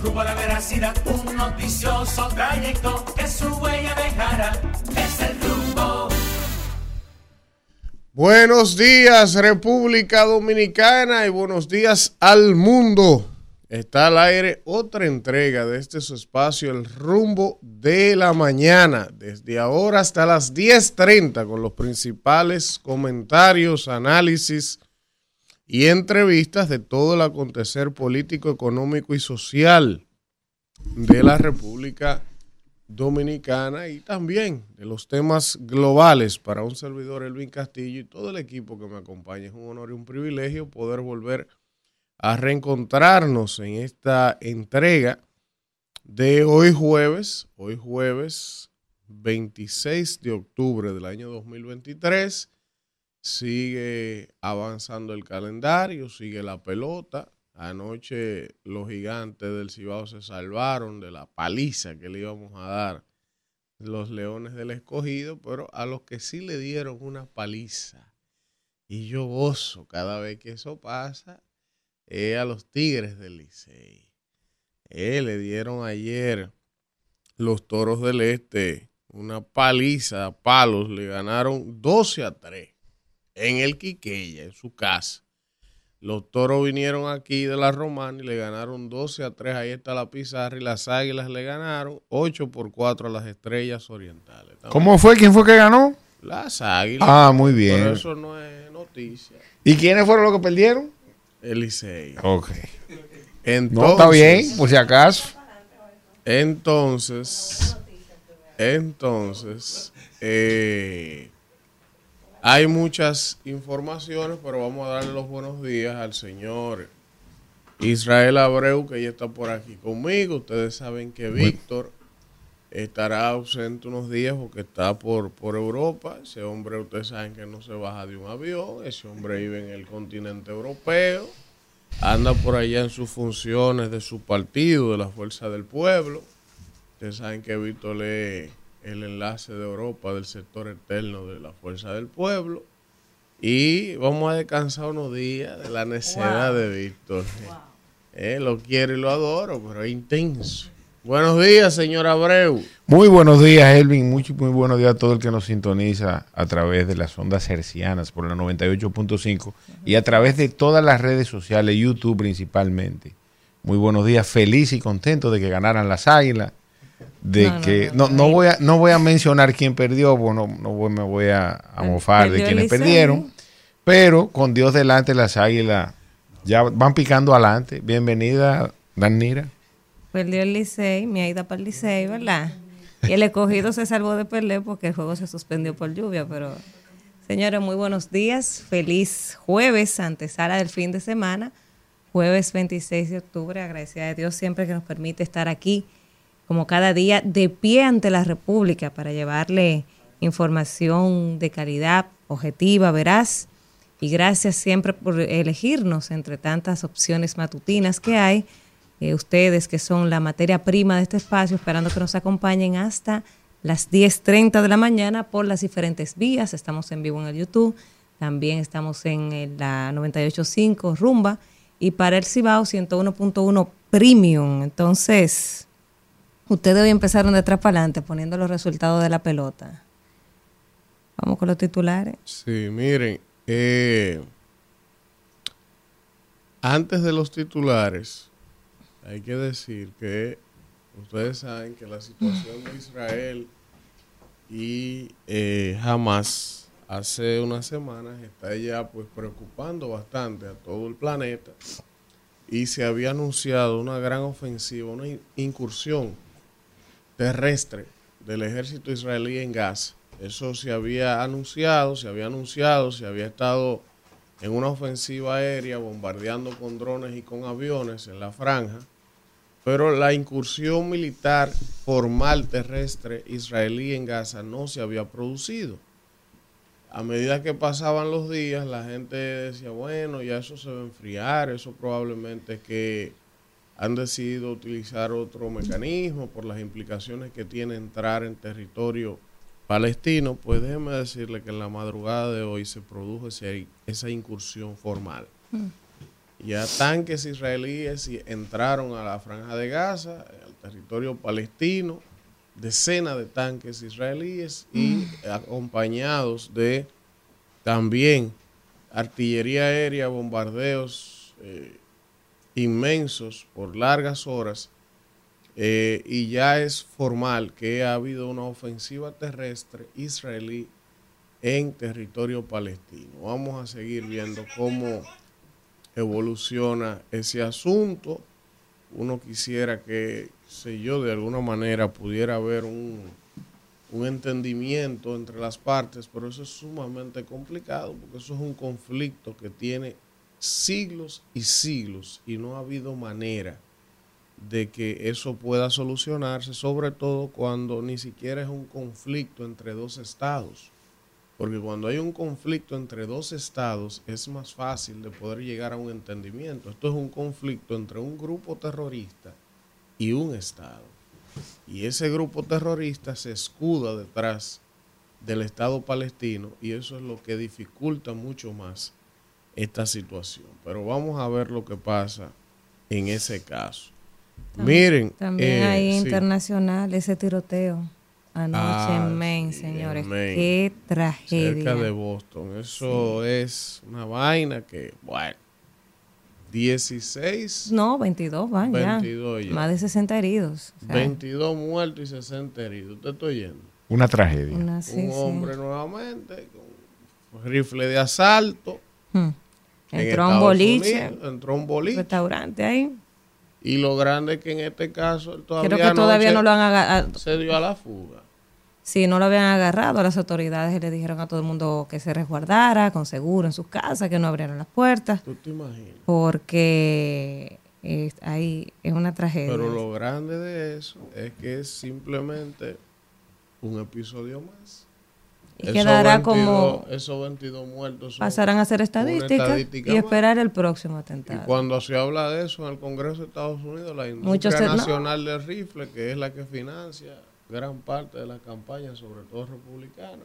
rumbo a la veracidad, un noticioso trayecto que su huella dejará. Es el Rumbo. Buenos días, República Dominicana, y buenos días al mundo. Está al aire otra entrega de este su espacio, El Rumbo de la Mañana, desde ahora hasta las 10:30, con los principales comentarios, análisis y entrevistas de todo el acontecer político, económico y social de la República Dominicana y también de los temas globales. Para un servidor, Elvin Castillo, y todo el equipo que me acompaña, es un honor y un privilegio poder volver a reencontrarnos en esta entrega de hoy jueves 26 de octubre del año 2023. Sigue avanzando el calendario, sigue la pelota. Anoche los gigantes del Cibao se salvaron de la paliza que le íbamos a dar los Leones del Escogido, pero a los que sí le dieron una paliza, y yo gozo cada vez que eso pasa, a los Tigres del Licey. Le dieron ayer los Toros del Este una paliza a palos, le ganaron 12-3 en el Quiqueya, en su casa. Los Toros vinieron aquí de la Romana y le ganaron 12-3, ahí está la pizarra, y las Águilas le ganaron 8-4 a las Estrellas Orientales. También. ¿Cómo fue? ¿Quién fue que ganó? Las Águilas. Ah, muy bien. Pero eso no es noticia. ¿Y quiénes fueron los que perdieron? El Licey. Ok. Entonces, no, está bien, por si acaso. Entonces, hay muchas informaciones, pero vamos a darle los buenos días al señor Israel Abreu, que ya está por aquí conmigo. Ustedes saben que Víctor estará ausente unos días porque está por Europa. Ese hombre, ustedes saben que no se baja de un avión. Ese hombre vive en el continente europeo. Anda por allá en sus funciones de su partido, de la Fuerza del Pueblo. Ustedes saben que Víctor lee el enlace de Europa del sector externo de la Fuerza del Pueblo. Y vamos a descansar unos días de la necedad de Víctor. Lo quiero y lo adoro, pero es intenso. Buenos días, señor Abreu. Muy buenos días, Elvin. Muy buenos días a todo el que nos sintoniza a través de las ondas hercianas por la 98.5 y a través de todas las redes sociales, YouTube principalmente. Muy buenos días, feliz y contento de que ganaran las Águilas. No voy a mencionar quién perdió, bueno, me voy a mofar de quienes perdieron, pero con Dios delante, las Águilas ya van picando adelante. Bienvenida, Danira. Perdió el Licey, mi ida para el Licey, ¿verdad? Y el Escogido se salvó de perder porque el juego se suspendió por lluvia, pero señores, muy buenos días, feliz jueves, antesala del fin de semana, jueves 26 de octubre, agradecida de Dios siempre que nos permite estar aquí, como cada día, de pie ante la República para llevarle información de calidad, objetiva, veraz, y gracias siempre por elegirnos entre tantas opciones matutinas que hay. Ustedes que son la materia prima de este espacio, esperando que nos acompañen hasta las 10:30 de la mañana por las diferentes vías. Estamos en vivo en el YouTube, también estamos en la 98.5 Rumba y para el Cibao 101.1 Premium. Entonces, ustedes hoy empezaron de atrás para adelante poniendo los resultados de la pelota. Vamos con los titulares. Sí, miren, antes de los titulares, hay que decir que ustedes saben que la situación de Israel y Hamas hace unas semanas está ya pues preocupando bastante a todo el planeta, y se había anunciado una gran ofensiva, una incursión terrestre del ejército israelí en Gaza. Eso se había anunciado, se había estado en una ofensiva aérea bombardeando con drones y con aviones en la franja. Pero la incursión militar formal terrestre israelí en Gaza no se había producido. A medida que pasaban los días, la gente decía, bueno, ya eso se va a enfriar, eso probablemente es que han decidido utilizar otro mecanismo por las implicaciones que tiene entrar en territorio palestino. Pues déjeme decirle que en la madrugada de hoy se produjo esa incursión formal. Ya tanques israelíes entraron a la Franja de Gaza, al territorio palestino, decenas de tanques israelíes y acompañados de también artillería aérea, bombardeos inmensos por largas horas, y ya es formal que ha habido una ofensiva terrestre israelí en territorio palestino. Vamos a seguir viendo cómo evoluciona ese asunto. Uno quisiera que, sé yo, de alguna manera pudiera haber un entendimiento entre las partes, pero eso es sumamente complicado porque eso es un conflicto que tiene siglos y siglos y no ha habido manera de que eso pueda solucionarse, sobre todo cuando ni siquiera es un conflicto entre dos estados. Porque cuando hay un conflicto entre dos estados es más fácil de poder llegar a un entendimiento. Esto es un conflicto entre un grupo terrorista y un estado. Y ese grupo terrorista se escuda detrás del Estado palestino y eso es lo que dificulta mucho más esta situación. Pero vamos a ver lo que pasa en ese caso. Miren. También hay sí. internacional ese tiroteo. Anoche en Maine, sí, señores. en Maine, qué tragedia. cerca de Boston. Eso es una vaina que, bueno, 16. No, 22 van 22 ya. Más de 60 heridos. O sea, 22 muertos y 60 heridos. ¿Usted está oyendo? Una tragedia. Un hombre nuevamente con rifle de asalto. Entró a un boliche. Entró a un boliche. Restaurante ahí. Y lo grande es que en este caso él Creo que todavía no lo han agarrado. Se dio a la fuga. Sí, no lo habían agarrado. Las autoridades le dijeron a todo el mundo que se resguardara con seguro en sus casas, que no abrieran las puertas. ¿Tú te imaginas? Porque ahí es una tragedia. Pero lo grande de eso es que es simplemente un episodio más. Y quedará 22, como... Esos 22 muertos pasarán a ser estadísticas y esperar el próximo atentado. Y cuando se habla de eso en el Congreso de Estados Unidos, la Muchos industria nacional del rifle, que es la que financia gran parte de la campaña, sobre todo republicana,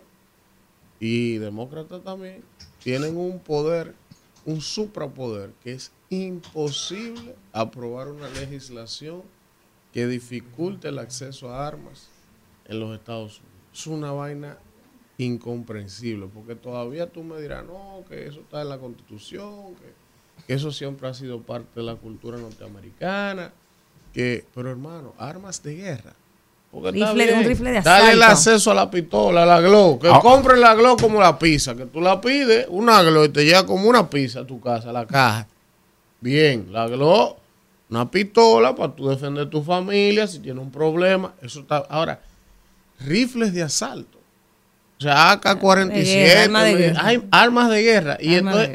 y demócrata también, tienen un poder, un suprapoder, que es imposible aprobar una legislación que dificulte el acceso a armas en los Estados Unidos. Es una vaina incomprensible, porque todavía tú me dirás, no, que eso está en la Constitución, que eso siempre ha sido parte de la cultura norteamericana, pero hermano, armas de guerra. Un rifle de asalto. Dale el acceso a la pistola, a la Glock, que compren la Glock como la pizza, que tú la pides, una Glock, y te llega como una pizza a tu casa, a la caja. Bien, la Glock, una pistola para tú defender tu familia si tienes un problema. Eso está. Ahora, rifles de asalto. O sea, AK-47, hay armas de guerra. Y entonces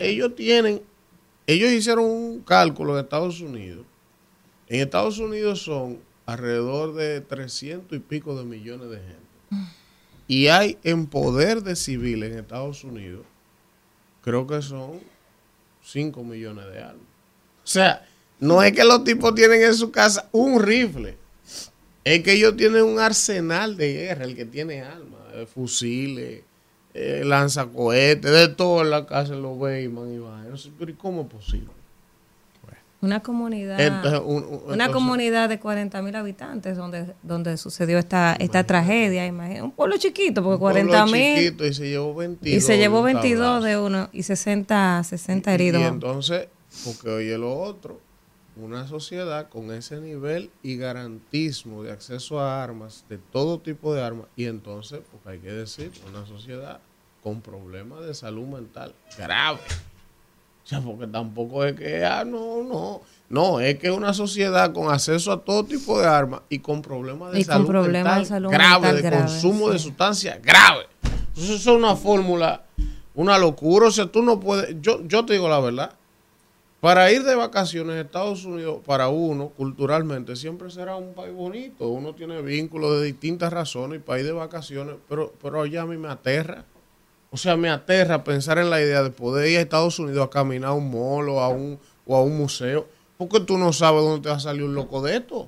ellos hicieron un cálculo en Estados Unidos. En Estados Unidos son alrededor de 300 y pico de millones de gente. Y hay en poder de civiles en Estados Unidos, creo que son 5 millones de armas. O sea, no es que los tipos tienen en su casa un rifle. Es que ellos tienen un arsenal de guerra, el que tiene armas, fusiles, lanzacohetes, de todo en la casa, los Bayman y vainas. Pero ¿y cómo es posible? Una comunidad, comunidad de 40,000 habitantes donde sucedió esta tragedia. Imagínate, un pueblo chiquito, porque 40,000. Y se llevó 22. Y se llevó 22 de uno y 60 heridos. Y entonces, porque oye lo otro, una sociedad con ese nivel y garantismo de acceso a armas, de todo tipo de armas, y entonces, porque hay que decir, una sociedad con problemas de salud mental grave. O sea, porque tampoco es que, no, es que una sociedad con acceso a todo tipo de armas y con problemas de salud mental grave, de consumo de sustancias grave. Entonces eso es una fórmula, una locura. O sea, tú no puedes, yo te digo la verdad, para ir de vacaciones a Estados Unidos, para uno, culturalmente, siempre será un país bonito. Uno tiene vínculos de distintas razones y para ir de vacaciones, pero allá a mí me aterra. O sea, me aterra pensar en la idea de poder ir a Estados Unidos a caminar a un mall o a un museo, porque tú no sabes dónde te va a salir un loco de esto.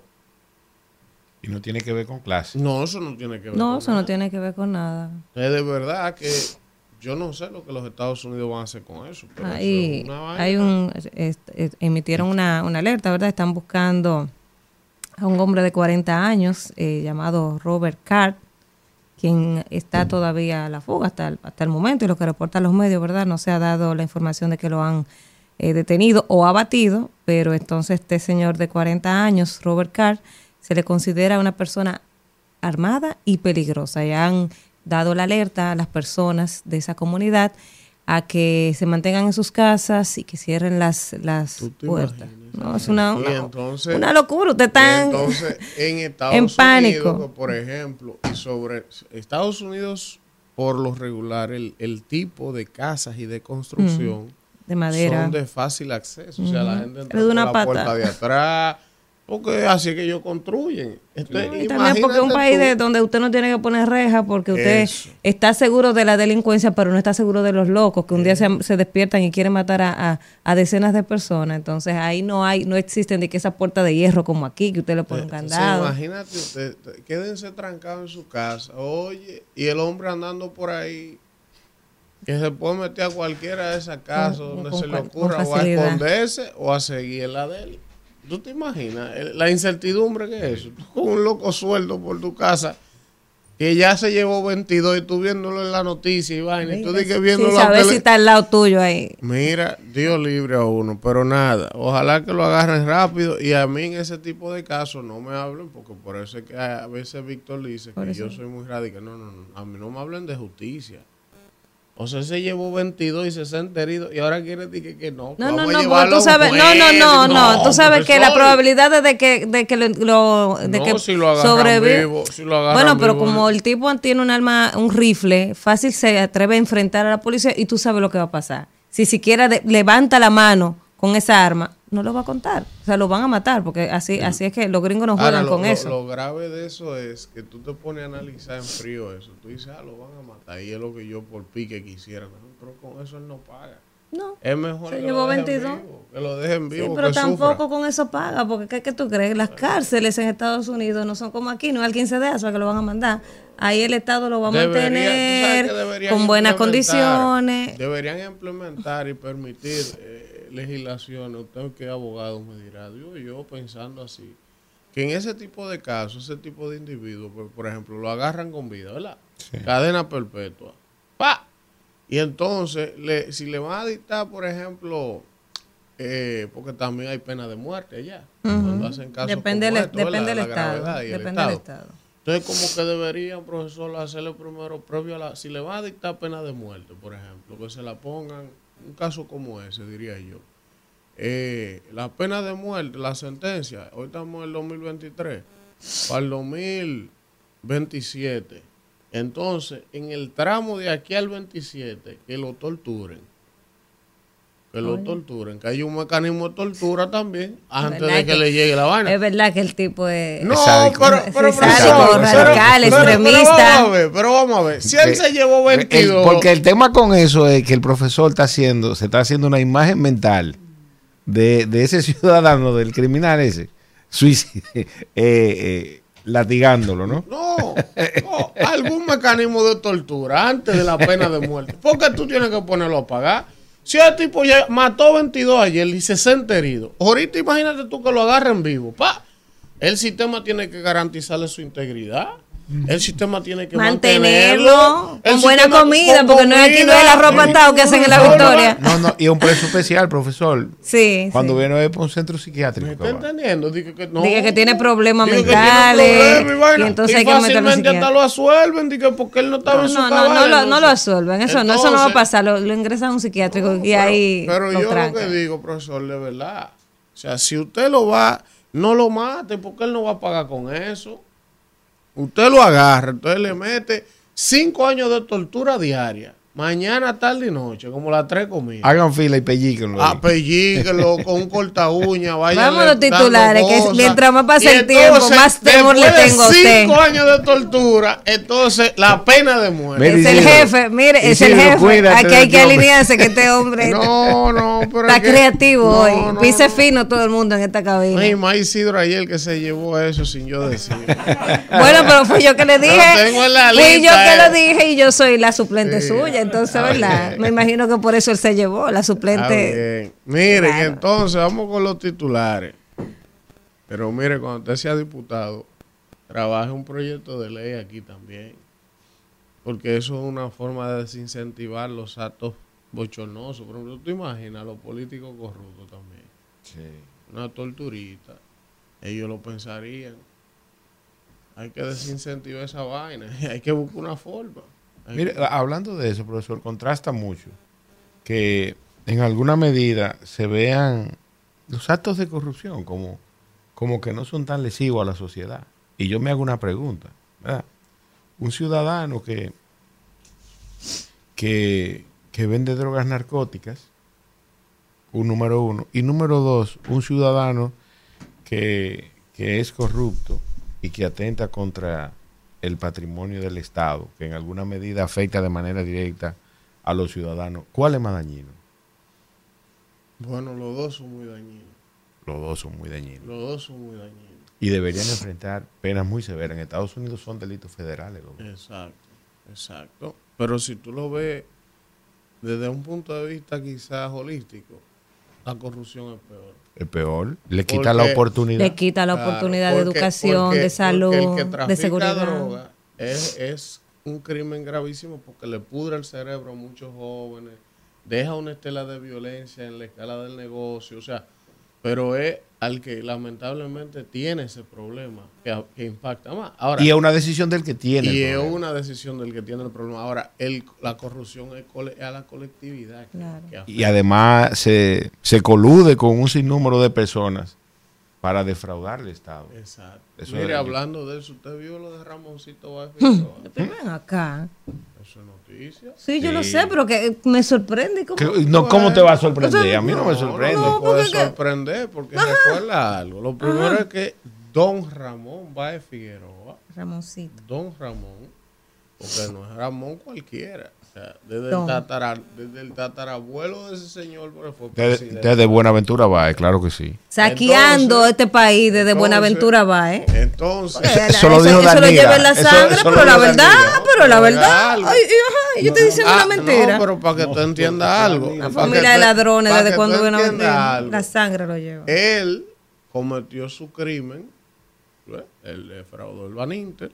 Y no tiene que ver con clase. No, eso no tiene que ver con nada. No, eso no tiene que ver con nada. Es de verdad que yo no sé lo que los Estados Unidos van a hacer con eso. Pero Hay, eso es una vaina. hay un, emitieron una alerta, ¿verdad? Están buscando a un hombre de 40 años llamado Robert Card, quien está todavía a la fuga hasta el momento, y lo que reportan los medios, ¿verdad? No se ha dado la información de que lo han detenido o abatido, pero entonces este señor de 40 años, Robert Card, se le considera una persona armada y peligrosa. Y han dado la alerta a las personas de esa comunidad a que se mantengan en sus casas y que cierren las puertas. No, es una locura. Usted está entonces, en Estados en Unidos, pánico. por ejemplo, y sobre Estados Unidos, por lo regular, el tipo de casas y de construcción de madera son de fácil acceso. O sea, la gente entra de por una la puerta de atrás, porque así es que ellos construyen. Entonces, y también porque es un país tú, donde usted no tiene que poner rejas, porque usted eso. está seguro de la delincuencia, pero no está seguro de los locos que un día se despiertan y quieren matar a decenas de personas. Entonces ahí no existen de que esa puerta de hierro como aquí, que usted le pone un candado. Imagínate usted, quédense trancados en su casa, oye, y el hombre andando por ahí, que se puede meter a cualquiera de esas casas donde se le ocurra o a esconderse o a seguir la de él. ¿Tú te imaginas la incertidumbre que es eso? Tú con un loco sueldo por tu casa que ya se llevó 22 y tú viéndolo en la noticia y vaina, y tú dices viéndolo sin saber si está al lado tuyo ahí. Mira, Dios libre a uno, pero nada, ojalá que lo agarren rápido, y a mí en ese tipo de casos no me hablen, porque por eso es que a veces Víctor dice que yo soy muy radical. No, a mí no me hablen de justicia. O sea, se llevó 22 y 60 heridos y ahora quiere decir que no. No, porque tú sabes, no, tú sabes que la probabilidad de que si lo sobreviva. Si bueno, pero como el tipo tiene un arma, un rifle, fácil se atreve a enfrentar a la policía y tú sabes lo que va a pasar. Si siquiera levanta la mano con esa arma, no lo va a contar. O sea, lo van a matar, porque así es que los gringos no juegan con eso. Lo grave de eso es que tú te pones a analizar en frío eso. Tú dices, lo van a matar. Y es lo que yo por pique quisiera. Pero con eso él no paga. No. Es mejor se que llevó 22. Que lo dejen vivo. Sí, pero que tampoco sufra. con eso paga, porque ¿qué tú crees? Las cárceles en Estados Unidos no son como aquí, no es al 15 de aso que lo van a mandar. Ahí el Estado lo va a mantener con buenas condiciones. Deberían implementar y permitir legislaciones. Usted que es abogado me dirá, yo pensando así, que en ese tipo de casos, ese tipo de individuos, por ejemplo, lo agarran con vida, ¿verdad? Sí. Cadena perpetua. ¡Pah! Y entonces, si le van a dictar, por ejemplo, porque también hay pena de muerte allá, cuando hacen casos depende como esto, del la Estado. gravedad y depende del Estado. Entonces, como que deberían, profesor, hacerle primero previo a si le van a dictar pena de muerte, por ejemplo, que se la pongan, un caso como ese, diría yo. La pena de muerte, la sentencia, hoy estamos en el 2023, para el 2027. Entonces, en el tramo de aquí al 27, que lo torturen. Que hay un mecanismo de tortura también antes de que le llegue la vaina. Es verdad que el tipo es pero radical, extremista. Pero vamos a ver, si él se llevó 22. Porque el tema con eso es que el profesor se está haciendo una imagen mental de ese ciudadano, del criminal ese, latigándolo, ¿no? No, algún mecanismo de tortura antes de la pena de muerte. Porque tú tienes que ponerlo a pagar. Si el tipo ya mató 22 ayer y 60 heridos, ahorita imagínate tú que lo agarren vivo. El sistema tiene que garantizarle su integridad. El sistema tiene que mantenerlo con buena comida, porque no es el arroz patado que hacen en la Victoria. No, y un precio especial, profesor. Sí. Cuando viene por un centro psiquiátrico. ¿Me está entendiendo? Dije que tiene problemas mentales. Y entonces hay que meterlo fácilmente hasta lo absuelven, dije, porque él no estaba en su cabal. No lo absuelven, eso no va a pasar. Lo ingresan a un psiquiátrico y ahí. Pero yo lo que digo, profesor, de verdad. O sea, si usted no lo mate, porque él no va a pagar con eso. Usted lo agarra, entonces le mete 5 años de tortura diaria. Mañana, tarde y noche, como las 3 comidas. Hagan fila y pellíquenlo. Pellíquenlo con un corta uña. Vamos a los titulares, que mientras más pasa el tiempo, más temor le tengo a usted. 5 años de tortura, entonces la pena de muerte. Es el jefe, mire, es el jefe. Aquí hay que alinearse, que este hombre pero está creativo hoy. Pise fino todo el mundo en esta cabina. Ay, más Isidro ayer que se llevó eso sin yo decir. Bueno, pero fui yo que le dije. Fui yo que le dije y yo soy la suplente suya. entonces, ¿verdad? Me imagino que por eso él se llevó la suplente. Bien. Miren, Claro. entonces vamos con los titulares. Pero mire, cuando usted sea diputado, trabaje un proyecto de ley aquí también. Porque eso es una forma de desincentivar los actos bochornosos. Por ejemplo, tú te imaginas a los políticos corruptos también. Una torturita. Ellos lo pensarían. Hay que desincentivar esa vaina. Hay que buscar una forma. Mire, hablando de eso, profesor, contrasta mucho que en alguna medida se vean los actos de corrupción como que no son tan lesivos a la sociedad. Y yo me hago una pregunta, ¿verdad? Un ciudadano que vende drogas narcóticas, un número uno, y número dos, un ciudadano que es corrupto y que atenta contra el patrimonio del Estado, que en alguna medida afecta de manera directa a los ciudadanos. ¿Cuál es más dañino? Bueno, los dos son muy dañinos. Los dos son muy dañinos. Los dos son muy dañinos. Y deberían enfrentar penas muy severas. En Estados Unidos son delitos federales. Los dos. Exacto, exacto. Pero si tú lo ves desde un punto de vista quizás holístico, la corrupción es peor. Es peor. Le quita Porque la oportunidad. Le quita la Claro, oportunidad de porque- educación, porque- de salud, porque el que de trafica seguridad. droga es un crimen gravísimo porque le pudre el cerebro a muchos jóvenes, deja una estela de violencia en la escala del negocio, o sea, pero es al que lamentablemente tiene ese problema que impacta más. Ahora, Y es una decisión del que tiene. y el es problema. una decisión del que tiene el problema. Ahora, la corrupción es a la colectividad. Claro. Que afecta. Y además se colude con un sinnúmero de personas para defraudar al Estado. Exacto. Eso Mire, es- hablando de eso, ¿usted vio lo de Ramoncito Báez Figueroa? Pero ven acá. Eso es noticia. Sí, yo lo Sí. sé, pero que me sorprende. ¿Cómo? No, ¿cómo te va a sorprender? O sea, A mí no me sorprende. No, puede porque- sorprender porque recuerda algo. Lo primero es que don Ramón Báez Figueroa, Ramoncito. don Ramón, porque no es Ramón cualquiera. O sea, desde Don. el tatarabuelo de ese señor pues, fue Desde presidente. de Buenaventura va, claro que sí. Saqueando Entonces- este país desde entonces- Buenaventura va, ¿eh? Entonces, Eso lo dijo eso lo Danila. lleva en la Eso- sangre, eso lo pero la dijo verdad, Danila. pero la No, verdad. algo. Ay, ajá, yo estoy diciendo una mentira. No, pero para que tú entiendas algo. Una para familia que de tú- ladrones para desde que cuando tú entiendas Buenaventura. algo. La sangre lo lleva. Él cometió su crimen, ¿ves? Él defraudó el Baninter,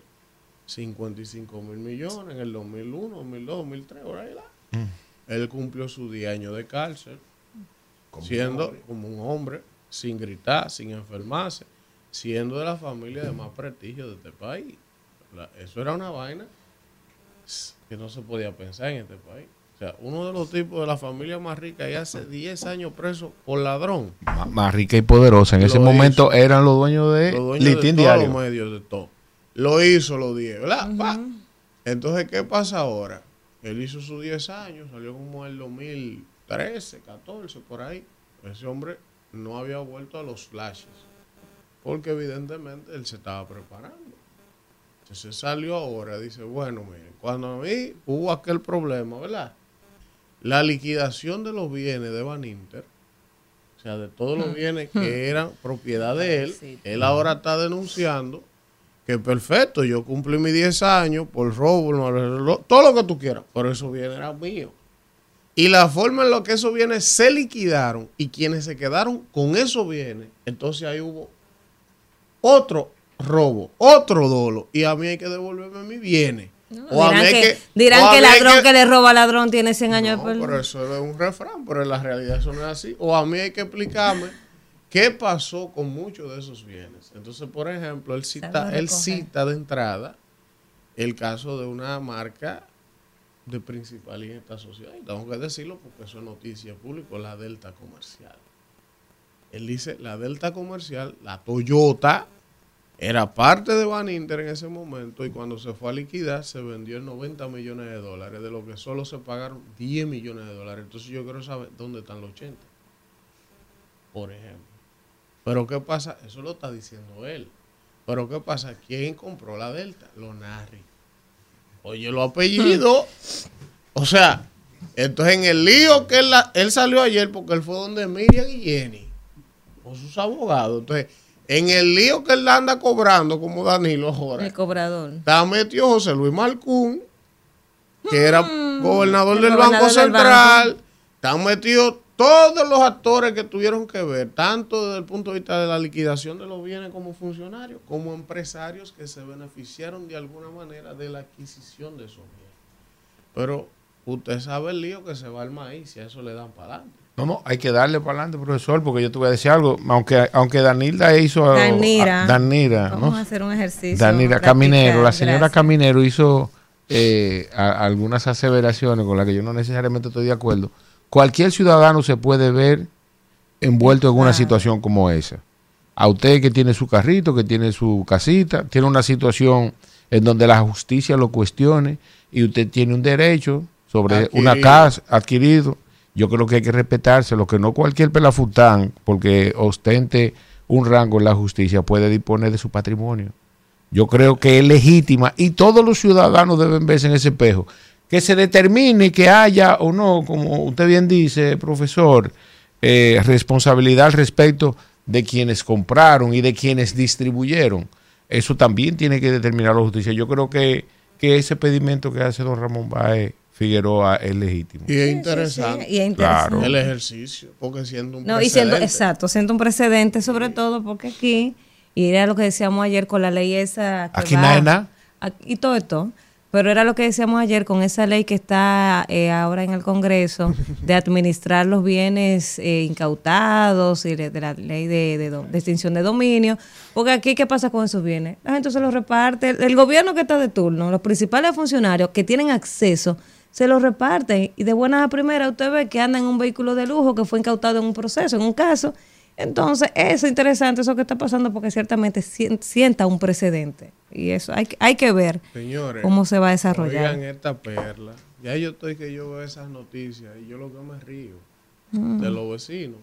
55 mil millones en el 2001, 2002, 2003, por ahí. Él cumplió sus 10 años de cárcel, siendo como un hombre, sin gritar, sin enfermarse, siendo de la familia de más prestigio de este país. Eso era una vaina que no se podía pensar en este país. O sea, uno de los tipos de la familia más rica y hace 10 años preso por ladrón. Más rica y poderosa. En Lo ese momento hizo. eran los dueños de Los dueños Listín de todos Diario. los medios, de todo. Lo hizo los 10, ¿verdad? Pa. Entonces, ¿qué pasa ahora? Él hizo sus 10 años, salió como en el 2013, 14, por ahí. Ese hombre no había vuelto a los flashes, porque evidentemente él se estaba preparando. Entonces salió ahora, dice, bueno, miren, cuando a mí hubo aquel problema, ¿verdad? La liquidación de los bienes de Baninter, o sea, de todos los bienes que eran propiedad de él, Sí. él ahora está denunciando que perfecto, yo cumplí mis 10 años por robo, todo lo que tú quieras, pero esos bienes eran míos. Y la forma en la que esos bienes se liquidaron y quienes se quedaron con esos bienes, entonces ahí hubo otro robo, otro dolo, y a mí hay que devolverme mis bienes. O a mí Dirán hay que, o dirán a que mí hay ladrón que le roba al ladrón tiene 100 años No, de perdón. pero eso es un refrán, pero en la realidad eso no es así. O a mí hay que explicarme qué pasó con muchos de esos bienes. Entonces, por ejemplo, él Sabe recoger. cita de entrada el caso de una marca de principal en esta sociedad. Y tengo que decirlo porque eso es noticia pública, la Delta Comercial. Él dice, la Delta Comercial, la Toyota, era parte de Baninter en ese momento y cuando se fue a liquidar se vendió en 90 millones de dólares, de lo que solo se pagaron 10 millones de dólares. Entonces yo quiero saber dónde están los 80, por ejemplo. Pero ¿qué pasa? Eso lo está diciendo él. Pero ¿qué pasa? ¿Quién compró la Delta? Los Narri. Oye, los apellidos. O sea, entonces en el lío que él salió ayer porque él fue donde Miriam y Jenny con sus abogados. Entonces, en el lío que él anda cobrando como Danilo ahora, El cobrador. está metido José Luis Marcún, que era gobernador del gobernador Banco del Central. Están metidos todos los actores que tuvieron que ver, tanto desde el punto de vista de la liquidación de los bienes como funcionarios, como empresarios que se beneficiaron de alguna manera de la adquisición de esos bienes. Pero usted sabe el lío que se va al maíz y a eso le dan para adelante. No, hay que darle para adelante, profesor, porque yo te voy a decir algo. Aunque Danilda hizo... Danira, vamos ¿no? a hacer un ejercicio. Danira Caminero, la señora gracias. Caminero hizo algunas aseveraciones con las que yo no necesariamente estoy de acuerdo. Cualquier ciudadano se puede ver envuelto en una situación como esa. A usted que tiene su carrito, que tiene su casita, tiene una situación en donde la justicia lo cuestione y usted tiene un derecho sobre una casa adquirido. Yo creo que hay que respetarse, lo que no cualquier pelafután, porque ostente un rango en la justicia, puede disponer de su patrimonio. Yo creo que es legítima y todos los ciudadanos deben verse en ese espejo. Que se determine que haya o no, como usted bien dice, profesor, responsabilidad al respecto de quienes compraron y de quienes distribuyeron. Eso también tiene que determinar la justicia. Yo creo que ese pedimento que hace don Ramón Báez Figueroa es legítimo. Y es interesante. Sí, y es interesante. Claro. El ejercicio, porque siendo un No, precedente. siendo un precedente, sobre todo porque aquí, y era lo que decíamos ayer con la ley esa. Que Aquí va- nada es nada. Y todo esto. Pero era lo que decíamos ayer con esa ley que está ahora en el Congreso de administrar los bienes incautados y de la ley de extinción de dominio. Porque aquí, ¿qué pasa con esos bienes? La gente se los reparte. El gobierno que está de turno, los principales funcionarios que tienen acceso, se los reparten. Y de buenas a primeras usted ve que anda en un vehículo de lujo que fue incautado en un proceso, en un caso. Entonces, eso es interesante, eso que está pasando, porque ciertamente sienta un precedente. Y eso hay que ver. Señores, cómo se va a desarrollar. oigan esta perla. Ya yo estoy que yo veo esas noticias y yo lo que me río de los vecinos.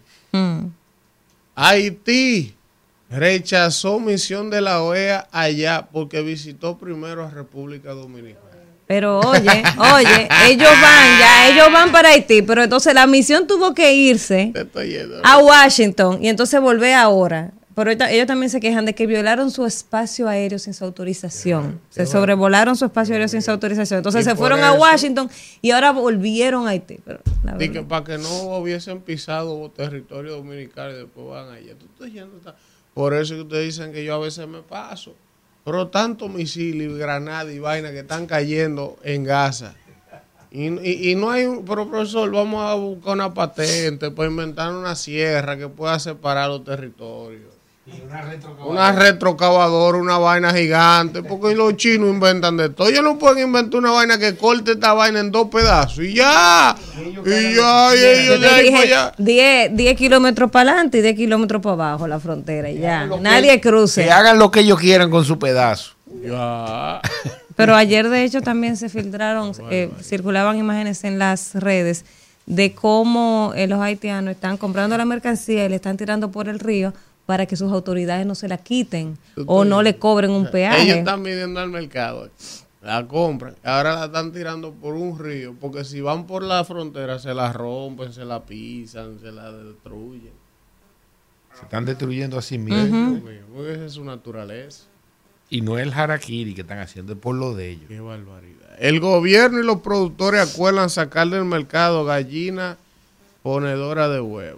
Haití rechazó misión de la OEA allá porque visitó primero a República Dominicana. Pero oye, ellos van para Haití, pero entonces la misión tuvo que irse Te estoy yendo. a Washington y entonces volver ahora. Pero ellos también se quejan de que violaron su espacio aéreo sin su autorización. Se sobrevolaron su espacio aéreo sin su autorización. Entonces Y se por fueron a eso- Washington y ahora volvieron a Haití. Pero, la Y verdad. que para que no hubiesen pisado territorio dominicano y después van allá. Tú estás yendo, por eso que ustedes dicen que yo a veces me paso. Pero tanto misil y granada y vaina que están cayendo en Gaza. Y no hay un... Pero profesor, vamos a buscar una patente para inventar una sierra que pueda separar los territorios. Una retrocavadora, una vaina gigante, porque los chinos inventan de todo. Ellos no pueden inventar una vaina que corte esta vaina en 2 pedazos y ya. Y ellos Yo de te ahí para dije allá. 10 kilómetros para adelante y 10 kilómetros para abajo la frontera y ya. Nadie cruce. Que hagan lo que ellos quieran con su pedazo. Ya. Pero ayer de hecho también se filtraron, circulaban imágenes en las redes de cómo los haitianos están comprando la mercancía y le están tirando por el río para que sus autoridades no se la quiten o no le cobren un peaje. Ellos están midiendo al mercado, la compran, ahora la están tirando por un río, porque si van por la frontera se la rompen, se la pisan, se la destruyen. Se están destruyendo a sí mismos. Porque esa es su naturaleza. Y no es el harakiri que están haciendo, es por lo de ellos. Qué barbaridad. El gobierno y los productores acuerdan sacar del mercado gallina ponedora de huevo.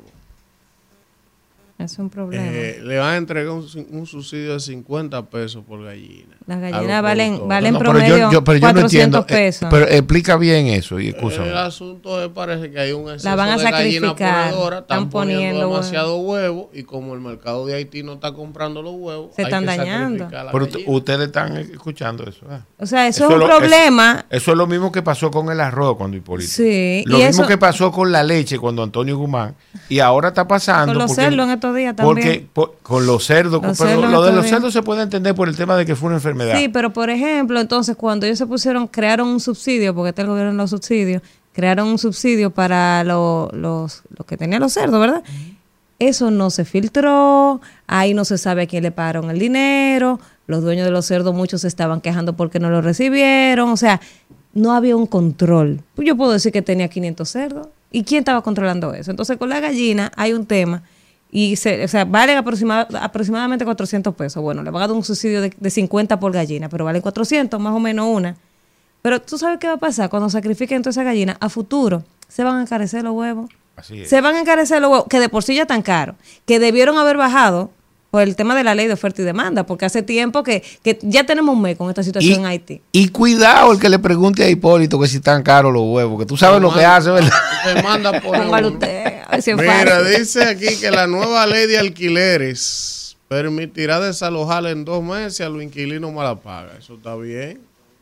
Es un problema. Le van a entregar un subsidio de 50 pesos por gallina. Las a los gallinas valen productores. promedio pero yo no 400 entiendo. pesos. Pero explica bien eso y escúchame. El asunto es, parece que hay un exceso La van a de gallina sacrificar. ponedora, están Están poniendo poniendo demasiado huevo y como el mercado de Haití no está comprando los huevos, Se hay están que dañando. sacrificar la Pero gallina. ustedes están escuchando eso. O sea, eso es Eso un lo- problema. Eso es lo mismo que pasó con el arroz cuando Hipólito. Sí, Lo y mismo eso- que pasó con la leche cuando Antonio Guzmán. Y ahora está pasando. Con los cerdos en estos días también. Con los cerdos. Los pero cerdos en lo de estos los días. cerdos se puede entender por el tema de que fue una enfermedad. Sí, pero por ejemplo, entonces cuando ellos se pusieron, crearon un subsidio, porque está el gobierno en los subsidios, crearon un subsidio para los que tenían los cerdos, ¿verdad? Eso no se filtró, ahí no se sabe a quién le pagaron el dinero, los dueños de los cerdos muchos se estaban quejando porque no lo recibieron, o sea, no había un control. Pues yo puedo decir que tenía 500 cerdos, ¿y quién estaba controlando eso? Entonces con la gallina hay un tema, y valen aproximadamente 400 pesos. Bueno, le van a dar un subsidio de 50 por gallina, pero valen 400 más o menos una. Pero tú sabes qué va a pasar cuando sacrifiquen toda esa gallina. A futuro se van a encarecer los huevos. Así es. Se van a encarecer los huevos, que de por sí ya están caros, que debieron haber bajado por el tema de la ley de oferta y demanda, porque hace tiempo que ya tenemos un mes con esta situación en Haití. Y cuidado el que le pregunte a Hipólito que si están caros los huevos, que tú sabes lo que hace, ¿verdad? Te manda por Póngalo uno. usted, a ver si es Mira, fácil. dice aquí que la nueva ley de alquileres permitirá desalojar en 2 meses a los inquilinos mala paga. Eso está bien.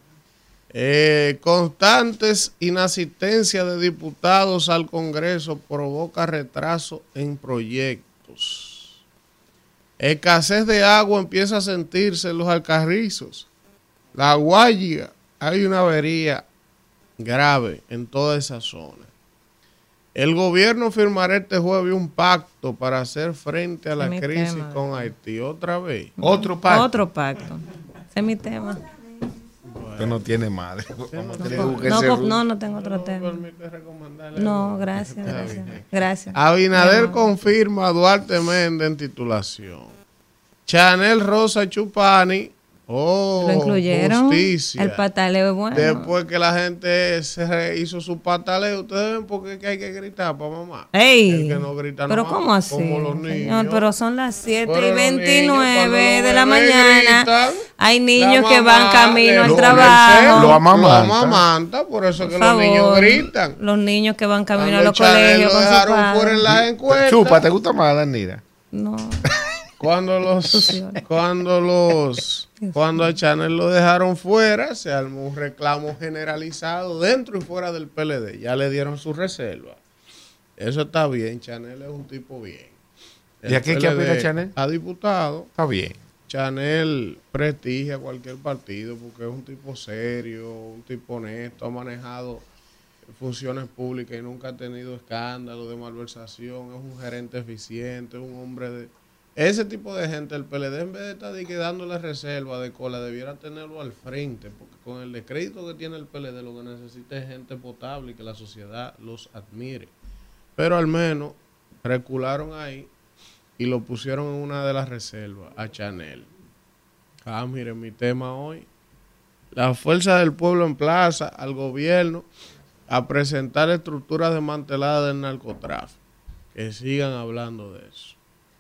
Constantes inasistencias de diputados al Congreso provoca retraso en proyectos. Escasez de agua empieza a sentirse en los Alcarrizos. La Guayiga, hay una avería grave en toda esa zona. El gobierno firmará este jueves un pacto para hacer frente a la Mi crisis tema. con Haití. Otra vez. Otro pacto. Otro pacto. Ese es mi tema. Usted no tiene madre. Vamos a tener que No, buscar ese rumbo. no tengo otro tema. Permite recomendarle No, algo. gracias, Está gracias. bien. Gracias. Abinader No. confirma a Duarte Méndez en titulación. Chanel Rosa Chupani. Oh, Lo incluyeron. justicia. El pataleo es bueno. Después que la gente se hizo su pataleo, ustedes ven por qué que hay que gritar para mamá. ¡Ey! El que no grita ¿Pero no cómo mama, así? como los niños. Señor, pero son las 7 Pero y los niños, 29 cuando los de la bebés mañana. gritan, Hay niños la que van mamá camino le al pone trabajo. el celo, Lo amamanta. Lo amamanta, por eso Por que los niños favor, gritan. Los niños que van camino a Cuando los Chanel colegios lo con su dejaron padre. fuera en las encuestas. Chupa, ¿te gusta más, Danira? No. Cuando a Chanel lo dejaron fuera, se armó un reclamo generalizado dentro y fuera del PLD. Ya le dieron su reserva. Eso está bien. Chanel es un tipo bien. ¿Y a qué PLD aspira Chanel? A diputado. Está bien. Chanel prestigia cualquier partido porque es un tipo serio, un tipo honesto, ha manejado funciones públicas y nunca ha tenido escándalos de malversación, es un gerente eficiente, es un hombre de... Ese tipo de gente, el PLD, en vez de estar dándole reserva de cola, debiera tenerlo al frente, porque con el descrédito que tiene el PLD, lo que necesita es gente potable y que la sociedad los admire. Pero al menos recularon ahí y lo pusieron en una de las reservas, a Chanel. Miren, mi tema hoy. La fuerza del pueblo emplaza al gobierno a presentar estructuras desmanteladas del narcotráfico. Que sigan hablando de eso.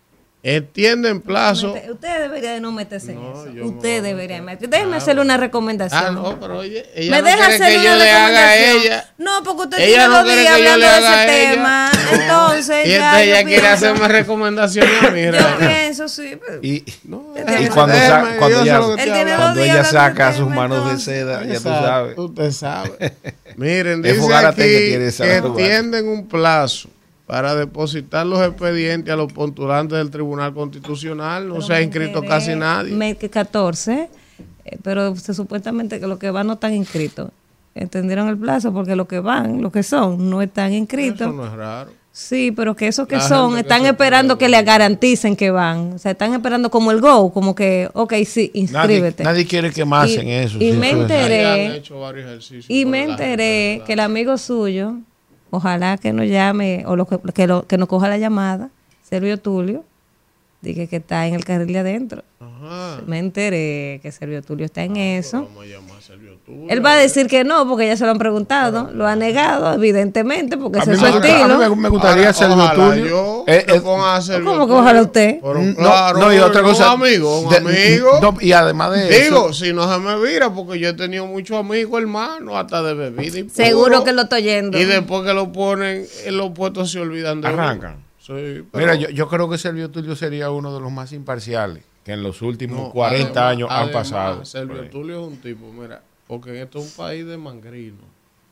Extienden plazo. Usted debería de no meterse No, en eso. yo Usted me- debería de meterse. Déjeme hacerle una recomendación. No, pero oye, ella Me no deja quiere hacerle que yo una le haga a recomendación. ella. No, porque usted Ella tiene no los quiere días que yo hablando le de haga a ese ella. tema. No. Entonces, Y ya entonces ella yo quiere pienso- hacerme recomendaciones a mí. Yo Reina. pienso, sí. pero- Y No, Y cuando, déjame, cuando yo ella, sé lo que Él estoy tiene hablando. cuando días ella hablando saca del sus tema, manos de entonces. seda, ya tú Exacto, sabes. Usted sabe. Miren, Es dice Fogarate aquí que tiene esa que lugar. extienden un plazo para depositar los expedientes a los postulantes del Tribunal Constitucional. No Pero se ha me inscrito enteré, casi nadie. Que 14, pero supuestamente que los que van no están inscritos. Entendieron el plazo porque los que van, los que son, no están inscritos. Eso no es raro. Sí, pero que esos que La son gente que están se esperando puede- que le garanticen que van. O sea, están esperando como el go, como que, ok, sí, nadie, inscríbete. nadie quiere quemarse Y- en eso. y sí, me eso es- enteré. Ya han hecho varios ejercicios Y con me la enteré gente, que el amigo suyo, ojalá que nos llame o que nos coja la llamada, Servio Tulio, dije que está en el carril de adentro. Ajá. Me enteré que Servio Tulio está en eso. Vamos a llamar a Servio Tulio. Él va a decir que no, porque ya se lo han preguntado, lo ha negado, evidentemente, porque A ese mí, es su me gusta- a estilo. mí me gustaría Ahora, Servio ojalá Tulio. yo Eh, te eh, ponga a Servio ¿Cómo que Tulio. ojalá usted? Pero no, claro, no, y otra cosa. Un amigo, de- no, y además de Digo, eso. si no se me vira, porque yo he tenido muchos amigos, hermanos, hasta de bebida y puro. Seguro que lo estoy oyendo. Y después que lo ponen en los puestos se olvidan de uno. Arrancan. Sí, pero- Mira, yo creo que Servio Tulio sería uno de los más imparciales que en los últimos no, 40 además- años han además, pasado. Servio Tulio es un tipo, mira, porque esto es un país de mangrinos.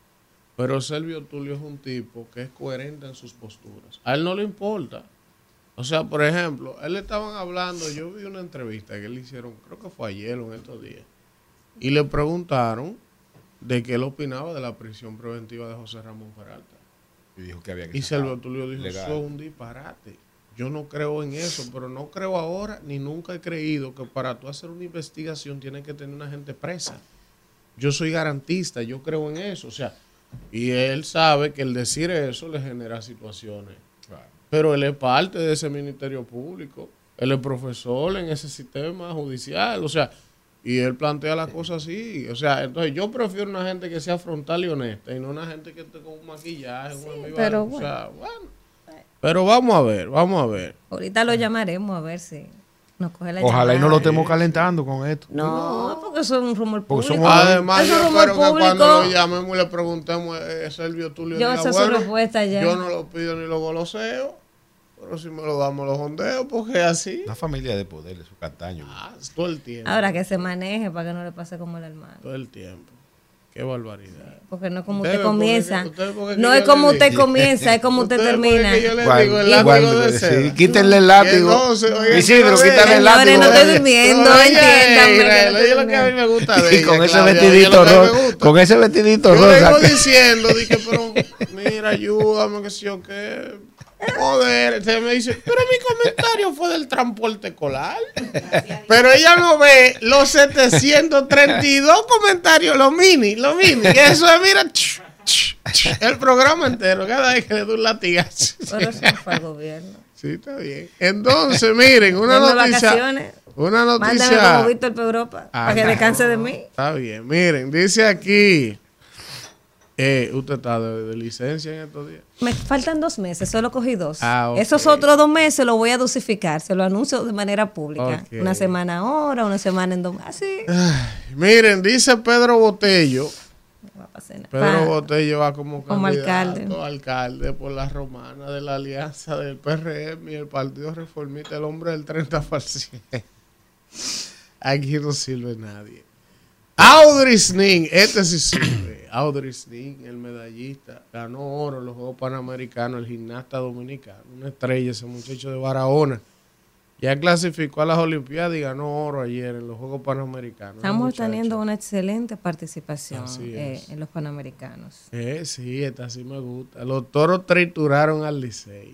Pero Servio Tulio es un tipo que es coherente en sus posturas. A él no le importa. O sea, por ejemplo, él le estaban hablando, yo vi una entrevista que le hicieron, creo que fue ayer o en estos días, y le preguntaron de qué él opinaba de la prisión preventiva de José Ramón Peralta. Y dijo que había que Y sacarlo. Servio Tulio dijo, Legal. eso es un disparate. Yo no creo en eso, pero no creo ahora ni nunca he creído que para tú hacer una investigación tienes que tener una gente presa. Yo soy garantista, yo creo en eso. O sea, y él sabe que el decir eso le genera situaciones. Claro. Pero él es parte de ese ministerio público. Él es profesor en ese sistema judicial. O sea, Y él plantea las cosas así. O sea, entonces yo prefiero una gente que sea frontal y honesta y no una gente que esté con un maquillaje. pero o sea, bueno. Pero vamos a ver. Ahorita lo llamaremos a ver si nos coge la Ojalá y no llamada. lo estemos calentando con esto. No, porque eso es un rumor Porque público. somos- Además, Eso yo es rumor espero que cuando lo público. llamemos y le preguntemos, Servio Tulio, Yo diga, esa es su respuesta ya. yo no lo pido ni lo goloseo, pero si me lo damos los jondeos, porque es así. Una familia de poder, de su Cataño. Es todo el tiempo. Ahora que se maneje para que no le pase como el hermano. Todo el tiempo. Qué barbaridad. Porque no es como Ustedes, usted comienza. porque- porque No yo es como le usted digo. comienza, es como usted Ustedes, porque termina. yo le digo, el látigo de seda. Sí, quítenle el látigo. Entonces, oye, Isidro, oye, quítale el señores, látigo. no estoy durmiendo, Ella entiéndanme que no estoy oye lo que a mí me gusta de Y ella, con ese Claudia, oye vestidito lo que a mí me rosa. gusta. Con ese vestidito Yo le rosa. vengo diciendo, dije, pero mira, ayúdame, que si yo qué. Joder, usted me dice, pero mi comentario fue del transporte escolar. Pero ella no ve los 732 comentarios, los mini, que eso es, mira, el programa entero, cada vez que le doy un latigazo. Pero eso no fue al gobierno. Sí, está bien. Entonces, miren, una Denme noticia. vacaciones. Una Mándame noticia. como Víctor para Europa, para que descanse de mí. Está bien, miren, dice aquí. Usted está de licencia en estos días. Me faltan 2 meses, solo cogí 2. Ah, ok. Esos otros 2 meses los voy a dosificar, se lo anuncio de manera pública. Ok. Una semana ahora, una semana en 2 meses. Así. Miren, dice Pedro Botello. No va a pasar nada. Pedro Pa- Botello va como Como candidato alcalde por la romana de la alianza del PRM y el Partido Reformista, el hombre del 30%. Aquí no sirve nadie. Audrey Nin, este sí sirve. Audrey Nin, el medallista, ganó oro en los Juegos Panamericanos, el gimnasta dominicano, una estrella ese muchacho de Barahona. Ya clasificó a las Olimpiadas y ganó oro ayer en los Juegos Panamericanos. Estamos Muchacho. teniendo una excelente participación Así es. en los Panamericanos. Sí, esta sí me gusta. Los toros trituraron al Licey.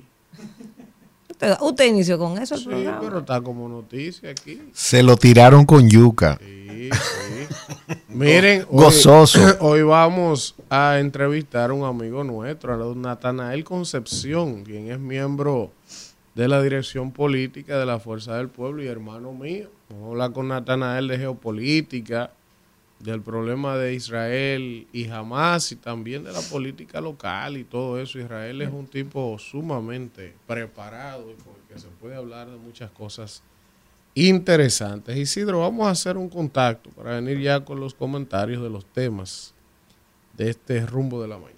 Usted inició con eso el Sí, programa. pero está como noticia aquí. Se lo tiraron con yuca. Sí, sí. Miren, Gozoso. Hoy vamos a entrevistar a un amigo nuestro, a don Natanael Concepción, quien es miembro de la dirección política de la Fuerza del Pueblo y hermano mío. Vamos a hablar con Natanael de geopolítica, del problema de Israel y Hamas y también de la política local y todo eso. Israel es un tipo sumamente preparado y con el que se puede hablar de muchas cosas interesantes. Isidro, vamos a hacer un contacto para venir ya con los comentarios de los temas de este rumbo de la mañana.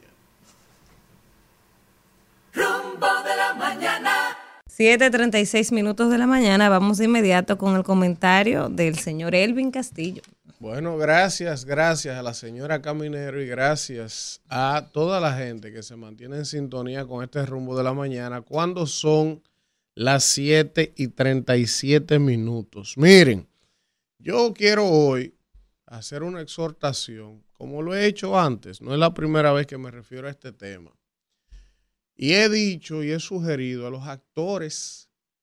Rumbo de la mañana. 7:36 minutos de la mañana. Vamos de inmediato con el comentario del señor Elvin Castillo. Bueno, gracias a la señora Caminero y gracias a toda la gente que se mantiene en sintonía con este rumbo de la mañana cuando son las 7:37 minutos. Miren, yo quiero hoy hacer una exhortación, como lo he hecho antes, no es la primera vez que me refiero a este tema. Y he dicho y he sugerido a los actores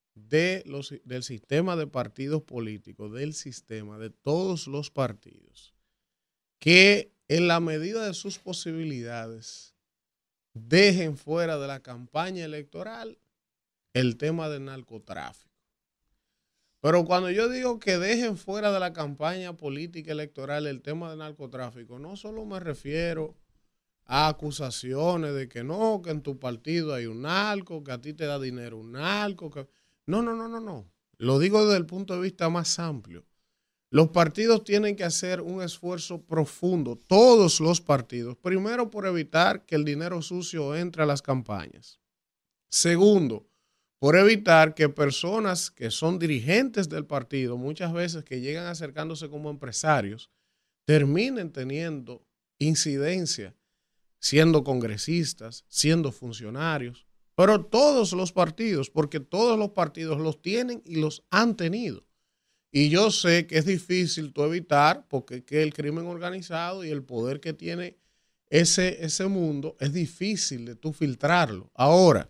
del sistema de partidos políticos, del sistema de todos los partidos, que en la medida de sus posibilidades dejen fuera de la campaña electoral el tema del narcotráfico. Pero cuando yo digo que dejen fuera de la campaña política electoral el tema del narcotráfico, no solo me refiero a acusaciones de que no, que en tu partido hay un narco, que a ti te da dinero un narco, que... No. Lo digo desde el punto de vista más amplio. Los partidos tienen que hacer un esfuerzo profundo, todos los partidos. Primero, por evitar que el dinero sucio entre a las campañas. Segundo, por evitar que personas que son dirigentes del partido, muchas veces que llegan acercándose como empresarios, terminen teniendo incidencia, siendo congresistas, siendo funcionarios. Pero todos los partidos, porque todos los partidos los tienen y los han tenido. Y yo sé que es difícil tú evitar, porque que el crimen organizado y el poder que tiene ese mundo, es difícil de tú filtrarlo. Ahora,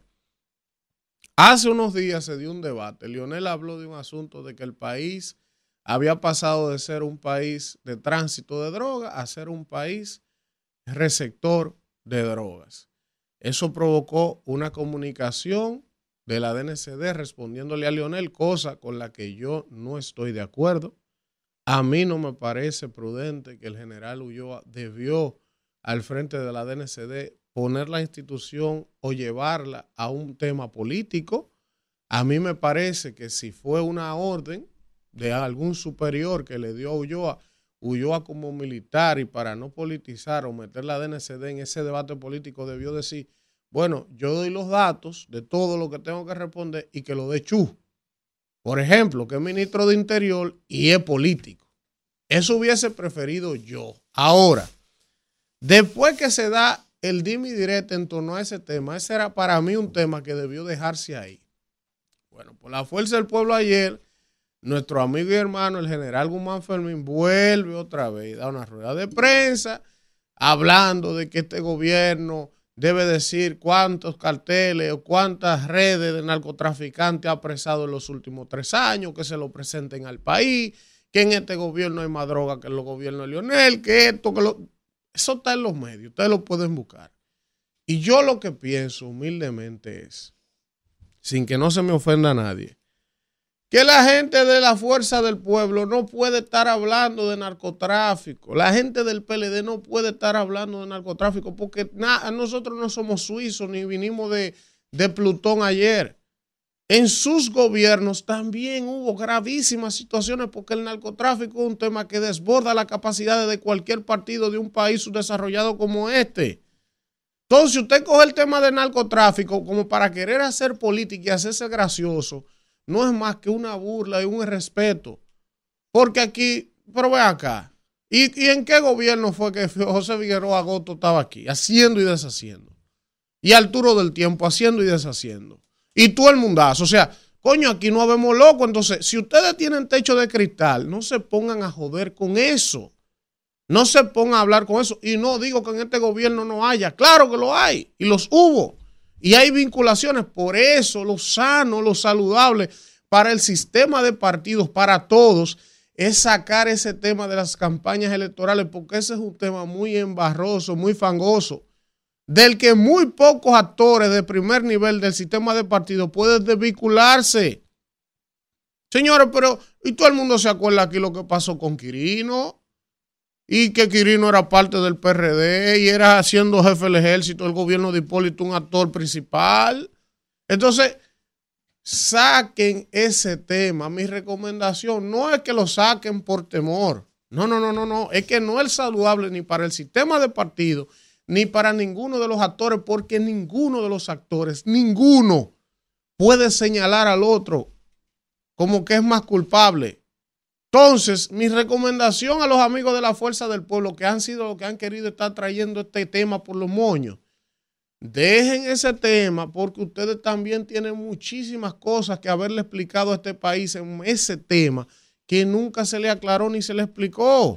hace unos días se dio un debate. Leonel habló de un asunto de que el país había pasado de ser un país de tránsito de drogas a ser un país receptor de drogas. Eso provocó una comunicación de la DNCD respondiéndole a Leonel, cosa con la que yo no estoy de acuerdo. A mí no me parece prudente que el general Ulloa debió al frente de la DNCD poner la institución o llevarla a un tema político. A mí me parece que si fue una orden de algún superior que le dio a Ulloa como militar, y para no politizar o meter la DNCD en ese debate político debió decir, bueno, yo doy los datos de todo lo que tengo que responder y que lo dé Chu. Por ejemplo, que es ministro de Interior y es político. Eso hubiese preferido yo. Ahora, después que se da el dime y direte en torno a ese tema, ese era para mí un tema que debió dejarse ahí. Bueno, por la fuerza del pueblo ayer, nuestro amigo y hermano, el general Guzmán Fermín, vuelve otra vez, da una rueda de prensa hablando de que este gobierno debe decir cuántos carteles o cuántas redes de narcotraficantes ha apresado en los últimos 3 años, que se lo presenten al país, que en este gobierno hay más droga que en los gobiernos de Leonel, que esto, que lo... Eso está en los medios, ustedes lo pueden buscar. Y yo lo que pienso humildemente es, sin que no se me ofenda a nadie, que la gente de la fuerza del pueblo no puede estar hablando de narcotráfico. La gente del PLD no puede estar hablando de narcotráfico porque nosotros no somos suizos ni vinimos de Plutón ayer. En sus gobiernos también hubo gravísimas situaciones porque el narcotráfico es un tema que desborda la capacidad de cualquier partido de un país subdesarrollado como este. Entonces, si usted coge el tema del narcotráfico como para querer hacer política y hacerse gracioso, no es más que una burla y un irrespeto. Porque aquí, pero ve acá, ¿y en qué gobierno fue que José Figueroa Agosto estaba aquí? Haciendo y deshaciendo. Y Arturo del Tiempo haciendo y deshaciendo. Y todo el mundazo. O sea, coño, aquí no habemos locos. Entonces, si ustedes tienen techo de cristal, no se pongan a joder con eso. No se pongan a hablar con eso. Y no digo que en este gobierno no haya. Claro que lo hay. Y los hubo. Y hay vinculaciones. Por eso lo sano, lo saludable para el sistema de partidos, para todos, es sacar ese tema de las campañas electorales, porque ese es un tema muy embarroso, muy fangoso, del que muy pocos actores de primer nivel del sistema de partidos pueden desvincularse. Señores, pero y todo el mundo se acuerda aquí lo que pasó con Quirino, y que Quirino era parte del PRD y era siendo jefe del ejército, el gobierno de Hipólito, un actor principal. Entonces, saquen ese tema. Mi recomendación no es que lo saquen por temor. No. Es que no es saludable ni para el sistema de partido, ni para ninguno de los actores, porque ninguno de los actores, ninguno puede señalar al otro como que es más culpable. Entonces, mi recomendación a los amigos de la fuerza del pueblo que han sido los que han querido estar trayendo este tema por los moños, dejen ese tema porque ustedes también tienen muchísimas cosas que haberle explicado a este país en ese tema que nunca se le aclaró ni se le explicó.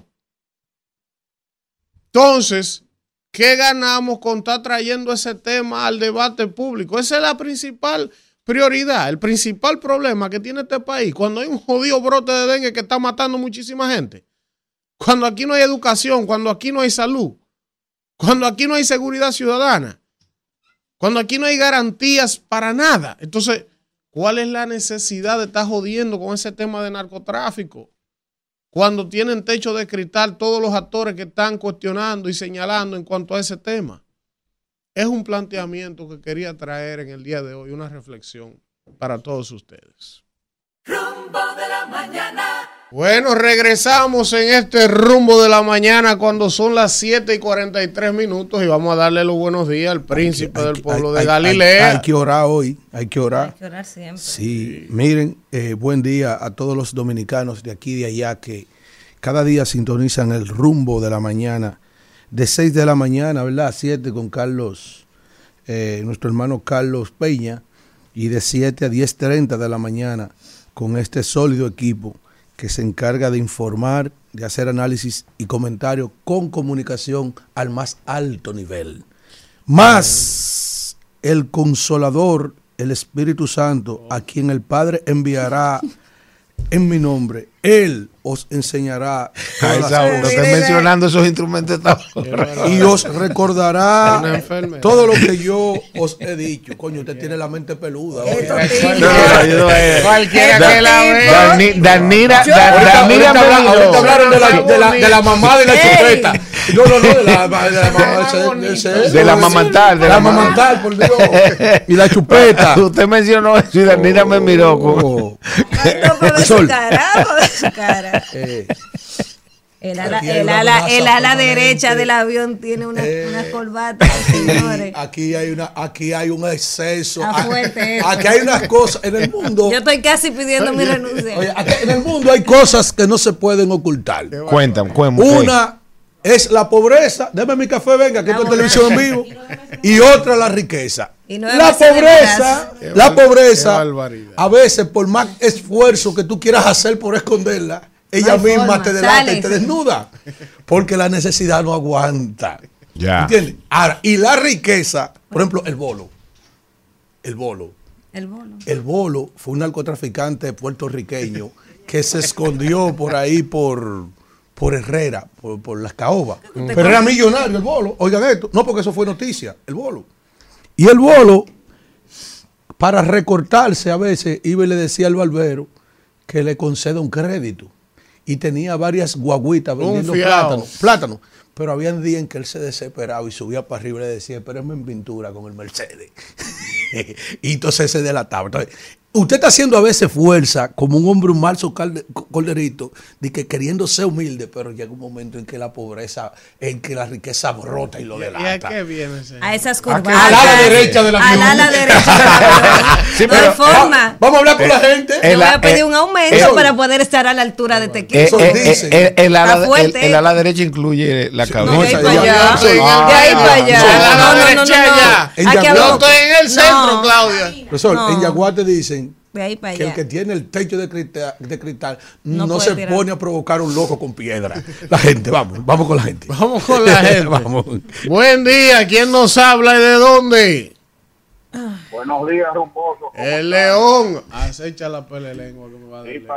Entonces, ¿qué ganamos con estar trayendo ese tema al debate público? Esa es la principal prioridad, el principal problema que tiene este país. Cuando hay un jodido brote de dengue que está matando muchísima gente, cuando aquí no hay educación, cuando aquí no hay salud, cuando aquí no hay seguridad ciudadana, cuando aquí no hay garantías para nada. Entonces, ¿cuál es la necesidad de estar jodiendo con ese tema de narcotráfico? Cuando tienen techo de cristal todos los actores que están cuestionando y señalando en cuanto a ese tema. Es un planteamiento que quería traer en el día de hoy, una reflexión para todos ustedes. Rumbo de la mañana. Bueno, regresamos en este rumbo de la mañana cuando son las 7:43 y vamos a darle los buenos días al príncipe del pueblo de Galilea. Hay que orar hoy, hay que orar. Hay que orar siempre. Sí, miren, buen día a todos los dominicanos de aquí y de allá que cada día sintonizan el rumbo de la mañana. De 6 de la mañana, ¿verdad? 7 con Carlos, nuestro hermano Carlos Peña, y de 7 a 10:30 de la mañana con este sólido equipo que se encarga de informar, de hacer análisis y comentarios con comunicación al más alto nivel. Más el Consolador, el Espíritu Santo, a quien el Padre enviará en mi nombre, Él os enseñará todas las No cosas. estoy mencionando esos instrumentos ahora. Y os recordará Una enfermedad. todo lo que yo os he dicho. Coño, usted tiene la mente peluda. oye. Cualquiera que la vea. Danira Ahorita me miró. hablaron de la mamada y la chupeta. No, de la mamá. De la mamantal, De la mamantal, por Dios. Y la chupeta. Usted mencionó eso y Danira me miró. Oh. De su cara, de su cara. El ala derecha del avión tiene una corbata, señores. Aquí hay un exceso. Está fuerte esto. Aquí hay unas cosas en el mundo. Yo estoy casi pidiendo mi renuncia. Oye, aquí en el mundo hay cosas que no se pueden ocultar. Cuéntame. Una es la pobreza. Deme mi café, venga, que esto es televisión en vivo. Y otra la riqueza. Y no La pobreza, barbaridad. a veces por más esfuerzo que tú quieras hacer por esconderla, ella hay misma forma, te delata sale. y te desnuda. Porque la necesidad no aguanta. Ya. ¿Entiendes? Ahora, y la riqueza, por ejemplo, el bolo. El bolo. El bolo fue un narcotraficante puertorriqueño que se escondió por ahí por Herrera, por las caobas. Pero era millonario el bolo. Oigan esto. No, porque eso fue noticia, el bolo. Y el bolo, para recortarse a veces, iba y le decía al barbero que le conceda un crédito. Y tenía varias guaguitas vendiendo plátano. Pero había días en que él se desesperaba y subía para arriba y le decía, espérame en pintura con el Mercedes. Y entonces se delataba. Entonces, usted está haciendo a veces fuerza, como un hombre, un malso corderito, de que queriendo ser humilde, pero llega un momento en que la pobreza, en que la riqueza brota y lo ¿Y a delata. qué viene ese? A esas Al corbatas. ala derecha de la Al ala derecha. Sí, No hay pero- forma. Vamos a hablar con la gente. Yo voy a pedir un aumento eso- para poder estar a la altura de Tequila. Eso dicen. El Está fuerte. ala, el ala derecha incluye la No, cabeza. de ahí esa para ya- allá. yo soy en el De ahí medio. para allá. Soy en la No. derecha ya. En Aquí Yaguá. Yo hablamos- estoy en el centro, No. Claudia. Profesor, No. en Yaguá te dicen De ahí para que el allá. que tiene el techo de cristal No no puede se tirar. pone a provocar un loco con piedra. La gente, vamos con la gente. Vamos con la gente. Vamos. Buen día, ¿quién nos habla y de dónde? Buenos días, Rumboso. ¿Cómo El están? León. Acecha la pele lengua que me va a dar. Sí,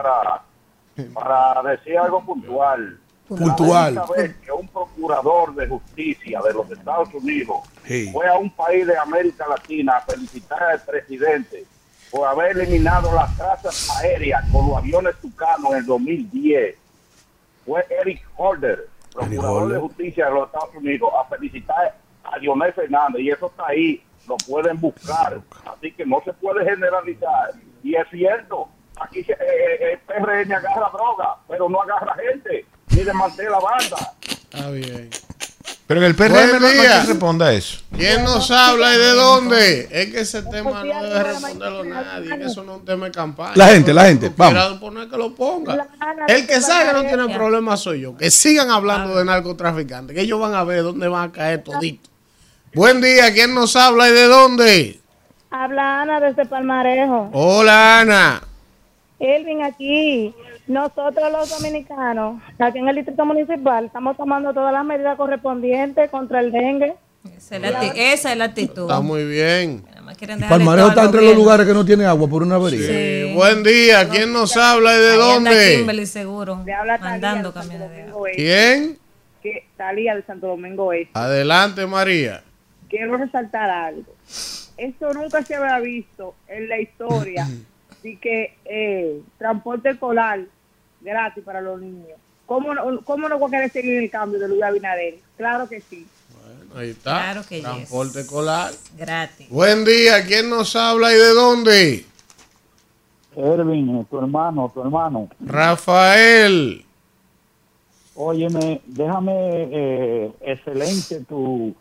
para decir algo puntual. Puntual. La única vez que un procurador de justicia de los Estados Unidos Sí. fue a un país de América Latina a felicitar al presidente por haber eliminado las trazas aéreas con los aviones Tucano en el 2010 fue Eric Holder, procurador Holder. de justicia de los Estados Unidos, a felicitar a Leonel Fernández, y eso está ahí, lo pueden buscar, así que no se puede generalizar. Y es cierto, aquí el PRM agarra droga, pero no agarra gente, ni desmantela banda. Está bien. Pero en el PRM Buen no hay día. quien responda a eso. ¿Quién nos habla y de dónde? Es que ese tema no debe responderlo nadie. Que eso no es un tema de campaña. La gente, Quiera vamos. poner que lo ponga. El que salga no tiene problema soy yo. Que sigan hablando de narcotraficantes. Que ellos van a ver dónde van a caer todito. Buen día, ¿quién nos habla y de dónde? Habla Ana desde Palmarejo. Hola, Ana. Elvin, aquí, nosotros los dominicanos, aquí en el distrito municipal, estamos tomando todas las medidas correspondientes contra el dengue. Esa es la actitud. Está muy bien. Nada más quieren dejarle Palmarejo todo al está entre los gobierno. lugares que no tiene agua por una avería. Sí. Buen día, ¿quién nos habla y de Ahí anda dónde? Kimberly seguro, Le habla mandando Talía de camiones Santo de agua. Domingo Este. ¿Quién? Que Talía de Santo Domingo Este. Adelante, María. Quiero resaltar algo. Esto nunca se había visto en la historia de que transporte escolar gratis para los niños. ¿Cómo no va a querer seguir el cambio de Luis Abinader? Claro que sí. Bueno, ahí está. Claro que Transporte yes. escolar. Gratis. Buen día, ¿quién nos habla y de dónde? Erwin, tu hermano. Rafael. Óyeme, déjame, excelente tu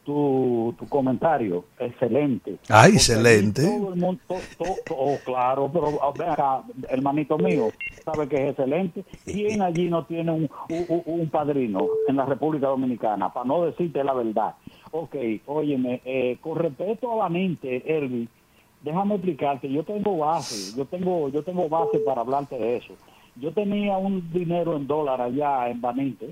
comentario, excelente. Ay, Porque excelente. Todo el mundo, claro, pero ven acá, hermanito mío, sabe que es excelente. ¿Quién allí no tiene un padrino en la República Dominicana? Para no decirte la verdad. Ok, óyeme, con respeto a la mente, Elvi, déjame explicarte, yo tengo base para hablarte de eso. Yo tenía un dinero en dólar allá en Baninte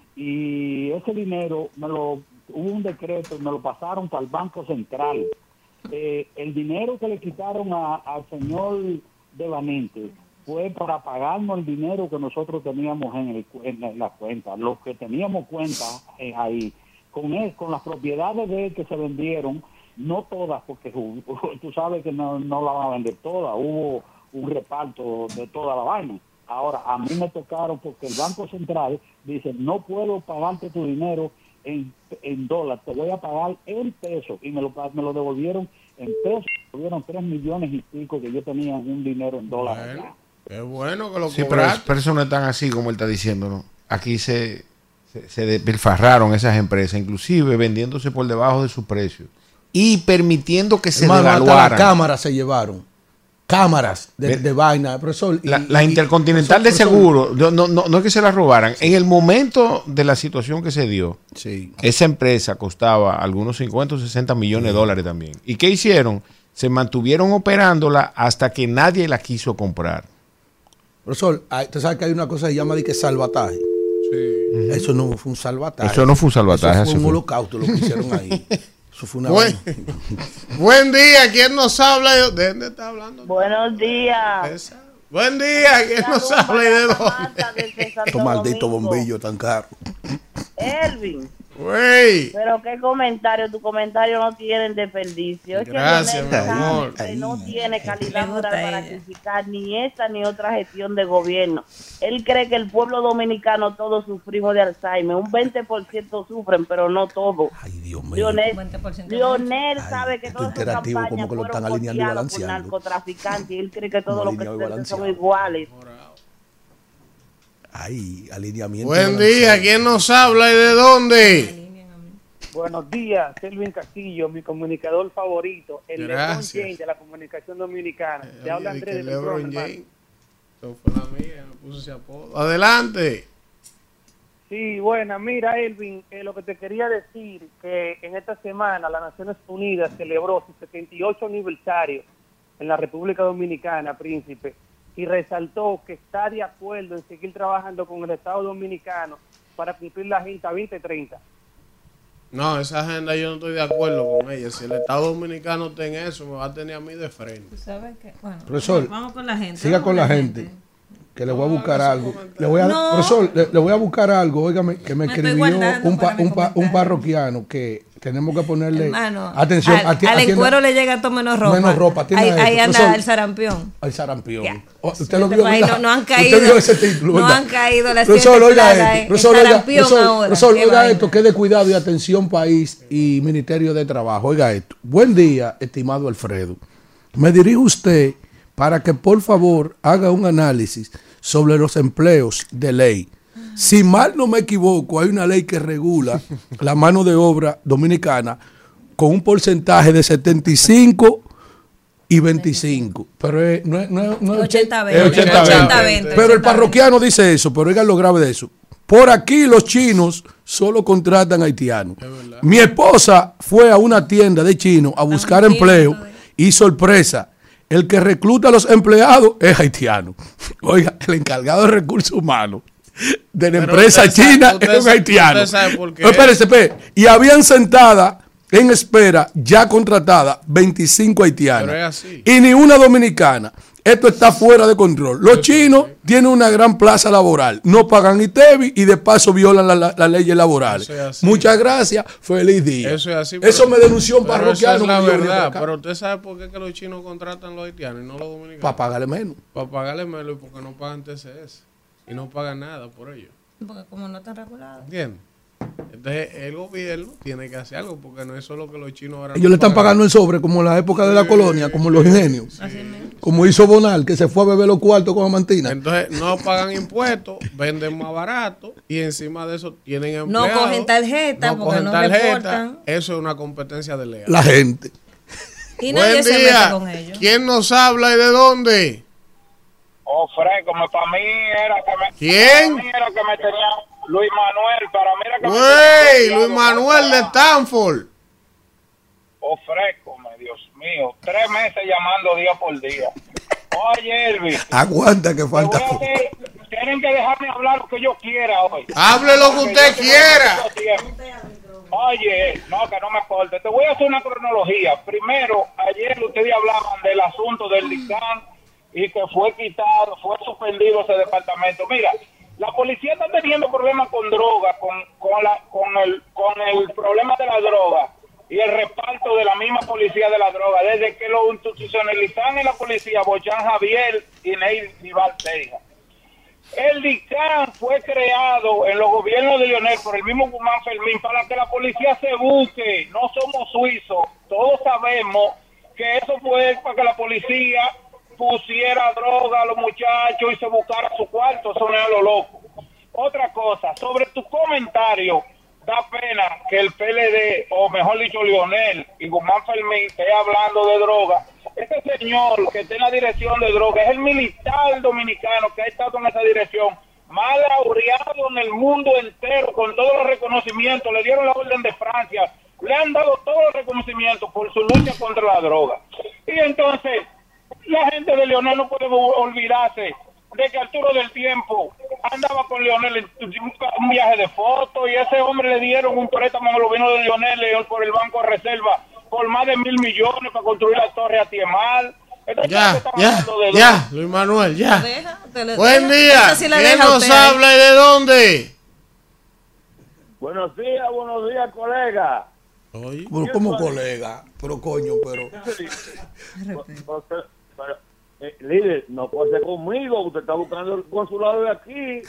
y ese dinero hubo un decreto y me lo pasaron para el Banco Central. El dinero que le quitaron al señor de Baninte fue para pagarnos el dinero que nosotros teníamos en la cuenta. Los que teníamos cuenta ahí, con las propiedades de él que se vendieron, no todas, porque tú sabes que no la van a vender todas, hubo un reparto de toda la vaina. Ahora, a mí me tocaron porque el Banco Central dice, no puedo pagarte tu dinero en dólares, te voy a pagar en pesos, y me lo devolvieron en pesos, me devolvieron 3 millones y pico que yo tenía en un dinero en dólares. Bueno, qué bueno que lo Sí, cobraste. pero eso no es tan así como él está diciendo, ¿no? Aquí se despilfarraron esas empresas, inclusive vendiéndose por debajo de su precio y permitiendo que se Hermano, hasta devaluaran. las cámaras se llevaron. Cámaras de vaina, profesor. La Intercontinental de profesor, Seguro, no es que se la robaran. En el momento de la situación que se dio, Sí. esa empresa costaba algunos 50 o 60 millones de dólares también. ¿Y qué hicieron? Se mantuvieron operándola hasta que nadie la quiso comprar. Profesor, usted sabe que hay una cosa que se llama de que salvataje. Sí. Eso no fue un salvataje. Eso no fue un salvataje. Eso así fue un fue. holocausto lo que hicieron ahí. Eso fue una Buen, vaina. buen día, ¿quién nos habla? ¿De dónde está hablando? Buenos días. Esa. Buen día, ¿quién nos habla y de dónde? Estos malditos bombillos tan caros. Elvin, Güey. pero qué comentario, tu comentario no tiene desperdicio. Es Gracias, que mi amor. que no tiene calidad Me gusta moral para ella. criticar ni esta ni otra gestión de gobierno. Él cree que el pueblo dominicano todos sufrimos de Alzheimer. Un 20% sufren, pero no todos. Ay, Dios mío. Lionel, 20% Lionel Ay, sabe que esto todas esas interactivo, campañas como que lo fueron están alineando y costeadas por balanceando. narcotraficantes y él cree que todos Como los alineado y presidentes son balanceado. iguales. Ay, alineamiento. Buen día, ¿quién nos habla y de dónde? Buenos días, Selvin Castillo, mi comunicador favorito, el LeBron Gracias. James de la comunicación dominicana. Te habla Oye, Andrés que de Lebron, LeBron hermano. James. Eso fue la mía, me puso ese apodo. Adelante. Sí, buena, mira, Elvin, lo que te quería decir, que en esta semana las Naciones Unidas celebró su 78 aniversario en la República Dominicana, Príncipe, y resaltó que está de acuerdo en seguir trabajando con el Estado Dominicano para cumplir la Agenda 2030. No, esa agenda yo no estoy de acuerdo con ella. Si el Estado Dominicano está en eso, me va a tener a mí de frente. ¿Sabes qué? Bueno, Profesor, vamos con la gente. Siga vamos con la gente. Que le voy a buscar algo. Le voy a, No. Profesor, le voy a buscar algo. Óigame, que me Me estoy escribió guardando para mi un comentario. parroquiano que tenemos que ponerle Hermano, atención. al encuero le llega todo menos ropa. Menos ropa, tiene Ahí, esto. ahí anda Profesor, el sarampión. al sarampión. Ya. Usted lo Este vio, país ¿verdad? no han Usted caído. vio ese título, No ¿verdad? han caído las Profesor, siete oiga plagas esto. en Profesor, oiga, sarampión ahora. profesor, Qué oiga vaina. esto, que de cuidado y atención país y Ministerio de Trabajo. Oiga esto. Buen día, estimado Alfredo. Me dirijo a usted para que por favor haga un análisis sobre los empleos de ley. Si mal no me equivoco, hay una ley que regula la mano de obra dominicana con un porcentaje de 75 y 25. Pero no es 80-20. es 80-20. Pero el parroquiano dice eso, pero oigan lo grave de eso. Por aquí los chinos solo contratan haitianos. Mi esposa fue a una tienda de chinos a buscar un chino empleo todavía. y sorpresa, el que recluta a los empleados es haitiano. Oiga, el encargado de recursos humanos de la Pero empresa usted sabe- china usted es un sabe- haitiano. usted sabe por qué. Espérese. Y habían sentada en espera, ya contratada, 25 haitianas. Pero es así. Y ni una dominicana. Esto está fuera de control. Los chinos tienen una gran plaza laboral. No pagan ITEVI y de paso violan las leyes laborales. Eso es así. Muchas gracias. Feliz día. Eso es así. Eso me denunció un pero parroquiano. Eso es la que yo venía verdad. para acá. Pero usted sabe por qué que los chinos contratan a los haitianos y no los dominicanos. Para pagarle menos. Para pagarle menos y porque no pagan TCS. Y no pagan nada por ello. Porque como no está regulado. ¿Entiendes? Entonces el gobierno tiene que hacer algo porque no es solo que los chinos ahora. Ellos no le están pagan. pagando en sobre como en la época de la colonia, como los ingenios. Como hizo Bonal, que se fue a beber los cuartos con Amantina. Entonces no pagan impuestos, venden más barato y encima de eso tienen No empleados. cogen tarjeta porque cogen no tarjeta. reportan. Eso es una competencia de ley. La gente. Y nadie Buen se mete día. con ellos. ¿Quién nos habla y de dónde? Oh, Fred, como para mí era que me... ¿Quién? Para mí era que me tenía Luis Manuel, para mí era que me Güey, tenía Luis Manuel de Stanford. Oh, frescome, Dios mío. 3 meses llamando día por día. Oye, Elvis, Aguanta que te falta. voy a hacer- tienen que dejarme hablar lo que yo quiera hoy. Hable lo que Porque usted yo tengo quiera. mucho tiempo. Oye, no, que no me corte. Te voy a hacer una cronología. Primero, ayer ustedes hablaban del asunto del DICAN y que fue quitado, fue suspendido ese departamento. Mira, la policía está teniendo problemas con droga, con el problema de la droga y el reparto de la misma policía de la droga, desde que lo institucionalizan en la policía Bochán Javier y Neival Teja. El DICAN fue creado en los gobiernos de Leonel por el mismo Guzmán Fermín para que la policía se busque. No somos suizos, todos sabemos que eso fue para que la policía pusiera droga a los muchachos y se buscara su cuarto. Eso no es lo loco. Otra cosa, sobre tu comentario, da pena que el PLD, o mejor dicho Leonel y Guzmán Fermín, esté hablando de droga. Este señor que está en la dirección de droga es el militar dominicano que ha estado en esa dirección, más laureado en el mundo entero, con todos los reconocimientos. Le dieron la orden de Francia, le han dado todos los reconocimientos por su lucha contra la droga. Y entonces, la gente de Leonel no puede olvidarse de que Arturo del Tiempo andaba con Leonel en un viaje de fotos, y a ese hombre le dieron un préstamo a los gobiernos de Leonel por el Banco de Reserva por más de 1.000 millones para construir la torre a Tiemal. Ya, Luis Manuel, ya. Buen deja. día. Sí, ¿Quién nos habla y de dónde? Buenos días, colega. Bueno, como colega, pero coño, pero... Líder, no puede ser conmigo, usted está buscando el consulado de aquí.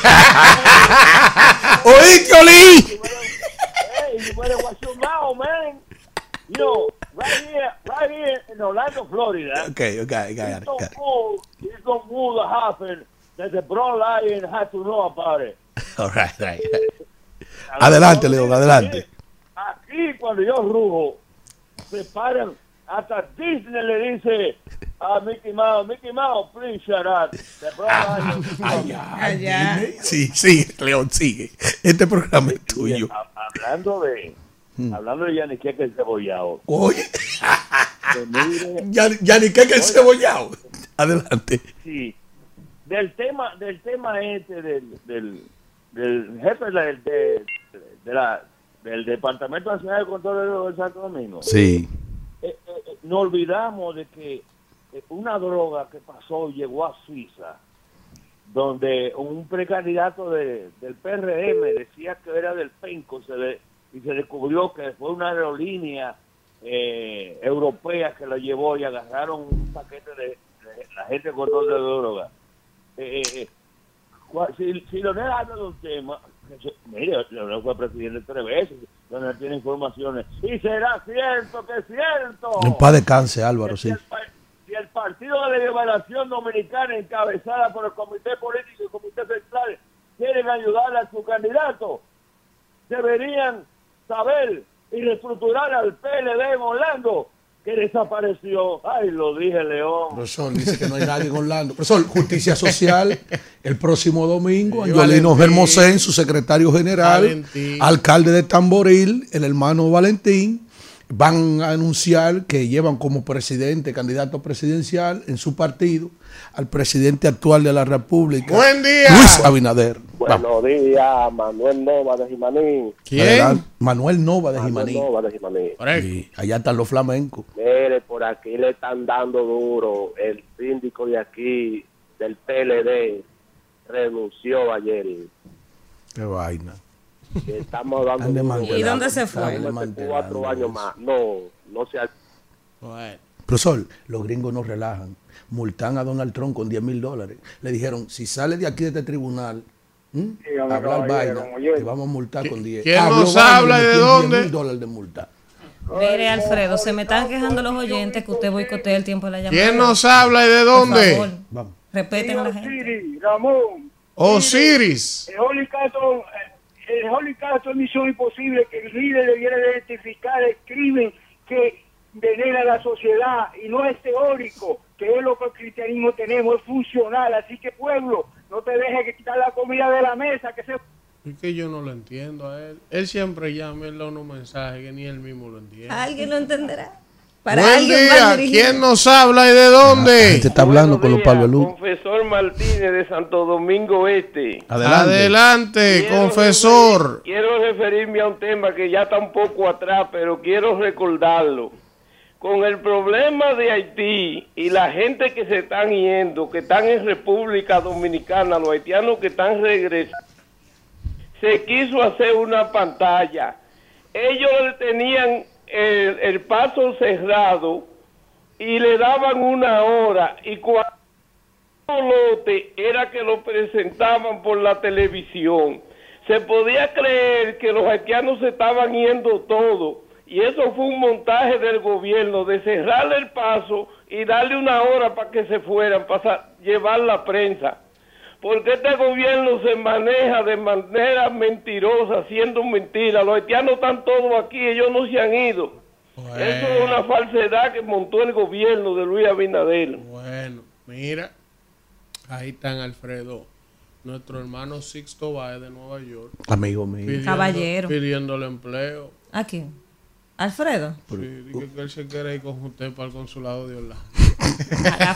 ¡Oíste, Oli! Hey, you better watch your mouth, man. You know, right here in Orlando, Florida. Okay. It's so cool to happen that the Brown Lion has to know about it. All right. Adelante, León, adelante. Aquí, cuando yo rujo, se paran, hasta Disney le dice a Mickey Mouse, please shut up. The Brown Lion. Allá. Sí, León, sigue. Este programa es tuyo. Hablando de Yanique que el cebollado. Oye. Yanique que el cebollado. Adelante. Sí. Del tema este del jefe del Departamento Nacional de Control del Santo Domingo. Sí. No olvidamos de que una droga que pasó llegó a Suiza, donde un precandidato del PRM decía que era del Penco, y se descubrió que fue una aerolínea europea que lo llevó, y agarraron un paquete de la gente con control de droga. Si Leonel habla de un tema, mire, Leonel fue presidente 3 veces, Leonel tiene informaciones, y será cierto que es cierto. En paz descanse, Álvaro, sí. Si el Partido de la Liberación Dominicana, encabezada por el Comité Político y el Comité Central, quieren ayudarle a su candidato, deberían saber y reestructurar al PLD en Orlando, que desapareció. Ay, lo dije, León. Profesor, dice que no hay nadie en Orlando. Profesor, Justicia Social, el próximo domingo, Angelino Hermosén, su secretario general, Valentín, alcalde de Tamboril, el hermano Valentín, van a anunciar que llevan como presidente, candidato presidencial en su partido, al presidente actual de la República. ¡Buen día! Luis Abinader. Buenos días, Manuel Nova de Jimaní. ¿Quién? Manuel Nova de Jimaní. Sí, allá están los flamencos. Mire, por aquí le están dando duro. El síndico de aquí, del PLD, renunció ayer. Qué vaina. Estamos dando ¿Y dónde se fue? 4 años más. No se ha... Bueno. Profesor, los gringos no relajan. Multan a Donald Trump con $10,000. Le dijeron, si sale de aquí de este tribunal, hablar vaina, te vamos a multar con 10. ¿Quién nos habla y de dónde? $10,000 de multa. Mire, Alfredo, se me están quejando los oyentes que usted boicotea el tiempo de la llamada. ¿Quién nos habla y de dónde? Por favor, vamos. Respeten a la gente. Ramón. Osiris. El Holy Castro es misión imposible, que el líder debiera identificar el crimen que venera la sociedad, y no es teórico, que es lo que el cristianismo tenemos, es funcional. Así que, pueblo, no te dejes que quitar la comida de la mesa, que se... Es que yo no lo entiendo a él. Él siempre llama, él da unos mensajes que ni él mismo lo entiende. Alguien lo entenderá. Buen día, ¿quién nos habla y de dónde? Este está hablando con los palvelú. Confesor Martínez de Santo Domingo Este. Adelante, confesor. Quiero referirme a un tema que ya está un poco atrás, pero quiero recordarlo. con el problema de Haití y la gente que se están yendo, que están en República Dominicana, los haitianos que están regresando, se quiso hacer una pantalla. Ellos tenían el paso cerrado y le daban una hora, y cuando lote era que lo presentaban por la televisión. Se podía creer que los haitianos se estaban yendo todos, y eso fue un montaje del gobierno de cerrarle el paso y darle una hora para que se fueran, para llevar la prensa. Porque este gobierno se maneja de manera mentirosa, haciendo mentiras. Los haitianos están todos aquí, ellos no se han ido. Bueno. Eso es una falsedad que montó el gobierno de Luis Abinader. Bueno, mira, ahí están, Alfredo, nuestro hermano Sixto Báez de Nueva York. Amigo mío. Caballero. Pidiéndole empleo. ¿A quién? ¿Alfredo? Sí, dije que él se quiere ir con usted para el consulado de Orlando. Haga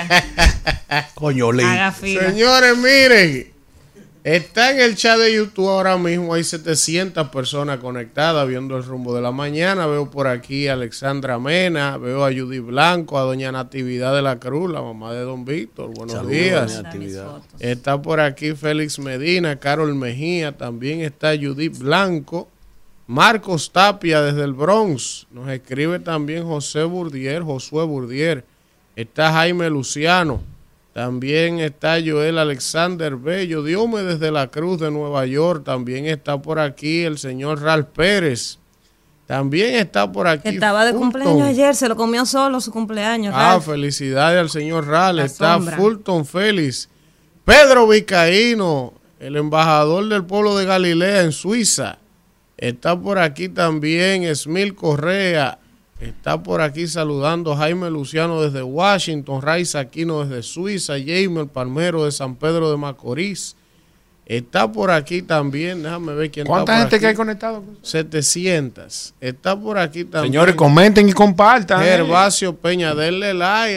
fila. Coño, Lee. Haga fila. Señores, miren, está en el chat de YouTube ahora mismo, hay 700 personas conectadas viendo el rumbo de la mañana. Veo por aquí a Alexandra Mena, veo a Judy Blanco, a doña Natividad de la Cruz, la mamá de don Víctor. Buenos Saludos, días. Natividad. Está por aquí Félix Medina, Carol Mejía, también está Judy Blanco. Marcos Tapia desde el Bronx, nos escribe también Josué Burdier, está Jaime Luciano, también está Joel Alexander Bello, Diome desde la Cruz de Nueva York, también está por aquí el señor Ralph Pérez, también está por aquí estaba de cumpleaños ayer, se lo comió solo su cumpleaños. Ralph. Felicidades al señor Ralph, está Fulton Félix, Pedro Vizcaíno, el embajador del pueblo de Galilea en Suiza. Está por aquí también Esmil Correa. Está por aquí saludando Jaime Luciano desde Washington. Raiza Aquino desde Suiza. Jaime Palmero de San Pedro de Macorís. Está por aquí también. Déjame ver quién está. ¿Cuánta gente que hay conectado? 700. Está por aquí también. Señores, comenten y compartan. Gervasio Peña, denle like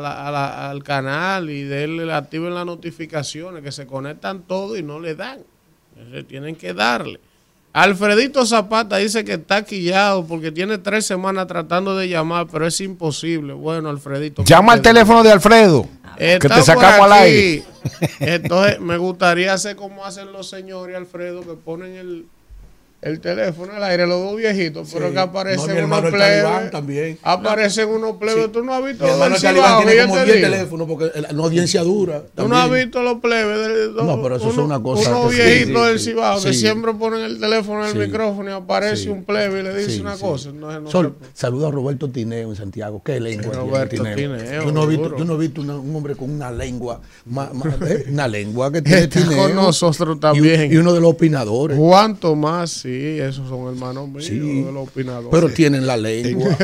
al canal y activen las notificaciones, que se conectan todos y no le dan. Tienen que darle. Alfredito Zapata dice que está quillado porque tiene 3 semanas tratando de llamar, pero es imposible. Bueno, Alfredito. Llama al teléfono de Alfredo, que te sacamos al aire. Entonces, me gustaría hacer como hacen los señores, Alfredo, que ponen el teléfono al aire, los dos viejitos, sí, pero que aparecen unos plebes. También. Aparecen unos plebes. Sí. Tú no has visto los del Cibao. Tiene como 10 teléfonos porque la audiencia dura. Tú no has visto los plebes. No, pero eso es una cosa. Unos viejitos del Cibao que siempre ponen el teléfono en el micrófono y aparece un plebe y le dice una cosa. Saludo a Roberto Tineo en Santiago. ¿Qué lengua? Roberto Tineo. Yo no he visto un hombre con una lengua. Una lengua que tiene Tineo. Con nosotros también. Y uno de los opinadores. Juan Tomás, sí. Sí, esos son hermanos míos, sí, de los opinadores. Pero tienen la lengua.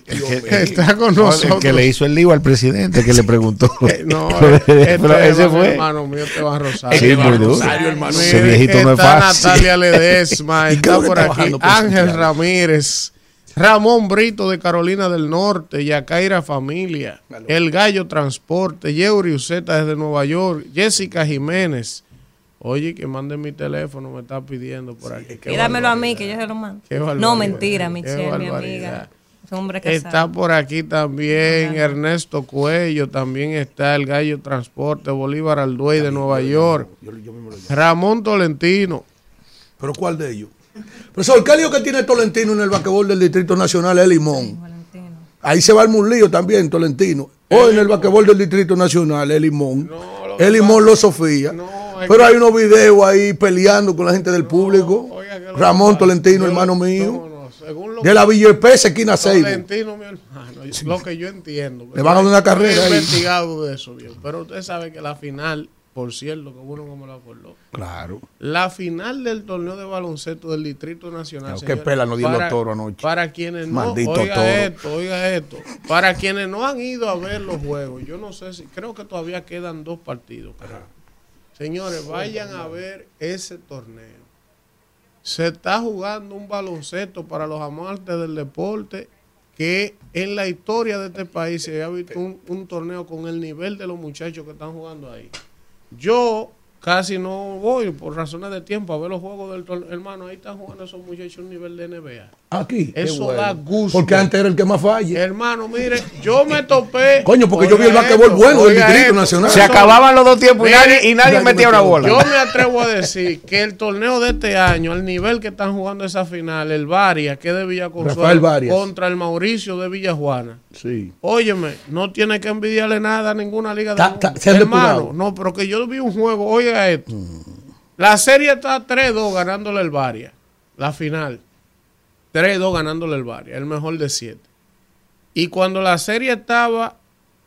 Está con nosotros. El que le hizo el lío al presidente, que le preguntó. No, pero ese fue. Hermano mío, Esteban Rosario. Sí, muy duro. Ese viejito no es fácil. Natalia Ledesma, está por aquí. Ángel Ramírez, Ramón Brito de Carolina del Norte, Yacaira Familia, El Gallo Transporte, Yeuri Uceta desde Nueva York, Jessica Jiménez. Oye, que mande mi teléfono, me está pidiendo por aquí. Y dámelo a mí, que yo se lo mando. No, mentira, Michelle, mi amiga. Hombre casado. Está por aquí también Ernesto Cuello, también está El Gallo Transporte, Bolívar Alduey de Nueva York, Ramón Tolentino. ¿Pero cuál de ellos? Profesor, ¿qué lío que tiene Tolentino en el basquetbol del Distrito Nacional? Es Limón. Ahí se va a armar un lío también, Tolentino. O en el basquetbol del Distrito Nacional, es Limón. Es Limón Lo Sofía. Pero hay unos videos ahí peleando con la gente del público. Ramón Tolentino, hermano mío. De la Villa Espesa, esquina Seibo. Tolentino, mi hermano. Lo que yo entiendo. Le van a dar una carrera. He investigado de eso bien. Pero usted sabe que la final, por cierto, que uno como lo acordó. Claro. La final del torneo de baloncesto del Distrito Nacional. Qué pela nos dio los toros anoche. Para quienes no, Maldito oiga esto. Para quienes no han ido a ver los juegos, yo no sé si, creo que todavía quedan 2 partidos. Señores, vayan a ver ese torneo. Se está jugando un baloncesto para los amantes del deporte que en la historia de este país se había visto un torneo con el nivel de los muchachos que están jugando ahí. Yo casi no voy por razones de tiempo a ver los juegos del torneo. Hermano, ahí están jugando esos muchachos a un nivel de NBA. Aquí. Eso bueno. da gusto. Porque antes era el que más falle. Hermano, mire, yo me topé. Coño, porque yo vi el basquetbol bueno del Distrito Nacional. Se acababan los dos tiempos y nadie metía una bola. Yo me atrevo a decir que el torneo de este año, al nivel que están jugando esa final, el Varia, que es de Villaconsuelo, contra el Mauricio de Villajuana. Sí. Óyeme, no tiene que envidiarle nada a ninguna liga del mundo. Hermano, no, pero que yo vi un juego, oiga esto. La serie está 3-2 ganándole el Varia. La final. 3-2 ganándole el Varia, el mejor de 7. Y cuando la serie estaba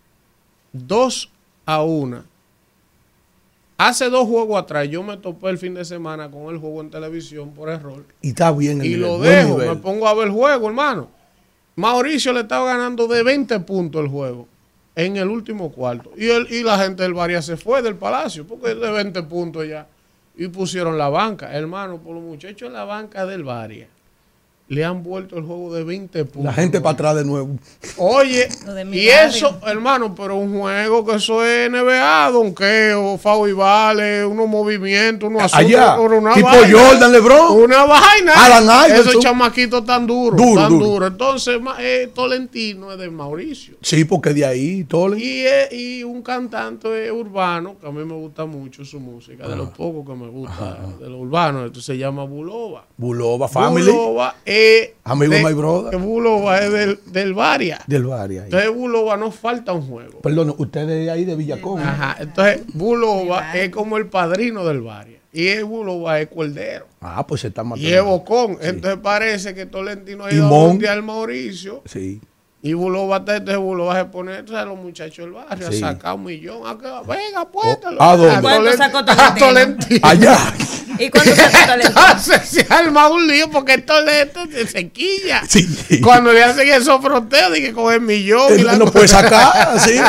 2-1, hace 2 juegos atrás, yo me topé el fin de semana con el juego en televisión por error. Y está bien el y nivel, lo buen dejo, nivel. me pongo a ver el juego, hermano. Mauricio le estaba ganando de 20 puntos el juego en el último cuarto. Y la gente del Varia se fue del Palacio, porque es de 20 puntos ya. Y pusieron la banca. Hermano, por los muchachos en la banca del Varia, le han vuelto el juego de 20 puntos. La gente para atrás de nuevo. Oye, y eso, hermano, pero un juego que eso es NBA, donqueo, foul y vale, unos movimientos, unos asuntos. Allá, una tipo vaina, Jordan, LeBron. Una vaina. Alan Iverson. Esos chamaquitos tan duros, tan duros. Entonces, Tolentino es de Mauricio. Sí, porque de ahí, Tolen. Y un cantante urbano, que a mí me gusta mucho su música, de los pocos que me gusta, de lo urbano, esto se llama Bulova. Bulova Family. Bulova amigo de my brother. Bulova es del Varia. Del Varia. Entonces Bulova no falta un juego. Perdón, usted es de ahí de Villacón. Ajá. Entonces Bulova es como el padrino del Varia. Y el Bulova es cuerdero. Ah, pues se está matando. Y es bocón. Sí. Entonces parece que Tolentino ha ido a mundial Mauricio. Sí. Y Bulova se pone a los muchachos del barrio, sí, a sacar 1 millón. Venga, apuéstalo. ¿Cuánto sacó Tolentino? Allá. ¿Y cuándo sacó Tolentino? Entonces se arma un lío porque Tolentino se sequilla. Sí. Cuando le hacen esos fronteos, dije con el millón. Y no puede sacar, sí.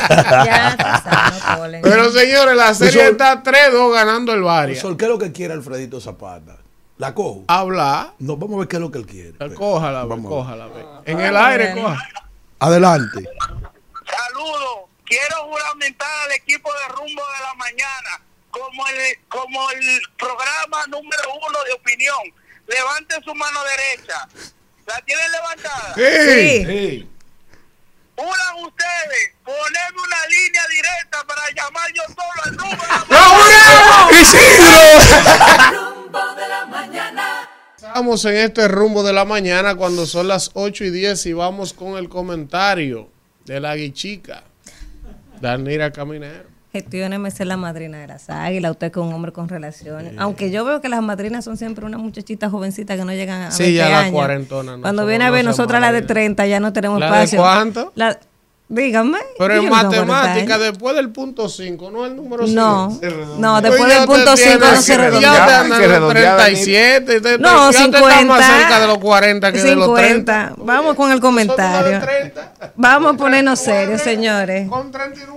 Pero señores, la serie está 3-2 ganando el Varia. ¿Qué es lo que quiere Alfredito Zapata? ¿La cojo? Habla. No, vamos a ver qué es lo que él quiere. Cójala, cójala. En el aire, coja. Adelante. Saludos. Quiero juramentar al equipo de Rumbo de la Mañana como el programa número 1 de opinión. Levanten su mano derecha. ¿La tienen levantada? Sí. Juran ustedes ponerme una línea directa para llamar yo solo al número. ¡Isidro! Rumbo de la mañana. Estamos en este Rumbo de la Mañana cuando son las 8:10 y vamos con el comentario de la guichica, Danira Caminero. Gestióneme ser la madrina de las águilas, usted que es un hombre con relaciones. Aunque yo veo que las madrinas son siempre una muchachita jovencita que no llegan a 20 ya años. la cuarentona. Cuando viene a ver nosotras las de 30 ya no tenemos ¿La espacio. de cuánto? Dígame. Pero en matemática, después del punto 5, no el número 5. No, después del punto 5 no se redondea. Ya te andan en 37. No, ya 50. Te estás más cerca de los 40 que 50. de los 30. Vamos con el comentario. Vamos a ponernos serios, señores. Con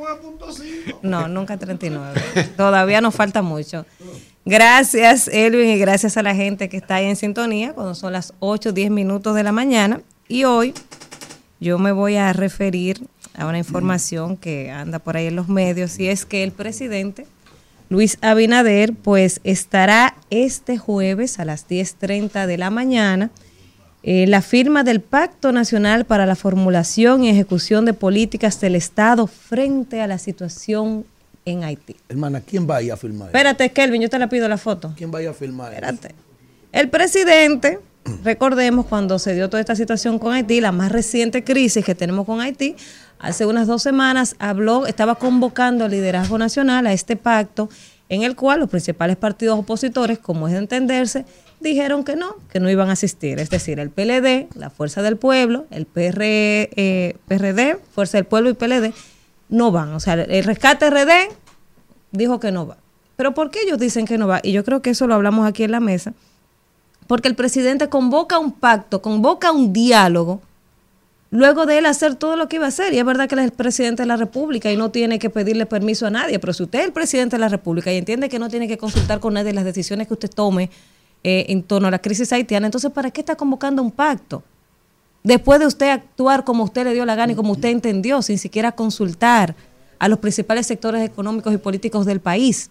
39.5. No, nunca 39. Todavía nos falta mucho. Gracias, Elvin, y gracias a la gente que está ahí en sintonía cuando son las 8:10 minutos de la mañana. Y hoy yo me voy a referir a una información que anda por ahí en los medios, y es que el presidente Luis Abinader pues estará este jueves a las 10:30 de la mañana en la firma del Pacto Nacional para la Formulación y Ejecución de Políticas del Estado frente a la situación en Haití. Hermana, ¿quién va a ir a firmar? Espérate, Kelvin, yo te la pido la foto. ¿Quién va a ir a firmar? Espérate. El presidente, recordemos cuando se dio toda esta situación con Haití, la más reciente crisis que tenemos con Haití, hace unas 2 semanas estaba convocando al liderazgo nacional a este pacto en el cual los principales partidos opositores, como es de entenderse, dijeron que no iban a asistir. Es decir, el PLD, la Fuerza del Pueblo, el PRD, Fuerza del Pueblo y PLD, no van. O sea, el Rescate RD dijo que no va. ¿Pero por qué ellos dicen que no va? Y yo creo que eso lo hablamos aquí en la mesa. Porque el presidente convoca un pacto, convoca un diálogo, luego de él hacer todo lo que iba a hacer. Y es verdad que él es el presidente de la República y no tiene que pedirle permiso a nadie, pero si usted es el presidente de la República y entiende que no tiene que consultar con nadie las decisiones que usted tome en torno a la crisis haitiana, entonces ¿para qué está convocando un pacto? Después de usted actuar como usted le dio la gana y como usted entendió, sin siquiera consultar a los principales sectores económicos y políticos del país.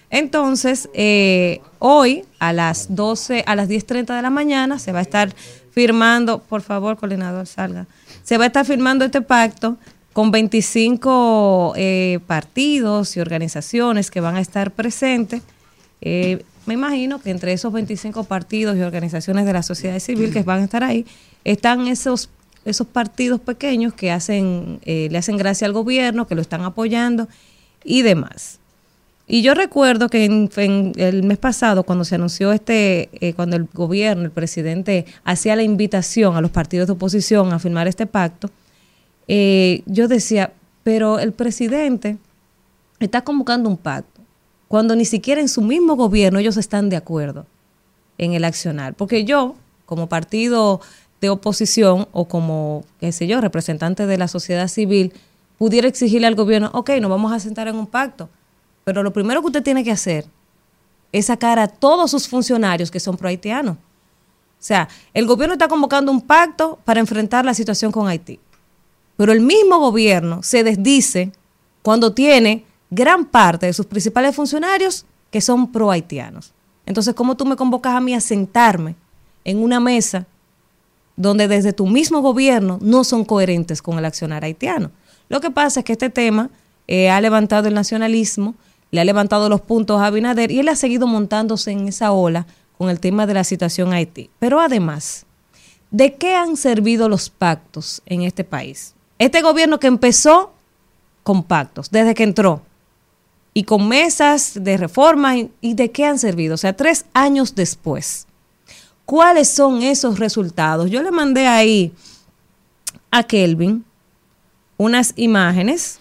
Entonces, hoy a las 10:30 de la mañana se va a estar firmando, por favor, coordinador, salga. Se va a estar firmando este pacto con 25 partidos y organizaciones que van a estar presentes. Me imagino que entre esos 25 partidos y organizaciones de la sociedad civil que van a estar ahí, están esos partidos pequeños que le hacen gracia al gobierno, que lo están apoyando y demás. Y yo recuerdo que en el mes pasado, cuando se anunció cuando el gobierno, el presidente, hacía la invitación a los partidos de oposición a firmar este pacto, yo decía, pero el presidente está convocando un pacto, cuando ni siquiera en su mismo gobierno ellos están de acuerdo en el accionar. Porque yo, como partido de oposición o como, qué sé yo, representante de la sociedad civil, pudiera exigirle al gobierno, ok, nos vamos a sentar en un pacto, pero lo primero que usted tiene que hacer es sacar a todos sus funcionarios que son pro-haitianos. O sea, el gobierno está convocando un pacto para enfrentar la situación con Haití, pero el mismo gobierno se desdice cuando tiene gran parte de sus principales funcionarios que son pro-haitianos. Entonces, ¿cómo tú me convocas a mí a sentarme en una mesa donde desde tu mismo gobierno no son coherentes con el accionar haitiano? Lo que pasa es que este tema ha levantado el nacionalismo, le ha levantado los puntos a Abinader y él ha seguido montándose en esa ola con el tema de la situación Haití. Pero además, ¿de qué han servido los pactos en este país? Este gobierno que empezó con pactos, desde que entró, y con mesas de reforma, ¿y de qué han servido? O sea, 3 años después, ¿cuáles son esos resultados? Yo le mandé ahí a Kelvin unas imágenes,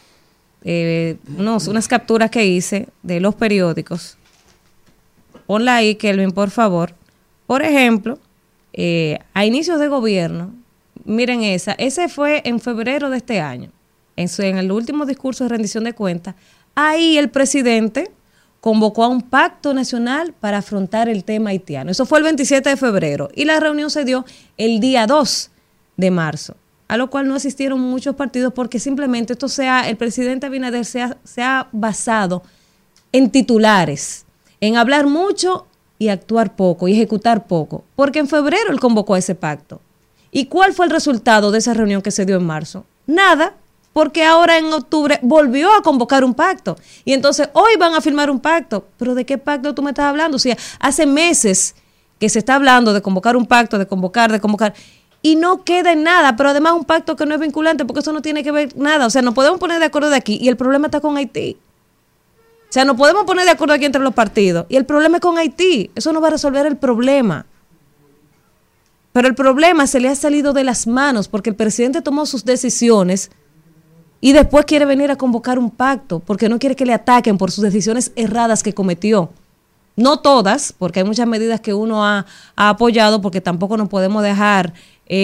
unas capturas que hice de los periódicos. Ponla ahí, Kelvin, por favor. Por ejemplo, a inicios de gobierno, miren ese fue en febrero de este año, en el último discurso de rendición de cuentas. Ahí el presidente convocó a un pacto nacional para afrontar el tema haitiano. Eso fue el 27 de febrero y la reunión se dio el día 2 de marzo. A lo cual no asistieron muchos partidos porque simplemente el presidente Abinader se ha basado en titulares, en hablar mucho y actuar poco y ejecutar poco, porque en febrero él convocó a ese pacto. ¿Y cuál fue el resultado de esa reunión que se dio en marzo? Nada, porque ahora en octubre volvió a convocar un pacto y entonces hoy van a firmar un pacto. ¿Pero de qué pacto tú me estás hablando? O sea, hace meses que se está hablando de convocar un pacto, de convocar, y no queda en nada, pero además un pacto que no es vinculante porque eso no tiene que ver nada. O sea, nos podemos poner de acuerdo de aquí y el problema está con Haití. O sea, nos podemos poner de acuerdo aquí entre los partidos y el problema es con Haití. Eso no va a resolver el problema. Pero el problema se le ha salido de las manos porque el presidente tomó sus decisiones y después quiere venir a convocar un pacto porque no quiere que le ataquen por sus decisiones erradas que cometió. No todas, porque hay muchas medidas que uno ha apoyado porque tampoco nos podemos dejar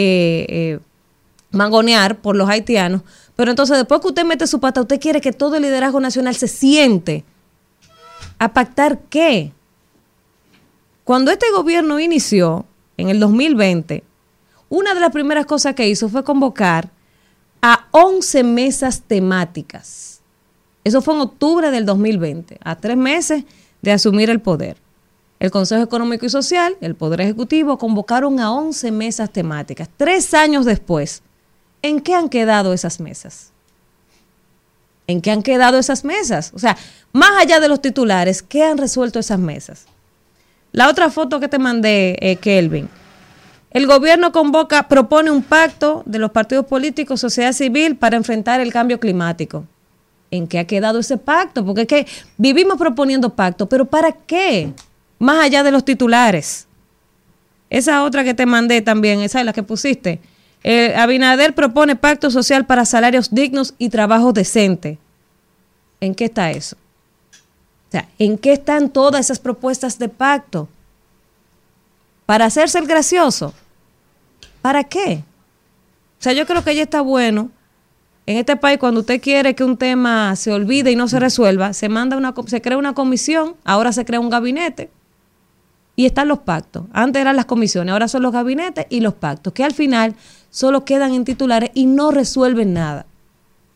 mangonear por los haitianos, pero entonces después que usted mete su pata, usted quiere que todo el liderazgo nacional se siente a pactar ¿qué? Cuando este gobierno inició en el 2020, una de las primeras cosas que hizo fue convocar a 11 mesas temáticas. Eso fue en octubre del 2020, a 3 meses de asumir el poder. El Consejo Económico y Social, el Poder Ejecutivo, convocaron a 11 mesas temáticas. 3 años después, ¿en qué han quedado esas mesas? ¿En qué han quedado esas mesas? O sea, más allá de los titulares, ¿qué han resuelto esas mesas? La otra foto que te mandé, Kelvin. El gobierno propone un pacto de los partidos políticos, sociedad civil, para enfrentar el cambio climático. ¿En qué ha quedado ese pacto? Porque es que vivimos proponiendo pacto, ¿pero para qué? Más allá de los titulares. Esa otra que te mandé también, esa es la que pusiste. Abinader propone pacto social para salarios dignos y trabajo decente. ¿En qué está eso? O sea, ¿en qué están todas esas propuestas de pacto? ¿Para hacerse el gracioso? ¿Para qué? O sea, yo creo que ya está bueno. En este país, cuando usted quiere que un tema se olvide y no se resuelva, se crea una comisión, ahora se crea un gabinete y están los pactos. Antes eran las comisiones, ahora son los gabinetes y los pactos, que al final solo quedan en titulares y no resuelven nada.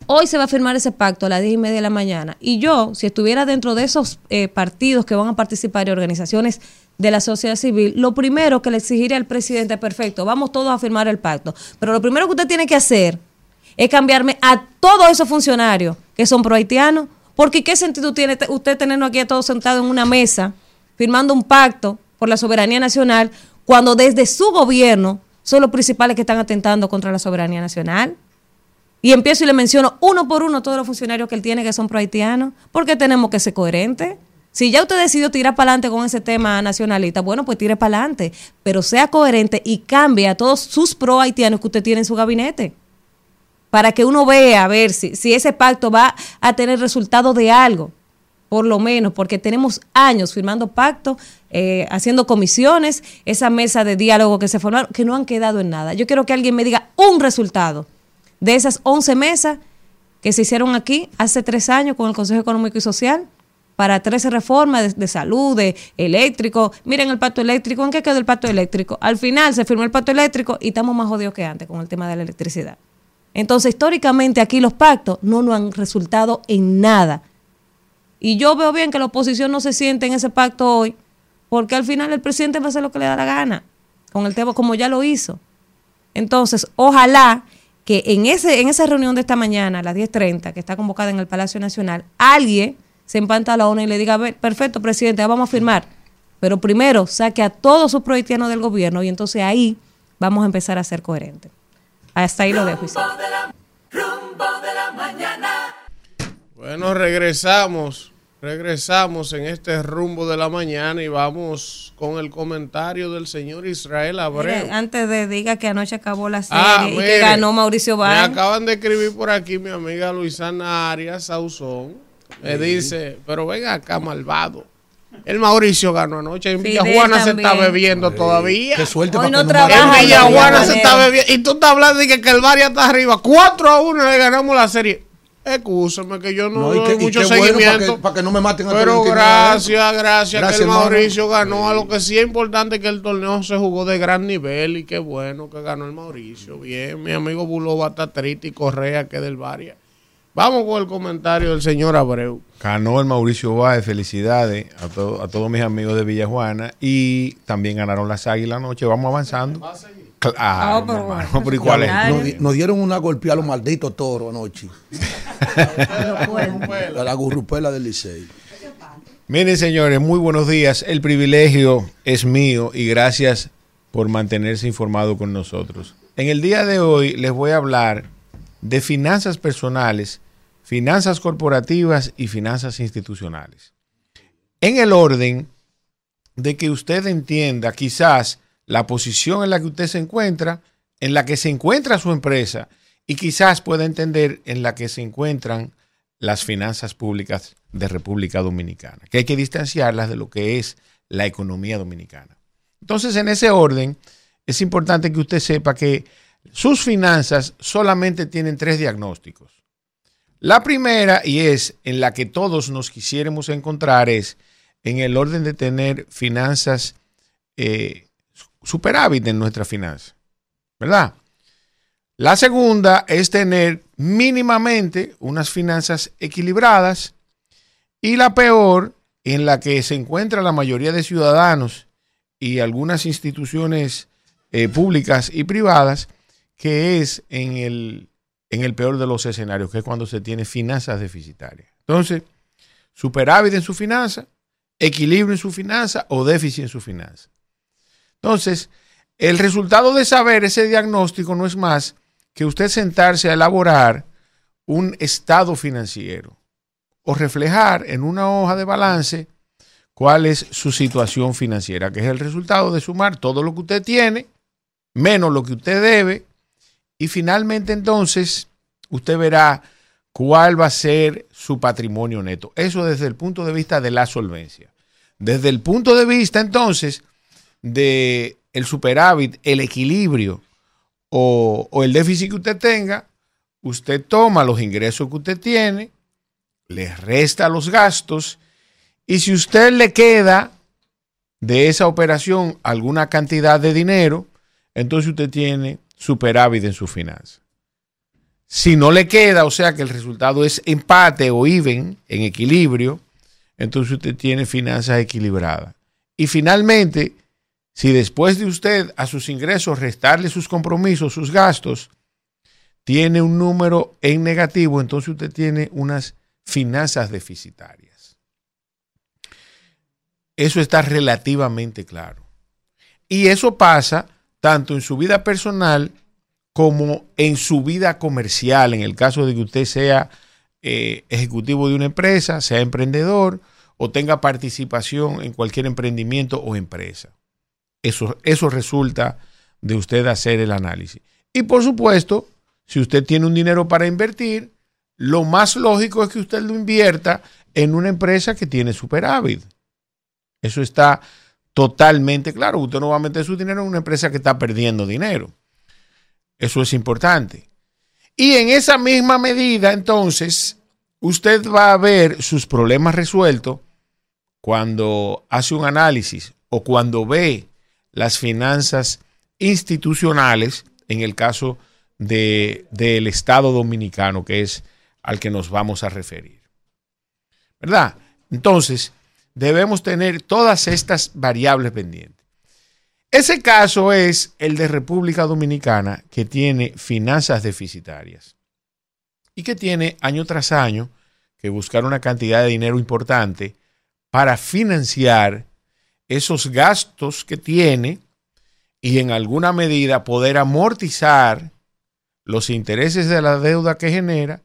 hoy se va a firmar ese pacto a las 10:30 de la mañana. Y yo, si estuviera dentro de esos partidos que van a participar y organizaciones de la sociedad civil, lo primero que le exigiría al presidente, perfecto, vamos todos a firmar el pacto. Pero lo primero que usted tiene que hacer es cambiarme a todos esos funcionarios que son pro-haitianos. Porque ¿qué sentido tiene usted tenernos aquí a todos sentados en una mesa, firmando un pacto por la soberanía nacional, cuando desde su gobierno son los principales que están atentando contra la soberanía nacional? Y empiezo y le menciono uno por uno todos los funcionarios que él tiene que son pro-haitianos, porque tenemos que ser coherentes. Si ya usted decidió tirar para adelante con ese tema nacionalista, bueno, pues tire para adelante, pero sea coherente y cambie a todos sus pro-haitianos que usted tiene en su gabinete, para que uno vea, a ver si ese pacto va a tener resultado de algo, por lo menos, porque tenemos años firmando pactos, haciendo comisiones, esa mesa de diálogo que se formaron, que no han quedado en nada. Yo quiero que alguien me diga un resultado de esas 11 mesas que se hicieron aquí hace 3 años con el Consejo Económico y Social para 13 reformas de salud, de eléctrico. Miren el pacto eléctrico, ¿en qué quedó el pacto eléctrico? Al final se firmó el pacto eléctrico y estamos más jodidos que antes con el tema de la electricidad. Entonces, históricamente aquí los pactos no nos han resultado en nada. Y yo veo bien que la oposición no se siente en ese pacto hoy, porque al final el presidente va a hacer lo que le da la gana con el tema, como ya lo hizo. Entonces, ojalá que en esa reunión de esta mañana, a las 10:30, que está convocada en el Palacio Nacional, alguien se empantalone y le diga, a ver, perfecto, presidente, ya vamos a firmar. Pero primero saque a todos sus proyectos del gobierno y entonces ahí vamos a empezar a ser coherentes. Hasta ahí lo dejo. Rumbo de la mañana. Bueno, regresamos en este rumbo de la mañana y vamos con el comentario del señor Israel Abreu. Mire, antes de diga que anoche acabó la serie y que ganó Mauricio Báez. Me acaban de escribir por aquí mi amiga Luisana Arias Sauzón. Me dice, pero venga acá, malvado. El Mauricio ganó anoche. En Villajuana se está bebiendo todavía. Qué suerte. Hoy para no que trabaja. En Villajuana se está bebiendo. Y tú estás hablando de que el Varia está arriba. 4-1 le ganamos la serie. Excúsame que yo no doy mucho seguimiento. Bueno para que no me maten. Pero gracias que el Mauricio ganó. A lo que sí es importante que el torneo se jugó de gran nivel. Y qué bueno que ganó el Mauricio. Bien, mi amigo Bulova está triste y Correa que es del Varia. Vamos con el comentario del señor Abreu. Ganó el Mauricio Báez, felicidades a todos mis amigos de Villajuana. Y también ganaron las Águilas anoche. Vamos avanzando. ¿Va a seguir? Claro, hermano, pero ¿y cuál es? Nos dieron una golpeada a los malditos toros anoche. La gurrupela del Licey. Miren, señores, muy buenos días. El privilegio es mío y gracias por mantenerse informado con nosotros. En el día de hoy les voy a hablar de finanzas personales, finanzas corporativas y finanzas institucionales. En el orden de que usted entienda quizás la posición en la que usted se encuentra, en la que se encuentra su empresa y quizás pueda entender en la que se encuentran las finanzas públicas de República Dominicana, que hay que distanciarlas de lo que es la economía dominicana. Entonces, en ese orden, es importante que usted sepa que sus finanzas solamente tienen 3 diagnósticos. La primera, y es en la que todos nos quisiéramos encontrar, es en el orden de tener finanzas superávit en nuestra finanza, ¿verdad? La segunda es tener mínimamente unas finanzas equilibradas y la peor, en la que se encuentra la mayoría de ciudadanos y algunas instituciones públicas y privadas, que es en el peor de los escenarios, que es cuando se tiene finanzas deficitarias. Entonces, superávit en su finanza, equilibrio en su finanza o déficit en su finanza. Entonces, el resultado de saber ese diagnóstico no es más que usted sentarse a elaborar un estado financiero o reflejar en una hoja de balance cuál es su situación financiera, que es el resultado de sumar todo lo que usted tiene, menos lo que usted debe, y finalmente entonces usted verá cuál va a ser su patrimonio neto. Eso desde el punto de vista de la solvencia. Desde el punto de vista entonces de el superávit, el equilibrio o el déficit que usted tenga, usted toma los ingresos que usted tiene, le resta los gastos y si usted le queda de esa operación alguna cantidad de dinero, entonces usted tiene superávit en su finanza. Si no le queda, o sea que el resultado es empate o even, en equilibrio, entonces usted tiene finanzas equilibradas. Y finalmente, si después de usted a sus ingresos restarle sus compromisos, sus gastos, tiene un número en negativo, entonces usted tiene unas finanzas deficitarias. Eso está relativamente claro. Y eso pasa tanto en su vida personal como en su vida comercial, en el caso de que usted sea ejecutivo de una empresa, sea emprendedor o tenga participación en cualquier emprendimiento o empresa. Eso resulta de usted hacer el análisis. Y por supuesto, si usted tiene un dinero para invertir, lo más lógico es que usted lo invierta en una empresa que tiene superávit. Eso está totalmente claro. Usted no va a meter su dinero en una empresa que está perdiendo dinero. Eso es importante. Y en esa misma medida, entonces, usted va a ver sus problemas resueltos cuando hace un análisis o cuando ve las finanzas institucionales, en el caso del Estado Dominicano, que es al que nos vamos a referir. ¿Verdad? Entonces, debemos tener todas estas variables pendientes. Ese caso es el de República Dominicana, que tiene finanzas deficitarias y que tiene año tras año que buscar una cantidad de dinero importante para financiar esos gastos que tiene y en alguna medida poder amortizar los intereses de la deuda que genera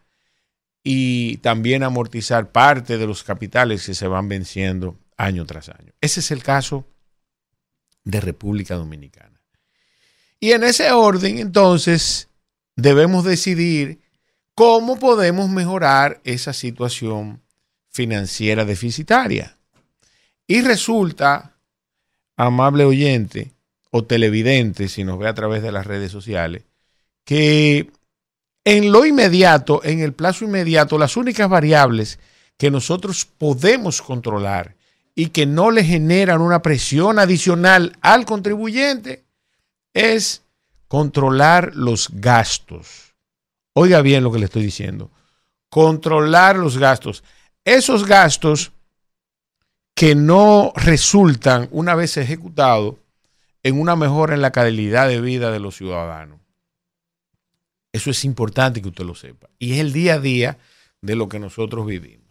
y también amortizar parte de los capitales que se van venciendo año tras año. Ese es el caso de República Dominicana. Y en ese orden, entonces, debemos decidir cómo podemos mejorar esa situación financiera deficitaria. Y resulta, amable oyente o televidente, si nos ve a través de las redes sociales, que en lo inmediato, en el plazo inmediato, las únicas variables que nosotros podemos controlar y que no le generan una presión adicional al contribuyente es controlar los gastos. Oiga bien lo que le estoy diciendo. Controlar los gastos. Esos gastos que no resultan, una vez ejecutados, en una mejora en la calidad de vida de los ciudadanos. Eso es importante que usted lo sepa. Y es el día a día de lo que nosotros vivimos.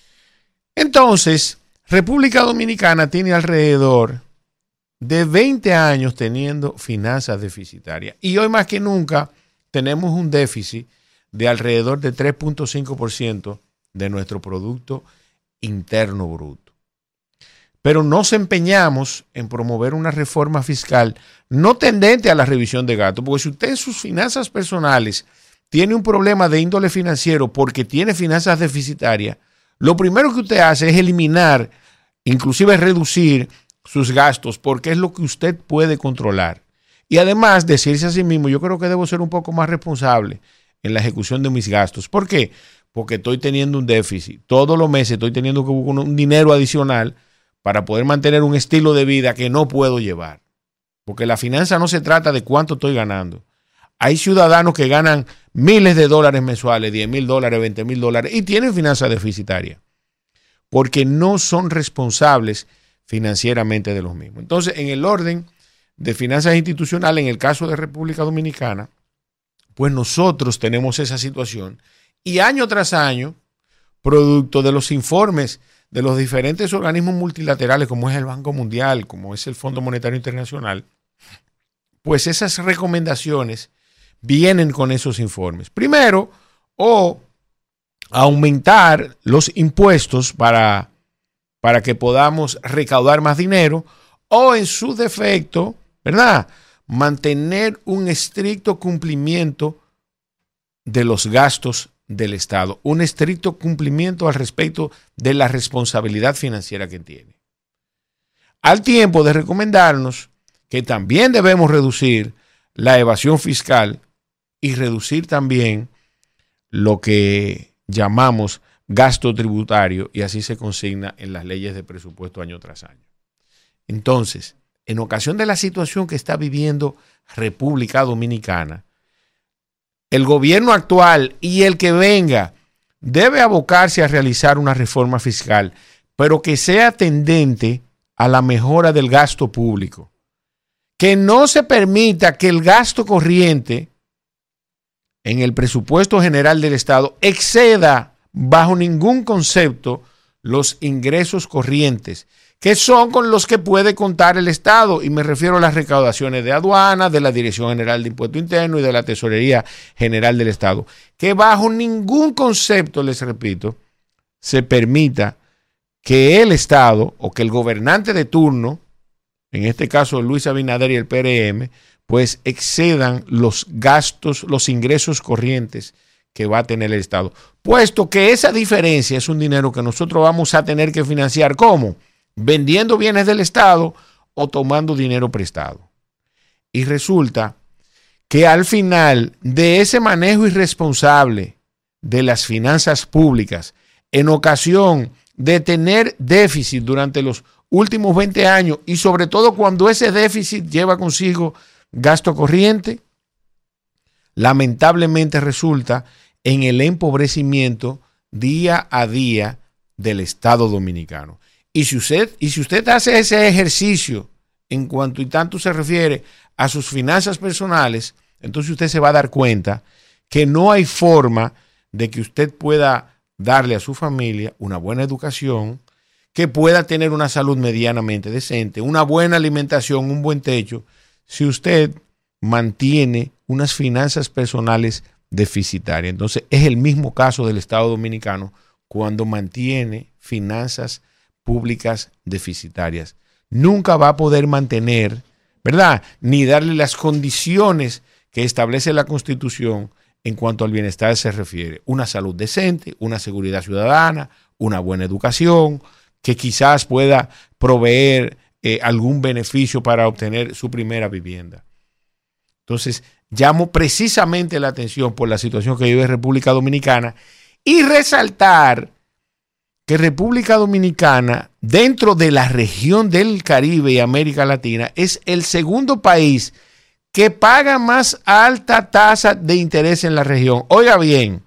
Entonces, República Dominicana tiene alrededor de 20 años teniendo finanzas deficitarias. Y hoy más que nunca tenemos un déficit de alrededor de 3.5% de nuestro Producto Interno Bruto. Pero nos empeñamos en promover una reforma fiscal no tendente a la revisión de gastos, porque si usted en sus finanzas personales tiene un problema de índole financiero porque tiene finanzas deficitarias, lo primero que usted hace es eliminar, inclusive reducir sus gastos, porque es lo que usted puede controlar. Y además decirse a sí mismo, yo creo que debo ser un poco más responsable en la ejecución de mis gastos. ¿Por qué? Porque estoy teniendo un déficit. Todos los meses estoy teniendo que buscar un dinero adicional para poder mantener un estilo de vida que no puedo llevar. Porque la finanza no se trata de cuánto estoy ganando. Hay ciudadanos que ganan miles de dólares mensuales, $10,000, $20,000, y tienen finanzas deficitarias, porque no son responsables financieramente de los mismos. Entonces, en el orden de finanzas institucionales, en el caso de República Dominicana, pues nosotros tenemos esa situación. Y año tras año, producto de los informes de los diferentes organismos multilaterales, como es el Banco Mundial, como es el Fondo Monetario Internacional, pues esas recomendaciones vienen con esos informes. Primero, o aumentar los impuestos para que podamos recaudar más dinero, o en su defecto, ¿verdad?, mantener un estricto cumplimiento de los gastos del Estado, un estricto cumplimiento al respecto de la responsabilidad financiera que tiene. Al tiempo de recomendarnos que también debemos reducir la evasión fiscal y reducir también lo que llamamos gasto tributario, y así se consigna en las leyes de presupuesto año tras año. Entonces, en ocasión de la situación que está viviendo República Dominicana, el gobierno actual y el que venga debe abocarse a realizar una reforma fiscal, pero que sea tendente a la mejora del gasto público. Que no se permita que el gasto corriente en el presupuesto general del Estado exceda bajo ningún concepto los ingresos corrientes, que son con los que puede contar el Estado, y me refiero a las recaudaciones de aduanas, de la Dirección General de Impuesto Interno y de la Tesorería General del Estado. Que bajo ningún concepto, les repito, se permita que el Estado o que el gobernante de turno, en este caso Luis Abinader y el PRM, pues excedan los gastos, los ingresos corrientes que va a tener el Estado. Puesto que esa diferencia es un dinero que nosotros vamos a tener que financiar. ¿Cómo? Vendiendo bienes del Estado o tomando dinero prestado. Y resulta que al final de ese manejo irresponsable de las finanzas públicas, en ocasión de tener déficit durante los últimos 20 años y sobre todo cuando ese déficit lleva consigo gasto corriente, lamentablemente resulta en el empobrecimiento día a día del Estado dominicano. Y si usted hace ese ejercicio en cuanto y tanto se refiere a sus finanzas personales, entonces usted se va a dar cuenta que no hay forma de que usted pueda darle a su familia una buena educación, que pueda tener una salud medianamente decente, una buena alimentación, un buen techo, si usted mantiene unas finanzas personales deficitarias. Entonces es el mismo caso del Estado dominicano cuando mantiene finanzas públicas deficitarias. Nunca va a poder mantener, ¿verdad?, ni darle las condiciones que establece la Constitución en cuanto al bienestar se refiere. Una salud decente, una seguridad ciudadana, una buena educación, que quizás pueda proveer algún beneficio para obtener su primera vivienda. Entonces, llamo precisamente la atención por la situación que vive República Dominicana y resaltar que República Dominicana, dentro de la región del Caribe y América Latina, es el segundo país que paga más alta tasa de interés en la región. Oiga bien,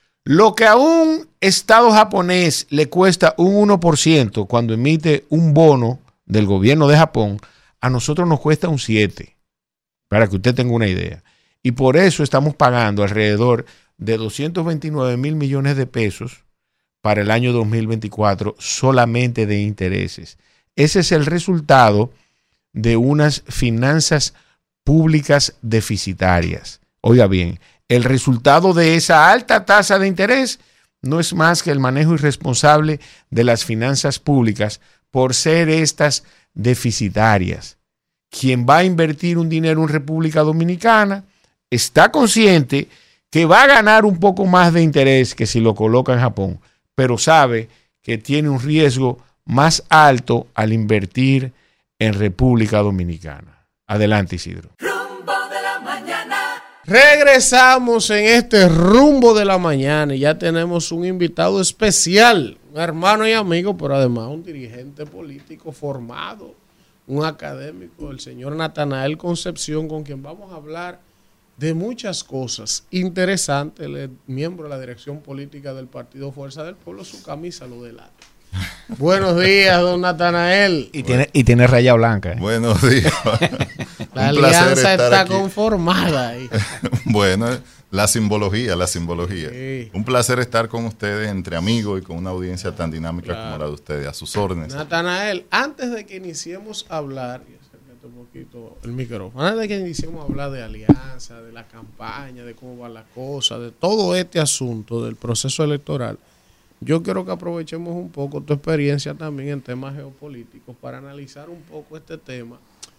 lo que a un Estado japonés le cuesta un 1% cuando emite un bono del gobierno de Japón, a nosotros nos cuesta un 7%, para que usted tenga una idea. Y por eso estamos pagando alrededor de 229 mil millones de pesos para el año 2024 solamente de intereses. Ese es el resultado de unas finanzas públicas deficitarias. Oiga bien, el resultado de esa alta tasa de interés no es más que el manejo irresponsable de las finanzas públicas por ser estas deficitarias. Quien va a invertir un dinero en República Dominicana está consciente que va a ganar un poco más de interés que si lo coloca en Japón, pero sabe que tiene un riesgo más alto al invertir en República Dominicana. Adelante, Isidro. Rumbo de la mañana. Regresamos en este Rumbo de la Mañana y ya tenemos un invitado especial, un hermano y amigo, pero además un dirigente político formado, un académico, el señor Natanael Concepción, con quien vamos a hablar de muchas cosas interesantes. Él es miembro de la dirección política del Partido Fuerza del Pueblo, su camisa lo delata. Buenos días, don Natanael. Y tiene raya blanca. Buenos días. La alianza está conformada ahí. Bueno, la simbología. Sí. Un placer estar con ustedes entre amigos y con una audiencia tan dinámica como la de ustedes, a sus órdenes. Natanael, antes de que iniciemos a hablar, y acércate un poquito el micrófono, antes de que iniciemos a hablar de alianza, de la campaña, de cómo va la cosa, de todo este asunto del proceso electoral, yo quiero que aprovechemos un poco tu experiencia también en temas geopolíticos para analizar un poco este tema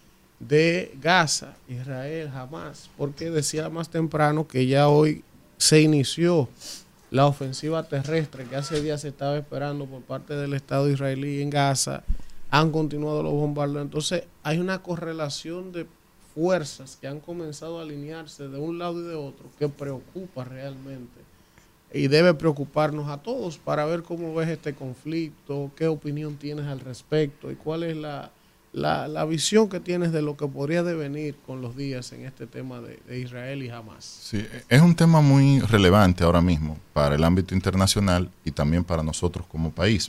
de Gaza, Israel, Hamas, porque decía más temprano que ya hoy se inició la ofensiva terrestre que hace días se estaba esperando por parte del Estado israelí en Gaza. Han continuado los bombardeos. Entonces hay una correlación de fuerzas que han comenzado a alinearse de un lado y de otro que preocupa realmente y debe preocuparnos a todos para ver cómo ves este conflicto, qué opinión tienes al respecto y cuál es la la visión que tienes de lo que podría devenir con los días en este tema de Israel y Hamas. Sí, es un tema muy relevante ahora mismo para el ámbito internacional y también para nosotros como país.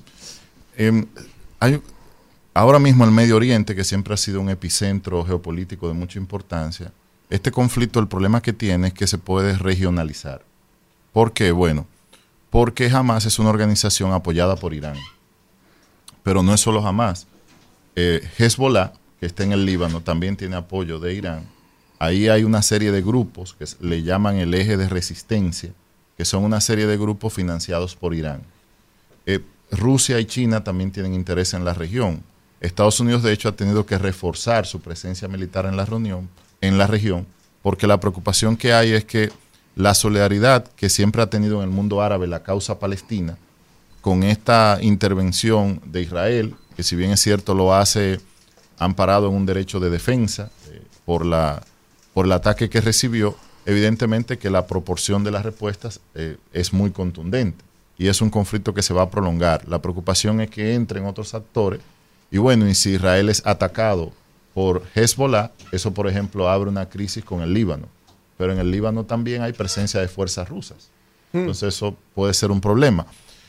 Hay ahora mismo el Medio Oriente, que siempre ha sido un epicentro geopolítico de mucha importancia, este conflicto, el problema que tiene es que se puede regionalizar. ¿Por qué? Bueno, porque Hamas es una organización apoyada por Irán. Pero no es solo Hamas. Hezbollah, que está en el Líbano, también tiene apoyo de Irán. Ahí hay una serie de grupos que le llaman el eje de resistencia, que son una serie de grupos financiados por Irán. Rusia y China también tienen interés en la región. Estados Unidos, de hecho, ha tenido que reforzar su presencia militar en la región, porque la preocupación que hay es que la solidaridad que siempre ha tenido en el mundo árabe la causa palestina, con esta intervención de Israel, que si bien es cierto lo hace amparado en un derecho de defensa por el ataque que recibió, evidentemente que la proporción de las respuestas es muy contundente y es un conflicto que se va a prolongar. La preocupación es que entren otros actores y bueno, y si Israel es atacado por Hezbollah, eso por ejemplo abre una crisis con el Líbano, pero en el Líbano también hay presencia de fuerzas rusas, entonces eso puede ser un problema.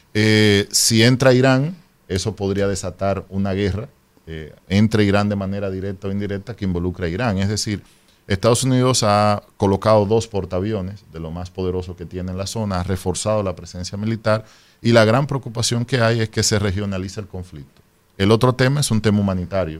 Si entra Irán, eso podría desatar una guerra entre Irán de manera directa o indirecta que involucra a Irán. Es decir, Estados Unidos ha colocado 2 portaaviones de lo más poderoso que tiene en la zona, ha reforzado la presencia militar y la gran preocupación que hay es que se regionalice el conflicto. El otro tema es un tema humanitario,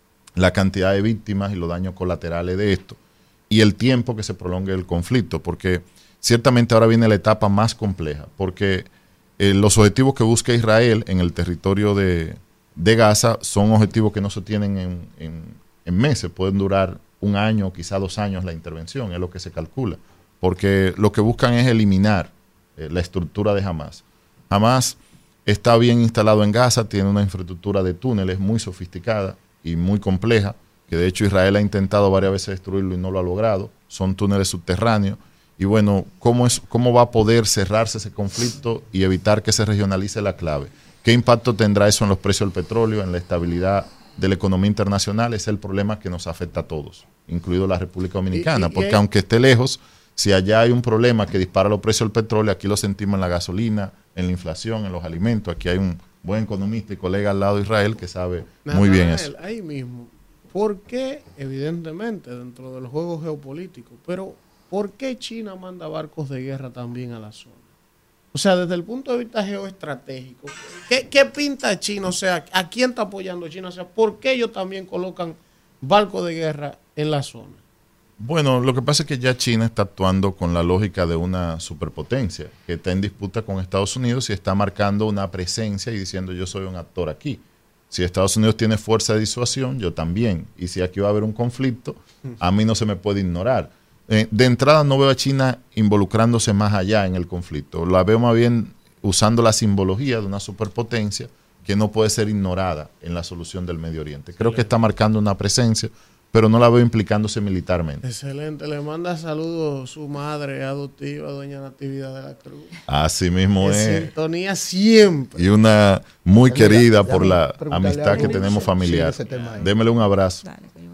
la cantidad de víctimas y los daños colaterales de esto y el tiempo que se prolongue el conflicto, porque ciertamente ahora viene la etapa más compleja, porque los objetivos que busca Israel en el territorio de Gaza son objetivos que no se tienen en meses, pueden durar 1 año, quizá 2 años la intervención, es lo que se calcula, porque lo que buscan es eliminar la estructura de Hamas. Hamas está bien instalado en Gaza, tiene una infraestructura de túneles muy sofisticada y muy compleja, que de hecho Israel ha intentado varias veces destruirlo y no lo ha logrado, son túneles subterráneos. Y bueno, ¿cómo va a poder cerrarse ese conflicto y evitar que se regionalice la clave? ¿Qué impacto tendrá eso en los precios del petróleo, en la estabilidad de la economía internacional? Es el problema que nos afecta a todos, incluido la República Dominicana, porque aunque esté lejos, si allá hay un problema que dispara los precios del petróleo, aquí lo sentimos en la gasolina, en la inflación, en los alimentos. Aquí hay un buen economista y colega al lado de Israel que sabe muy bien eso. Ahí mismo, ¿por qué? Evidentemente, dentro de los juegos geopolíticos, pero ¿por qué China manda barcos de guerra también a la zona? O sea, desde el punto de vista geoestratégico, ¿qué pinta China? O sea, ¿a quién está apoyando China? O sea, ¿por qué ellos también colocan barcos de guerra en la zona? Bueno, lo que pasa es que ya China está actuando con la lógica de una superpotencia que está en disputa con Estados Unidos y está marcando una presencia y diciendo yo soy un actor aquí. Si Estados Unidos tiene fuerza de disuasión, yo también. Y si aquí va a haber un conflicto, a mí no se me puede ignorar. De entrada no veo a China involucrándose más allá en el conflicto. La veo más bien usando la simbología de una superpotencia que no puede ser ignorada en la solución del Medio Oriente. Creo que está marcando una presencia, pero no la veo implicándose militarmente. Excelente. Le manda saludos su madre adoptiva, doña Natividad de la Cruz. Así mismo es. Sintonía siempre. Y una muy querida por la amistad que tenemos familiar. Démele un abrazo.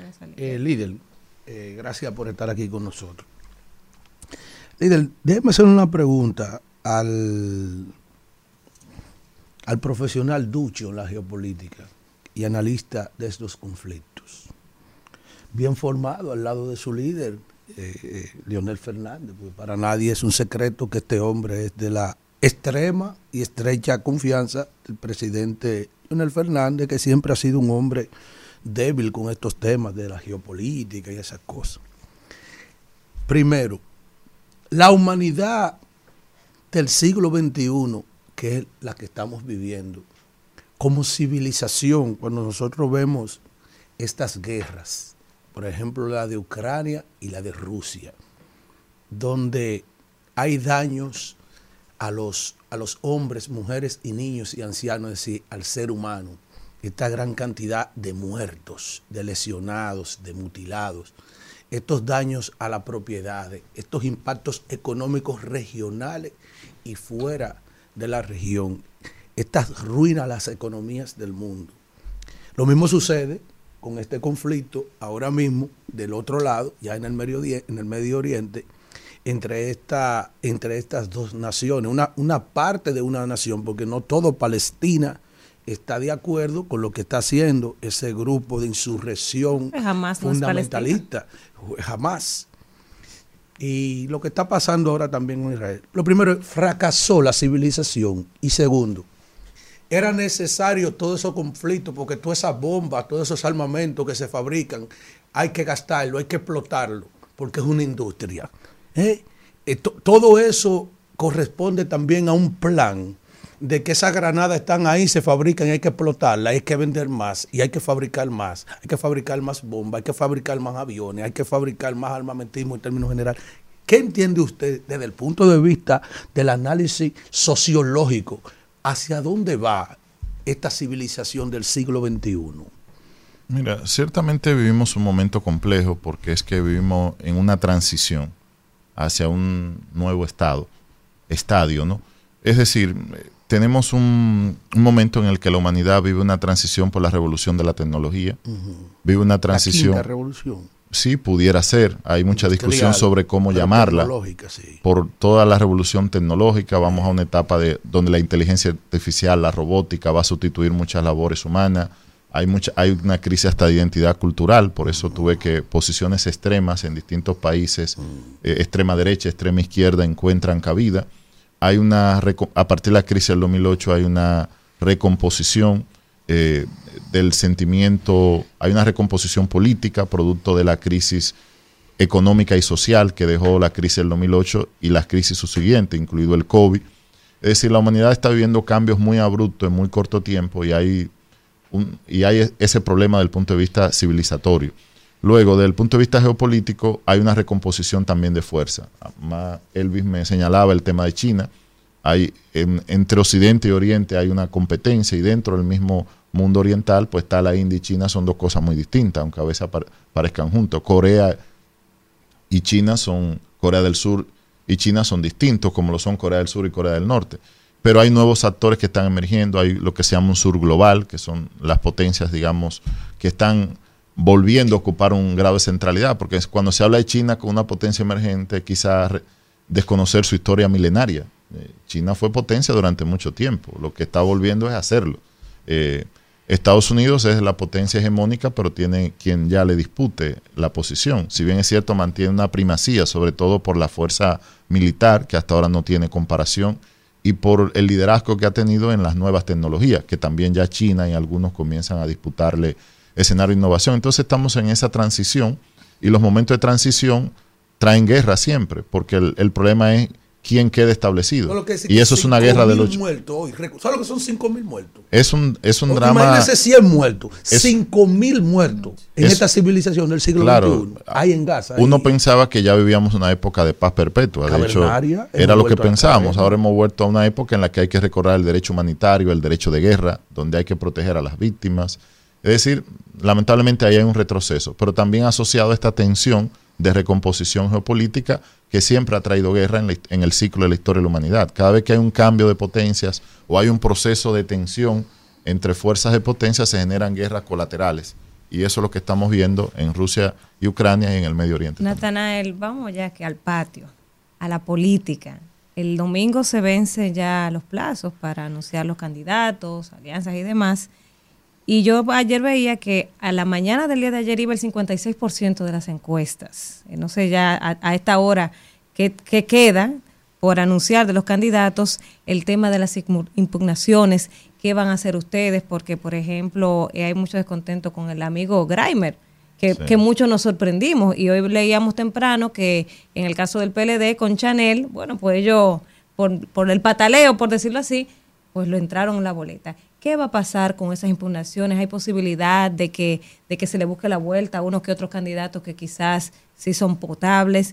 Líder, gracias por estar aquí con nosotros. Líder, déjeme hacer una pregunta al profesional ducho en la geopolítica y analista de estos conflictos. Bien formado al lado de su líder, Leonel Fernández, porque para nadie es un secreto que este hombre es de la extrema y estrecha confianza del presidente Leonel Fernández, que siempre ha sido un hombre débil con estos temas de la geopolítica y esas cosas. Primero, la humanidad del siglo XXI, que es la que estamos viviendo, como civilización, cuando nosotros vemos estas guerras, por ejemplo la de Ucrania y la de Rusia, donde hay daños a los hombres, mujeres y niños y ancianos, es decir, al ser humano, esta gran cantidad de muertos, de lesionados, de mutilados, estos daños a la propiedad, estos impactos económicos regionales y fuera de la región, estas ruinas a las economías del mundo. Lo mismo sucede con este conflicto ahora mismo del otro lado, ya en el Medio Oriente, entre estas dos naciones, una parte de una nación, porque no todo Palestina está de acuerdo con lo que está haciendo ese grupo de insurrección fundamentalista, jamás. Y lo que está pasando ahora también en Israel. Lo primero, fracasó la civilización. Y segundo, era necesario todo esos conflictos, porque todas esas bombas, todos esos armamentos que se fabrican, hay que gastarlo, hay que explotarlo, porque es una industria. Todo eso corresponde también a un plan de que esas granadas están ahí, se fabrican y hay que explotarlas, hay que vender más y hay que fabricar más bombas, hay que fabricar más aviones, hay que fabricar más armamentismo en términos generales. ¿Qué entiende usted desde el punto de vista del análisis sociológico? ¿Hacia dónde va esta civilización del siglo XXI? Mira, ciertamente vivimos un momento complejo porque es que vivimos en una transición hacia un nuevo estadio, ¿no? Es decir, tenemos un momento en el que la humanidad vive una transición por la revolución de la tecnología, vive una transición... La quinta revolución. Sí, pudiera ser. Hay mucha discusión sobre cómo llamarla. Sí. Por toda la revolución tecnológica vamos a una etapa donde la inteligencia artificial, la robótica va a sustituir muchas labores humanas. Hay una crisis hasta de identidad cultural, por eso tuve que posiciones extremas en distintos países, extrema derecha, extrema izquierda, encuentran cabida. A partir de la crisis del 2008 hay una recomposición del sentimiento, hay una recomposición política producto de la crisis económica y social que dejó la crisis del 2008 y las crisis subsiguientes, incluido el COVID. Es decir, la humanidad está viviendo cambios muy abruptos en muy corto tiempo y hay ese problema desde el punto de vista civilizatorio. Luego, desde el punto de vista geopolítico, hay una recomposición también de fuerza. Elvis me señalaba el tema de China. Entre Occidente y Oriente hay una competencia y dentro del mismo mundo oriental, pues está la India y China, son dos cosas muy distintas, aunque a veces parezcan juntos. Corea del Sur y China son distintos, como lo son Corea del Sur y Corea del Norte. Pero hay nuevos actores que están emergiendo, hay lo que se llama un sur global, que son las potencias, digamos, que están volviendo a ocupar un grado de centralidad, porque cuando se habla de China como una potencia emergente, quizás desconocer su historia milenaria. China fue potencia durante mucho tiempo, lo que está volviendo es hacerlo. Estados Unidos es la potencia hegemónica, pero tiene quien ya le dispute la posición. Si bien es cierto, mantiene una primacía, sobre todo por la fuerza militar, que hasta ahora no tiene comparación, y por el liderazgo que ha tenido en las nuevas tecnologías, que también ya China y algunos comienzan a disputarle escenario de innovación. Entonces estamos en esa transición y los momentos de transición traen guerra siempre, porque el problema es quién queda establecido. Y eso es una guerra de los... ¿Sabes lo que son 5.000 muertos? Es un drama... Imagínense 100 muertos, 5.000 muertos en esta civilización del siglo XXI. Hay en Gaza. Uno pensaba que ya vivíamos una época de paz perpetua. De hecho, era lo que pensábamos. Ahora hemos vuelto a una época en la que hay que recordar el derecho humanitario, el derecho de guerra, donde hay que proteger a las víctimas. Es decir, lamentablemente ahí hay un retroceso, pero también asociado a esta tensión de recomposición geopolítica que siempre ha traído guerra en el ciclo de la historia de la humanidad. Cada vez que hay un cambio de potencias o hay un proceso de tensión entre fuerzas de potencia, se generan guerras colaterales. Y eso es lo que estamos viendo en Rusia y Ucrania y en el Medio Oriente. Natanael, vamos ya que al patio, a la política. El domingo se vencen ya los plazos para anunciar los candidatos, alianzas y demás. Y yo ayer veía que a la mañana del día de ayer iba el 56% de las encuestas. No sé ya a esta hora qué queda por anunciar de los candidatos, el tema de las impugnaciones, qué van a hacer ustedes, porque por ejemplo hay mucho descontento con el amigo Graimer, que muchos nos sorprendimos, y hoy leíamos temprano que en el caso del PLD con Chanel, bueno, pues ellos por el pataleo, por decirlo así, pues lo entraron en la boleta. ¿Qué va a pasar con esas impugnaciones? ¿Hay posibilidad de que se le busque la vuelta a unos que otros candidatos que quizás sí son potables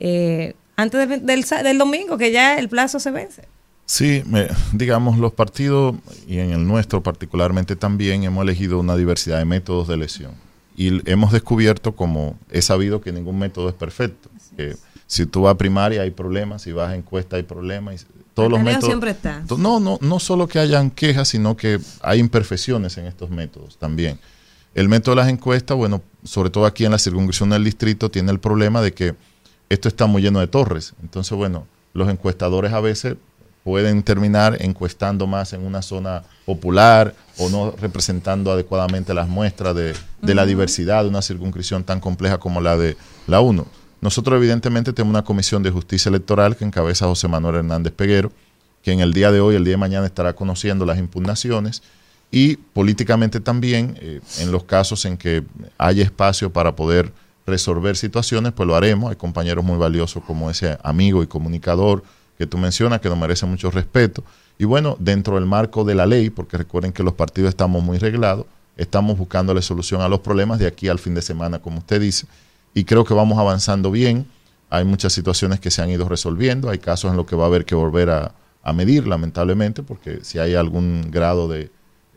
antes del domingo, que ya el plazo se vence? Sí, digamos, los partidos, y en el nuestro particularmente también, hemos elegido una diversidad de métodos de elección. Y hemos descubierto, como he sabido, que ningún método es perfecto. Que si tú vas a primaria hay problemas, si vas a encuesta hay problemas. Todos los métodos siempre está. No solo que hayan quejas, sino que hay imperfecciones en estos métodos también. El método de las encuestas, bueno, sobre todo aquí en la circunscripción del distrito, tiene el problema de que esto está muy lleno de torres. Entonces, bueno, los encuestadores a veces pueden terminar encuestando más en una zona popular o no representando adecuadamente las muestras de la diversidad de una circunscripción tan compleja como la de la 1. Nosotros evidentemente tenemos una comisión de justicia electoral que encabeza José Manuel Hernández Peguero, que en el día de hoy, el día de mañana estará conociendo las impugnaciones, y políticamente también, en los casos en que haya espacio para poder resolver situaciones, pues lo haremos. Hay compañeros muy valiosos como ese amigo y comunicador que tú mencionas, que nos merece mucho respeto. Y bueno, dentro del marco de la ley, porque recuerden que los partidos estamos muy reglados, estamos buscándole solución a los problemas de aquí al fin de semana, como usted dice, y creo que vamos avanzando bien. Hay muchas situaciones que se han ido resolviendo, hay casos en los que va a haber que volver a medir, lamentablemente, porque si hay algún grado de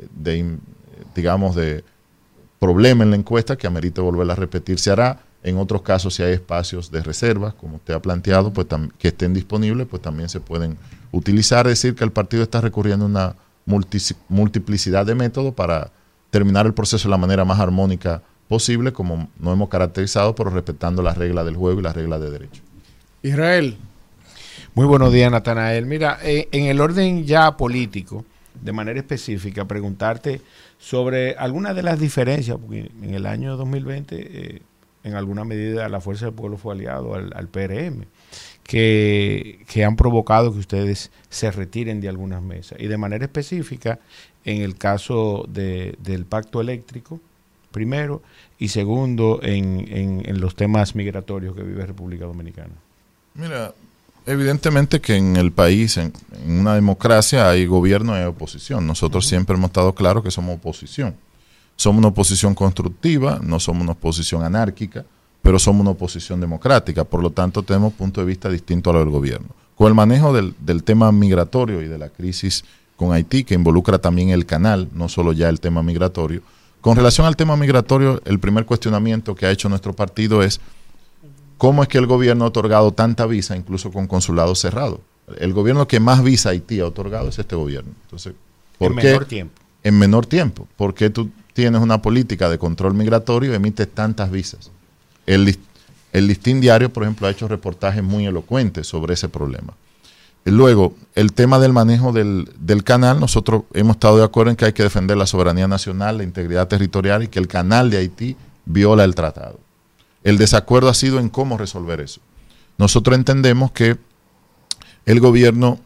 problema en la encuesta que amerite volverla a repetir, se hará. En otros casos, si hay espacios de reservas, como usted ha planteado, pues que estén disponibles, pues también se pueden utilizar. Es decir, que el partido está recurriendo a una multiplicidad de métodos para terminar el proceso de la manera más armónica posible, como nos hemos caracterizado, pero respetando las reglas del juego y las reglas de derecho. Israel. Muy buenos días, Natanael. Mira, en el orden ya político, de manera específica, preguntarte sobre algunas de las diferencias, porque en el año 2020, en alguna medida, la Fuerza del Pueblo fue aliado al PRM, que han provocado que ustedes se retiren de algunas mesas. Y de manera específica, en el caso del pacto eléctrico, primero, y segundo, en los temas migratorios que vive República Dominicana. Mira, evidentemente que en el país, en una democracia, hay gobierno y hay oposición. Nosotros siempre hemos estado claros que somos oposición. Somos una oposición constructiva, no somos una oposición anárquica, pero somos una oposición democrática. Por lo tanto, tenemos punto de vista distinto a lo del gobierno. Con el manejo del tema migratorio y de la crisis con Haití, que involucra también el canal, no solo ya el tema migratorio. Con relación al tema migratorio, el primer cuestionamiento que ha hecho nuestro partido es ¿cómo es que el gobierno ha otorgado tanta visa, incluso con consulados cerrados? El gobierno que más visa a Haití ha otorgado es este gobierno. Entonces, ¿por qué? Menor tiempo. En menor tiempo. ¿Por qué tú tienes una política de control migratorio y emites tantas visas? El Listín Diario, por ejemplo, ha hecho reportajes muy elocuentes sobre ese problema. Luego, el tema del manejo del canal, nosotros hemos estado de acuerdo en que hay que defender la soberanía nacional, la integridad territorial y que el canal de Haití viola el tratado. El desacuerdo ha sido en cómo resolver eso. Nosotros entendemos que el gobierno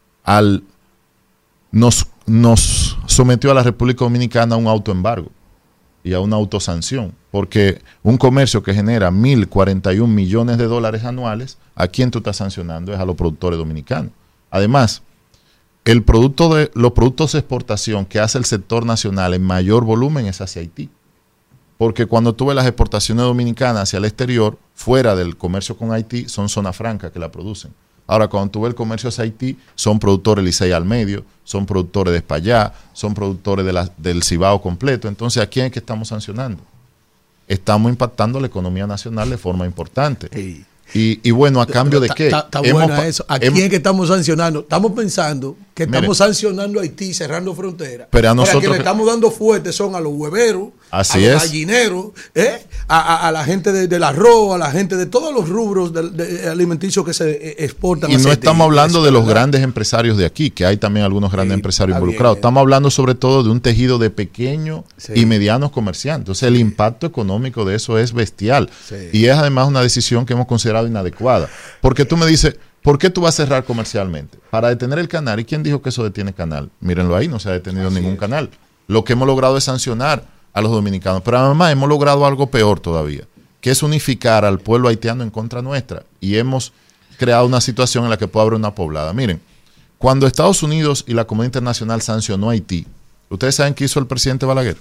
nos sometió a la República Dominicana a un autoembargo y a una autosanción, porque un comercio que genera 1.041 millones de dólares anuales, ¿a quién tú estás sancionando? Es a los productores dominicanos. Además, los productos de exportación que hace el sector nacional en mayor volumen es hacia Haití. Porque cuando tú ves las exportaciones dominicanas hacia el exterior, fuera del comercio con Haití, son zona franca que la producen. Ahora, cuando tú ves el comercio hacia Haití, son productores Licey al medio, son productores de Espaillá, son productores del Cibao completo. Entonces, ¿a quién es que estamos sancionando? Estamos impactando la economía nacional de forma importante. Sí. Y bueno, ¿a cambio de qué? Está buena eso. ¿A quién es que estamos sancionando? Estamos pensando que estamos sancionando a Haití, cerrando fronteras. Pero a nosotros que le estamos dando fuerte son a los hueveros, así a los gallineros, a la gente del arroz, a la gente de todos los rubros alimenticios que se exportan. Y no estamos hablando de los grandes empresarios de aquí, que hay también algunos grandes empresarios involucrados. Estamos hablando sobre todo de un tejido de pequeños y medianos comerciantes. Entonces el impacto económico de eso es bestial. Sí. Y es además una decisión que hemos considerado inadecuada. Porque tú me dices, ¿por qué tú vas a cerrar comercialmente? Para detener el canal. ¿Y quién dijo que eso detiene canal? Mírenlo ahí, no se ha detenido ningún canal. Lo que hemos logrado es sancionar a los dominicanos. Pero además hemos logrado algo peor todavía, que es unificar al pueblo haitiano en contra nuestra. Y hemos creado una situación en la que puede haber una poblada. Miren, cuando Estados Unidos y la comunidad internacional sancionó a Haití, ¿ustedes saben qué hizo el presidente Balaguer?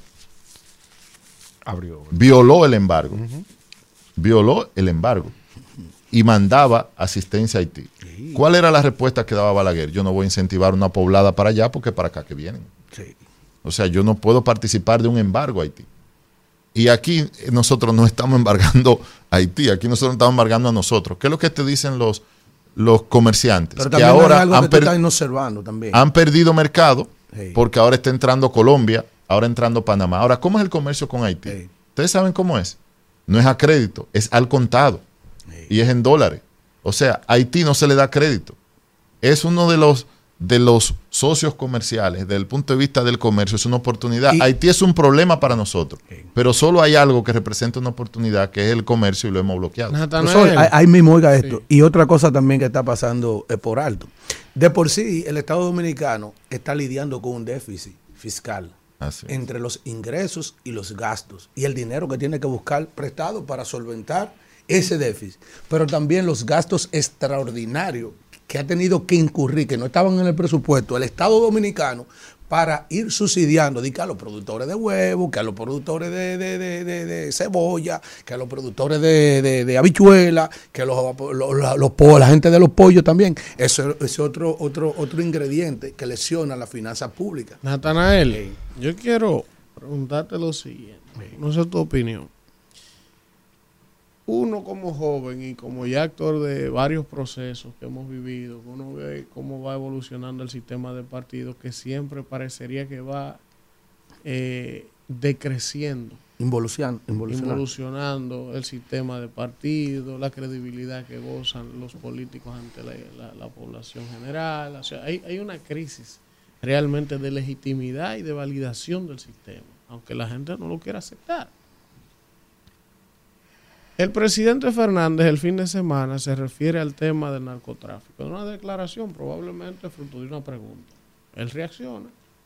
Violó el embargo. Violó el embargo. Y mandaba asistencia a Haití. Sí. ¿Cuál era la respuesta que daba Balaguer? Yo no voy a incentivar una poblada para allá porque para acá que vienen. Sí. O sea, yo no puedo participar de un embargo a Haití. Y aquí nosotros no estamos embargando a Haití, aquí nosotros estamos embargando a nosotros. ¿Qué es lo que te dicen los comerciantes? Pero que ahora han perdido mercado, porque ahora está entrando Colombia ahora entrando Panamá. Ahora, ¿cómo es el comercio con Haití? ¿Ustedes saben cómo es? No es a crédito, es al contado. Y es en dólares. O sea, a Haití no se le da crédito. Es uno de los socios comerciales, desde el punto de vista del comercio, es una oportunidad. Haití es un problema para nosotros, pero solo hay algo que representa una oportunidad, que es el comercio, y lo hemos bloqueado. Profesor, ahí mismo oiga esto. Y otra cosa también que está pasando por alto. De por sí, el Estado Dominicano está lidiando con un déficit fiscal entre los ingresos y los gastos, y el dinero que tiene que buscar prestado para solventar ese déficit, pero también los gastos extraordinarios que ha tenido que incurrir, que no estaban en el presupuesto, el Estado Dominicano, para ir subsidiando, que a los productores de huevos, que a los productores de cebolla, que a los productores de habichuela, que a la gente de los pollos también. Eso es otro ingrediente que lesiona la finanza pública. Natanael, yo quiero preguntarte lo siguiente, no sé tu opinión. Uno como joven y como ya actor de varios procesos que hemos vivido, uno ve cómo va evolucionando el sistema de partidos, que siempre parecería que va decreciendo. Involucionando el sistema de partidos, la credibilidad que gozan los políticos ante la población general. O sea, hay una crisis realmente de legitimidad y de validación del sistema, aunque la gente no lo quiera aceptar. El presidente Fernández el fin de semana se refiere al tema del narcotráfico. Es una declaración, probablemente fruto de una pregunta. Él reacciona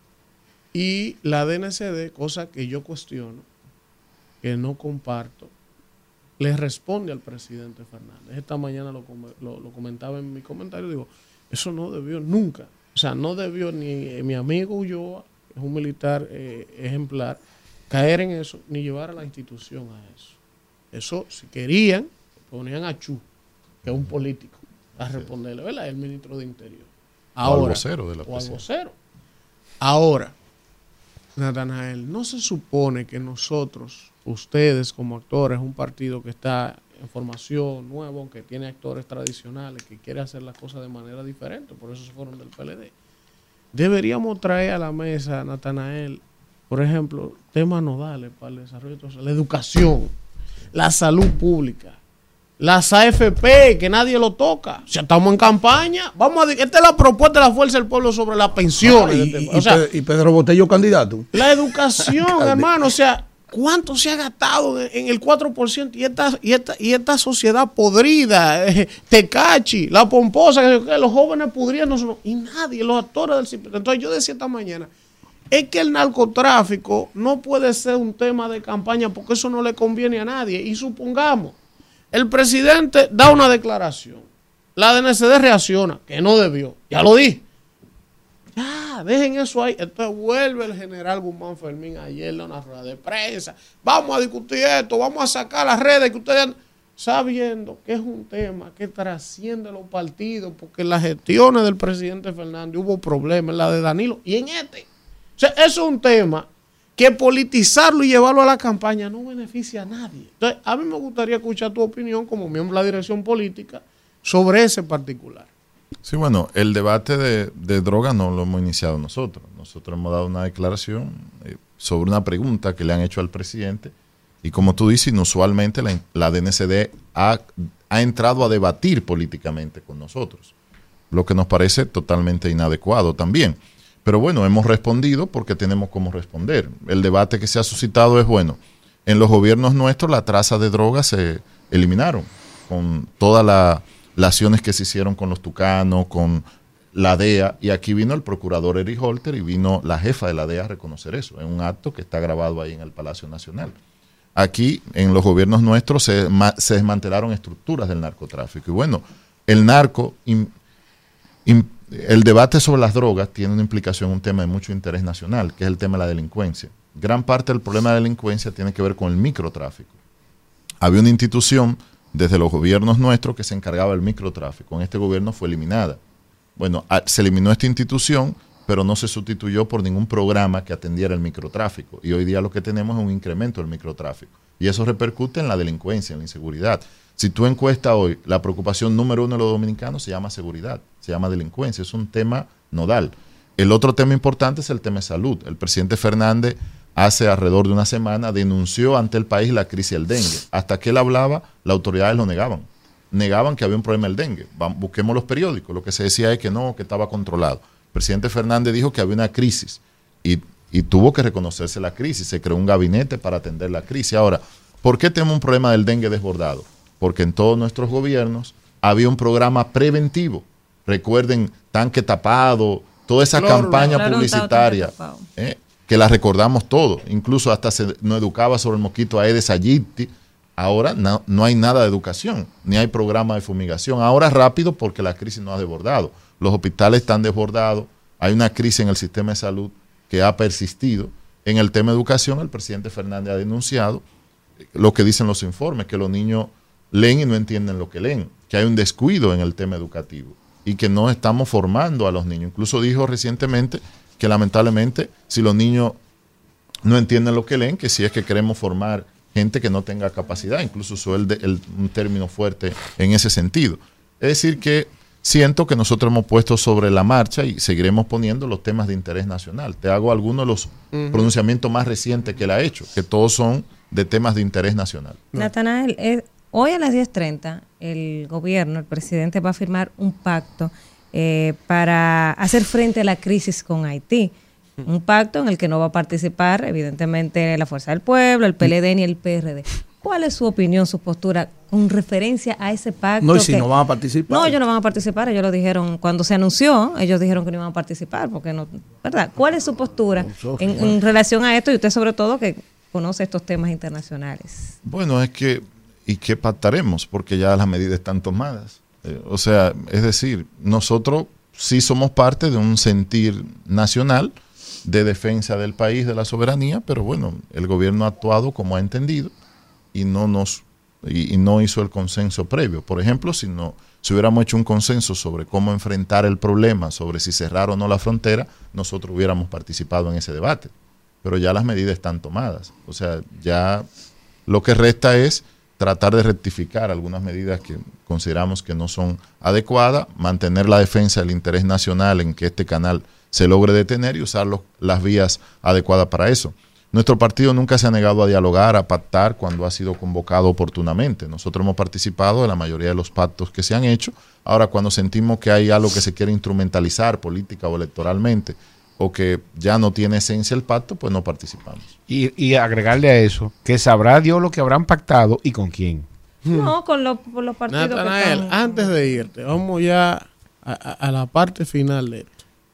y la DNCD, cosa que yo cuestiono, que no comparto, le responde al presidente Fernández. Esta mañana lo comentaba en mi comentario, digo, eso no debió nunca. O sea, no debió ni mi amigo Ulloa, que es un militar ejemplar, caer en eso, ni llevar a la institución a eso. Eso, si querían, ponían a Chu, que es un político, a responderle, ¿verdad? El ministro de Interior. Ahora, o al vocero de la presidencia. Ahora, Natanael, ¿no se supone que nosotros, ustedes como actores, un partido que está en formación nuevo, que tiene actores tradicionales, que quiere hacer las cosas de manera diferente, por eso se fueron del PLD, deberíamos traer a la mesa, Natanael, por ejemplo, temas nodales para el desarrollo social, la educación, la salud pública, las AFP, que nadie lo toca? O sea, estamos en campaña. Esta es la propuesta de la Fuerza del Pueblo sobre las pensiones. Y Pedro Botello candidato. La educación, hermano. O sea, ¿cuánto se ha gastado en el 4%? Y esta sociedad podrida, Tecachi, la pomposa, que los jóvenes pudriéndose, y nadie, los actores del sistema. Entonces yo decía esta mañana, es que el narcotráfico no puede ser un tema de campaña porque eso no le conviene a nadie. Y supongamos, el presidente da una declaración, la DNCD reacciona, que no debió, ya lo dije. Ya, dejen eso ahí. Entonces vuelve el general Guzmán Fermín ayer en una rueda de prensa. Vamos a discutir esto, vamos a sacar las redes que ustedes... Sabiendo que es un tema que trasciende los partidos, porque en las gestiones del presidente Fernández hubo problemas, en la de Danilo y en este. O sea, eso es un tema que politizarlo y llevarlo a la campaña no beneficia a nadie. Entonces, a mí me gustaría escuchar tu opinión como miembro de la dirección política sobre ese particular. Sí, bueno, el debate de drogas no lo hemos iniciado nosotros. Nosotros hemos dado una declaración sobre una pregunta que le han hecho al presidente y, como tú dices, inusualmente la DNCD ha entrado a debatir políticamente con nosotros, lo que nos parece totalmente inadecuado también. Pero bueno, hemos respondido porque tenemos cómo responder. El debate que se ha suscitado es, bueno, en los gobiernos nuestros la traza de drogas se eliminaron con todas las acciones que se hicieron con los tucanos, con la DEA, y aquí vino el procurador Eric Holter y vino la jefa de la DEA a reconocer eso, en un acto que está grabado ahí en el Palacio Nacional. Aquí, en los gobiernos nuestros, se desmantelaron estructuras del narcotráfico. Y bueno, el narco... El debate sobre las drogas tiene una implicación, un tema de mucho interés nacional, que es el tema de la delincuencia. Gran parte del problema de la delincuencia tiene que ver con el microtráfico. Había una institución desde los gobiernos nuestros que se encargaba del microtráfico. En este gobierno fue eliminada. Bueno, se eliminó esta institución, pero no se sustituyó por ningún programa que atendiera el microtráfico. Y hoy día lo que tenemos es un incremento del microtráfico. Y eso repercute en la delincuencia, en la inseguridad. Si tú encuestas hoy, la preocupación número uno de los dominicanos se llama seguridad, se llama delincuencia, es un tema nodal. El otro tema importante es el tema de salud. El presidente Fernández hace alrededor de una semana denunció ante el país la crisis del dengue. Hasta que él hablaba, las autoridades lo negaban. Negaban que había un problema del dengue. Busquemos los periódicos. Lo que se decía es que no, que estaba controlado. El presidente Fernández dijo que había una crisis y tuvo que reconocerse la crisis. Se creó un gabinete para atender la crisis. Ahora, ¿por qué tenemos un problema del dengue desbordado? Porque en todos nuestros gobiernos había un programa preventivo. Recuerden, tanque tapado, toda esa campaña publicitaria, que la recordamos todos. Incluso hasta se nos educaba sobre el mosquito Aedes aegypti. Ahora no hay nada de educación, ni hay programa de fumigación. Ahora rápido porque la crisis no ha desbordado. Los hospitales están desbordados. Hay una crisis en el sistema de salud que ha persistido. En el tema de educación, el presidente Fernández ha denunciado lo que dicen los informes, que los niños leen y no entienden lo que leen, que hay un descuido en el tema educativo y que no estamos formando a los niños. Incluso dijo recientemente que lamentablemente si los niños no entienden lo que leen, que si es que queremos formar gente que no tenga capacidad, incluso usó un término fuerte en ese sentido. Es decir que siento que nosotros hemos puesto sobre la marcha y seguiremos poniendo los temas de interés nacional. Te hago algunos de los pronunciamientos más recientes que él ha hecho, que todos son de temas de interés nacional. Natanael, hoy a las 10:30 el gobierno, el presidente va a firmar un pacto para hacer frente a la crisis con Haití. Un pacto en el que no va a participar, evidentemente, la Fuerza del Pueblo, el PLD ni el PRD. ¿Cuál es su opinión, su postura con referencia a ese pacto? No, y si no van a participar. No, ellos no van a participar, ellos lo dijeron cuando se anunció, ellos dijeron que no iban a participar, porque no, ¿verdad? ¿Cuál es su postura en relación a esto? Y usted sobre todo que conoce estos temas internacionales. Bueno, es que, ¿y qué pactaremos? Porque ya las medidas están tomadas. O sea, es decir, nosotros sí somos parte de un sentir nacional de defensa del país, de la soberanía, pero bueno, el gobierno ha actuado como ha entendido y no hizo el consenso previo. Por ejemplo, si hubiéramos hecho un consenso sobre cómo enfrentar el problema, sobre si cerrar o no la frontera, nosotros hubiéramos participado en ese debate. Pero ya las medidas están tomadas. O sea, ya lo que resta es tratar de rectificar algunas medidas que consideramos que no son adecuadas, mantener la defensa del interés nacional en que este canal se logre detener y usar las vías adecuadas para eso. Nuestro partido nunca se ha negado a dialogar, a pactar cuando ha sido convocado oportunamente. Nosotros hemos participado en la mayoría de los pactos que se han hecho. Ahora, cuando sentimos que hay algo que se quiere instrumentalizar política o electoralmente o que ya no tiene esencia el pacto, pues no participamos. Y agregarle a eso, que sabrá Dios lo que habrán pactado y con quién. No, con los partidos Natanael, que están... antes de irte, vamos ya a la parte final de esto.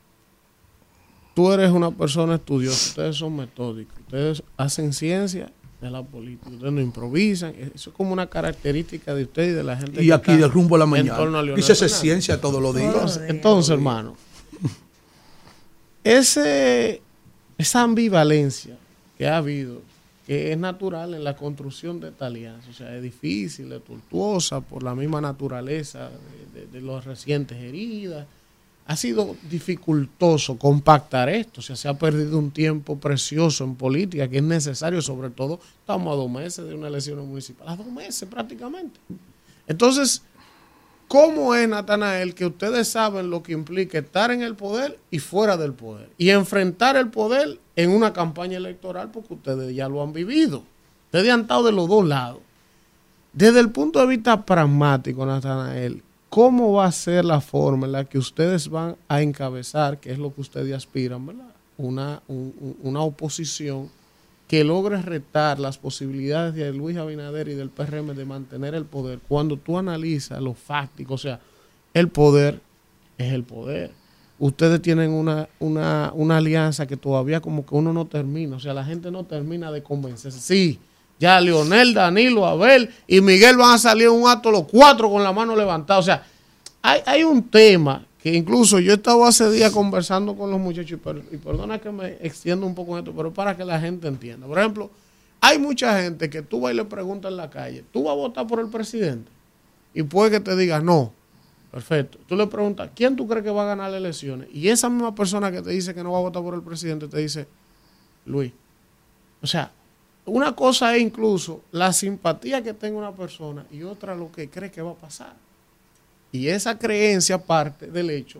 Tú eres una persona estudiosa, ustedes son metódicos, ustedes hacen ciencia de la política, ustedes no improvisan, eso es como una característica de usted y de la gente. Y aquí de rumbo a la mañana. Y se hace ciencia todos los días. Entonces, hermano, esa ambivalencia que ha habido, que es natural en la construcción de esta alianza, o sea, es difícil, es tortuosa por la misma naturaleza de las recientes heridas. Ha sido dificultoso compactar esto, o sea, se ha perdido un tiempo precioso en política que es necesario, sobre todo, estamos a 2 meses de una elección municipal, a 2 meses prácticamente. Entonces, ¿cómo es, Natanael, que ustedes saben lo que implica estar en el poder y fuera del poder? Y enfrentar el poder en una campaña electoral, porque ustedes ya lo han vivido. Ustedes han estado de los dos lados. Desde el punto de vista pragmático, Natanael, ¿cómo va a ser la forma en la que ustedes van a encabezar, que es lo que ustedes aspiran, ¿verdad? Una oposición que logre retar las posibilidades de Luis Abinader y del PRM de mantener el poder? Cuando tú analizas lo fáctico, o sea, el poder es el poder. Ustedes tienen una alianza que todavía como que uno no termina, o sea, la gente no termina de convencerse. Sí, ya Leonel, Danilo, Abel y Miguel van a salir en un acto los 4 con la mano levantada. O sea, hay un tema que incluso yo he estado hace días conversando con los muchachos y perdona que me extienda un poco en esto, pero para que la gente entienda. Por ejemplo, hay mucha gente que tú vas y le preguntas en la calle, ¿tú vas a votar por el presidente? Y puede que te diga no. Perfecto. Tú le preguntas, ¿quién tú crees que va a ganar las elecciones? Y esa misma persona que te dice que no va a votar por el presidente te dice, Luis. O sea, una cosa es incluso la simpatía que tenga una persona y otra lo que cree que va a pasar. Y esa creencia parte del hecho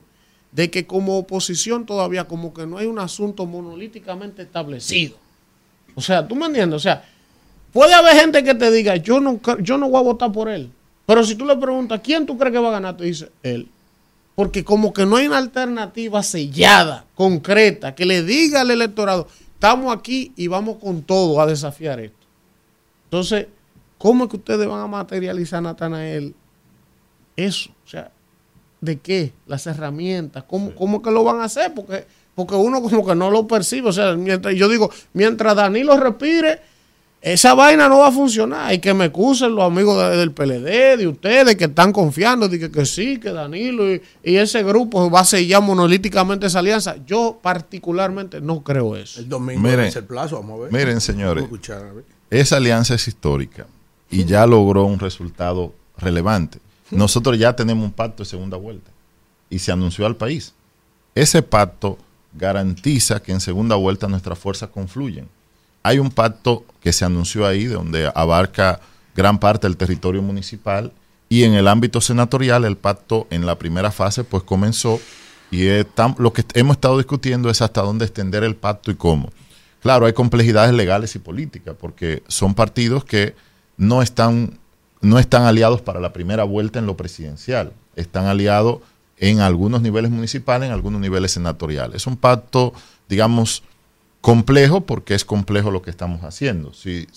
de que como oposición todavía como que no hay un asunto monolíticamente establecido. O sea, ¿tú me entiendes? O sea, puede haber gente que te diga, yo no voy a votar por él. Pero si tú le preguntas, ¿quién tú crees que va a ganar? Te dice, él. Porque como que no hay una alternativa sellada, concreta, que le diga al electorado, estamos aquí y vamos con todo a desafiar esto. Entonces, ¿cómo es que ustedes van a materializar, Natanael, eso? O sea, ¿de qué? Las herramientas, ¿cómo que lo van a hacer? Porque uno como que no lo percibe. O sea, mientras Danilo respire, esa vaina no va a funcionar. Y que me excusen los amigos del PLD, de ustedes que están confiando, de que sí, que Danilo y ese grupo va a sellar monolíticamente esa alianza. Yo particularmente no creo eso. El domingo es el plazo, vamos a ver. Miren, señores, esa alianza es histórica y ya logró un resultado relevante. Nosotros ya tenemos un pacto de segunda vuelta y se anunció al país. Ese pacto garantiza que en segunda vuelta nuestras fuerzas confluyen. Hay un pacto que se anunció ahí donde abarca gran parte del territorio municipal y en el ámbito senatorial el pacto en la primera fase pues comenzó y lo que hemos estado discutiendo es hasta dónde extender el pacto y cómo. Claro, hay complejidades legales y políticas porque son partidos que no están aliados para la primera vuelta en lo presidencial, están aliados en algunos niveles municipales, en algunos niveles senatoriales. Es un pacto, digamos, complejo porque es complejo lo que estamos haciendo.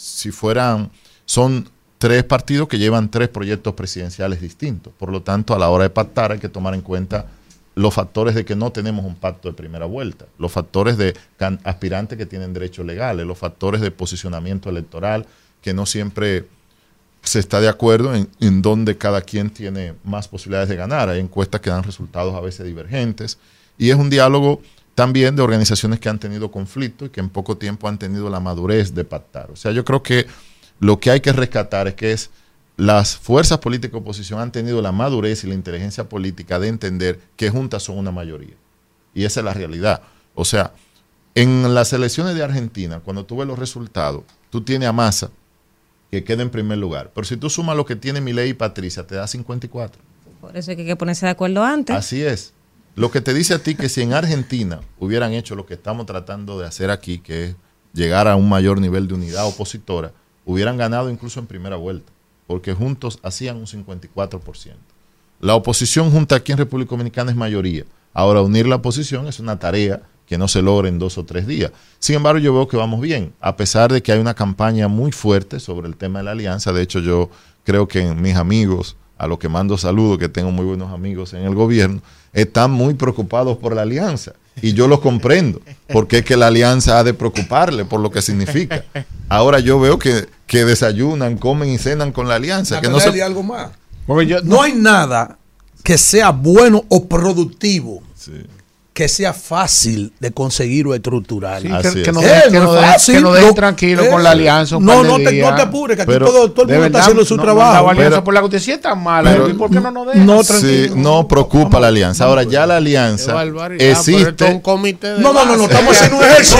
Son 3 partidos que llevan 3 proyectos presidenciales distintos. Por lo tanto, a la hora de pactar hay que tomar en cuenta los factores de que no tenemos un pacto de primera vuelta, los factores de aspirantes que tienen derechos legales, los factores de posicionamiento electoral, que no siempre se está de acuerdo en dónde cada quien tiene más posibilidades de ganar. Hay encuestas que dan resultados a veces divergentes y es un diálogo también de organizaciones que han tenido conflicto y que en poco tiempo han tenido la madurez de pactar. O sea, yo creo que lo que hay que rescatar es que las fuerzas políticas de oposición han tenido la madurez y la inteligencia política de entender que juntas son una mayoría. Y esa es la realidad. O sea, en las elecciones de Argentina, cuando tú ves los resultados, tú tienes a Massa, que queda en primer lugar. Pero si tú sumas lo que tiene Milei y Patricia, te da 54. Por eso hay que ponerse de acuerdo antes. Así es. Lo que te dice a ti que si en Argentina hubieran hecho lo que estamos tratando de hacer aquí, que es llegar a un mayor nivel de unidad opositora, hubieran ganado incluso en primera vuelta, porque juntos hacían un 54%. La oposición junta aquí en República Dominicana es mayoría. Ahora, unir la oposición es una tarea que no se logra en 2 o 3 días. Sin embargo, yo veo que vamos bien, a pesar de que hay una campaña muy fuerte sobre el tema de la alianza. De hecho, yo creo que mis amigos, a los que mando saludos, que tengo muy buenos amigos en el gobierno, están muy preocupados por la alianza. Y yo los comprendo, porque es que la alianza ha de preocuparle por lo que significa. Ahora yo veo que desayunan, comen y cenan con la alianza. Que no se... algo más. No hay nada que sea bueno o productivo. Sí. Que sea fácil de conseguir o estructurar. Sí, que nos dejen tranquilo con la alianza. No te apures, que aquí todo el mundo está haciendo su trabajo. La alianza por la que usted es tan mala. ¿Por qué no nos dejan? No preocupa la alianza. Ahora ya la alianza existe. Un comité de estamos haciendo un ejercicio.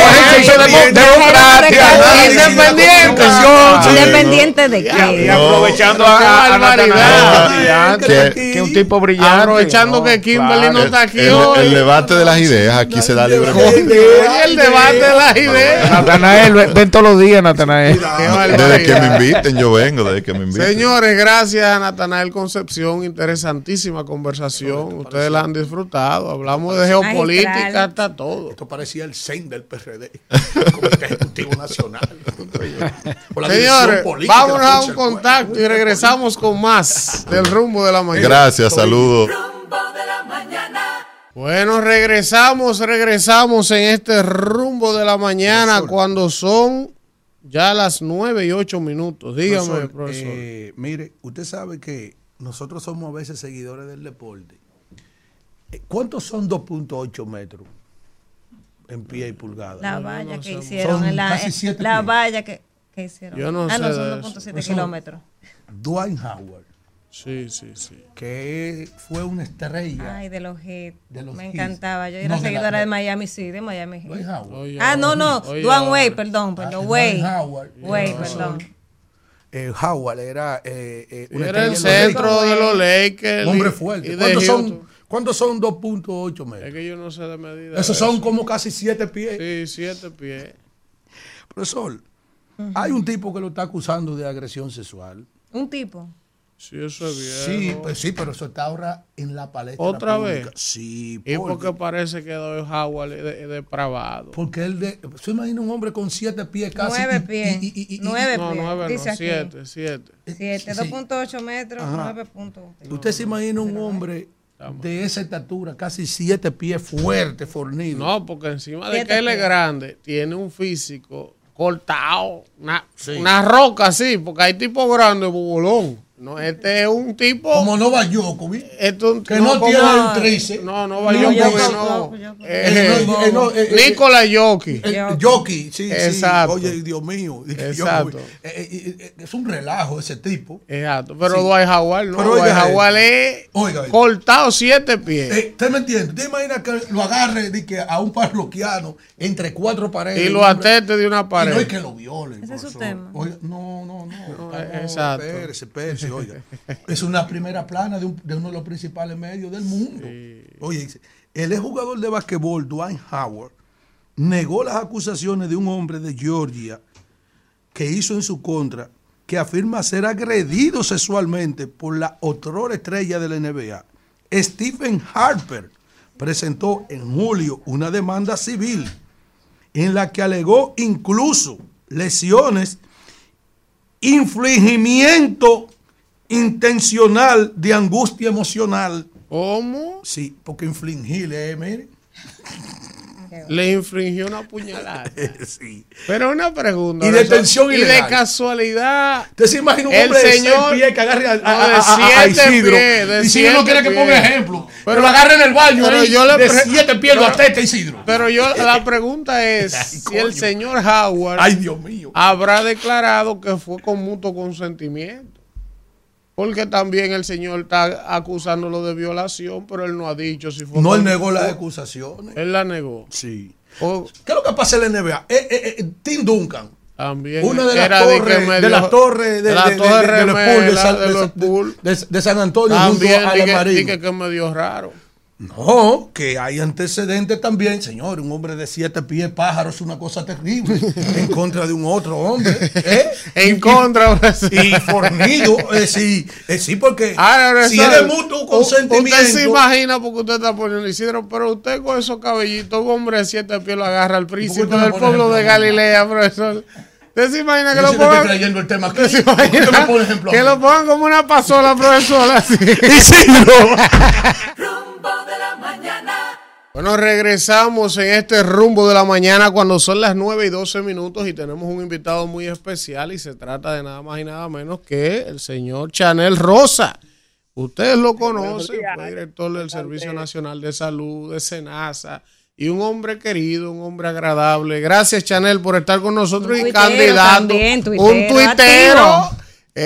Democracia. Independiente de qué. Y aprovechando a Natanael, que es un tipo brillante. Aprovechando que Kimberly no está aquí hoy. El debate de las ideas aquí se da libremente. El debate de las ideas. Natanael, ven todos los días, Natanael. Desde que me inviten, yo vengo, desde que me inviten. Señores, gracias a Natanael Concepción, interesantísima conversación. Ustedes la han disfrutado. Hablamos de geopolítica hasta todo. Esto parecía el CEN del PRD, Comité Ejecutivo Nacional. Señores, vámonos a un contacto y regresamos con más del Rumbo de la Mañana. Gracias, saludos. Bueno, regresamos en este Rumbo de la Mañana cuando son ya las 9:08. Dígame, profesor. Mire, usted sabe que nosotros somos a veces seguidores del deporte. ¿Cuántos son 2.8 metros en pie y pulgada? La valla que hicieron en la valla que hicieron. Yo no sé. No, son 2.7 kilómetros. Dwight Howard. Sí. Que fue una estrella. Ay, de los Heat. Me encantaba. Yo era seguidora de Miami, sí, de Miami Heat. No. Dwayne Wade, perdón. Wade, perdón. Howard era era el centro de los Lakers. Hombre fuerte. ¿Cuántos son 2.8 metros? Es que yo no sé de medida. Esos son como casi 7 pies. Sí, 7 pies. Profesor, hay un tipo que lo está acusando de agresión sexual. ¿Un tipo? Sí, eso es bien. Sí, pero eso está ahora en la palestra ¿Otra pública. vez? Sí. Y porque parece que Doyle Howard es depravado. Porque se imagina un hombre con 7 pies casi. 9 pies. 9 No, pies. 9 dice no, aquí. 7. 7, 2.8 metros, Ajá. 9 puntos. Usted se imagina un hombre de esa estatura, casi 7 pies, fuerte, fornido. No, porque encima de 7 que él es pies. grande, tiene un físico cortado, una roca así, porque hay tipos grandes, bobolón. No, este es un tipo. Como Novak Djokovic, que no tiene un tríceps. No, Novak Djokovic no. Nicolás Jokic. Jokic, sí, Exacto. sí. Oye, Dios mío. Exacto. Es un relajo ese tipo. Exacto. Pero Sí. Dwight Howard no. Pero Dwight oiga Howard es Oiga. cortado 7 pies. ¿Usted me entiende? ¿Usted imagina que lo agarre a un parroquiano entre 4 paredes? Y lo ateste de una pared. Y no es que lo violen. Ese es su profesor. tema. Oiga, no. Exacto. Espérese, oiga. Es una primera plana de uno de los principales medios del mundo. Oye, dice, el exjugador de basquetbol, Dwight Howard, negó las acusaciones de un hombre de Georgia que hizo en su contra, que afirma ser agredido sexualmente por la otrora estrella de la NBA. Stephen Harper presentó en julio una demanda civil en la que alegó incluso lesiones, infligimiento intencional de angustia emocional. ¿Cómo? Sí, porque infligirle, mire. Le infringió una puñalada. Sí. Pero una pregunta. Y de tensión y ilegal. de casualidad. ¿Usted se imagina un el hombre señor, de 6 pies que agarre de a 7 Isidro? pies, de Y si uno 7 quiere que ponga pies. ejemplo, pero lo agarre en el baño Pero ahí, yo le de pre- 7 pies lo pero- atesta Isidro. Pero la pregunta es si el señor Howard Ay, Dios mío. habrá declarado que fue con mutuo consentimiento. Porque también el señor está acusándolo de violación, pero él no ha dicho si fue. No, él con- negó las acusaciones. Él la negó. Sí. O ¿Qué es lo que pasa en la NBA? Tim Duncan. también Una de las era torres que medio- de las torres de la torre de los Spurs remela, de los Bulls. de San Antonio También junto a dije, la Marina. dije que es medio raro. No, que hay antecedentes también, señor. Un hombre de 7 pies pájaro es una cosa terrible en contra de un otro hombre. En contra. Y fornido. Sí, porque Ahora, si es de mutuo consentimiento. Usted se imagina porque usted está poniendo Isidro, pero usted con esos cabellitos, un hombre de 7 pies lo agarra al príncipe usted me del pone pueblo ejemplo, de Galilea, profesor. ¿Usted se imagina que Yo lo sí te estoy pongan? creyendo el tema aquí. ¿Usted se ¿Por qué usted imagina me pone ejemplo a que mí? lo pongan como una pasola, profesor? Así. Isidro. Rumbo de la mañana. Bueno, regresamos en este rumbo de la mañana cuando son las 9:12 y tenemos un invitado muy especial y se trata de nada más y nada menos que el señor Chanel Rosa. Ustedes lo conocen, fue director del Servicio Nacional de Salud, de SENASA, y un hombre querido, un hombre agradable. Gracias, Chanel, por estar con nosotros Un y tuitero candidato. también, un tuitero. activo.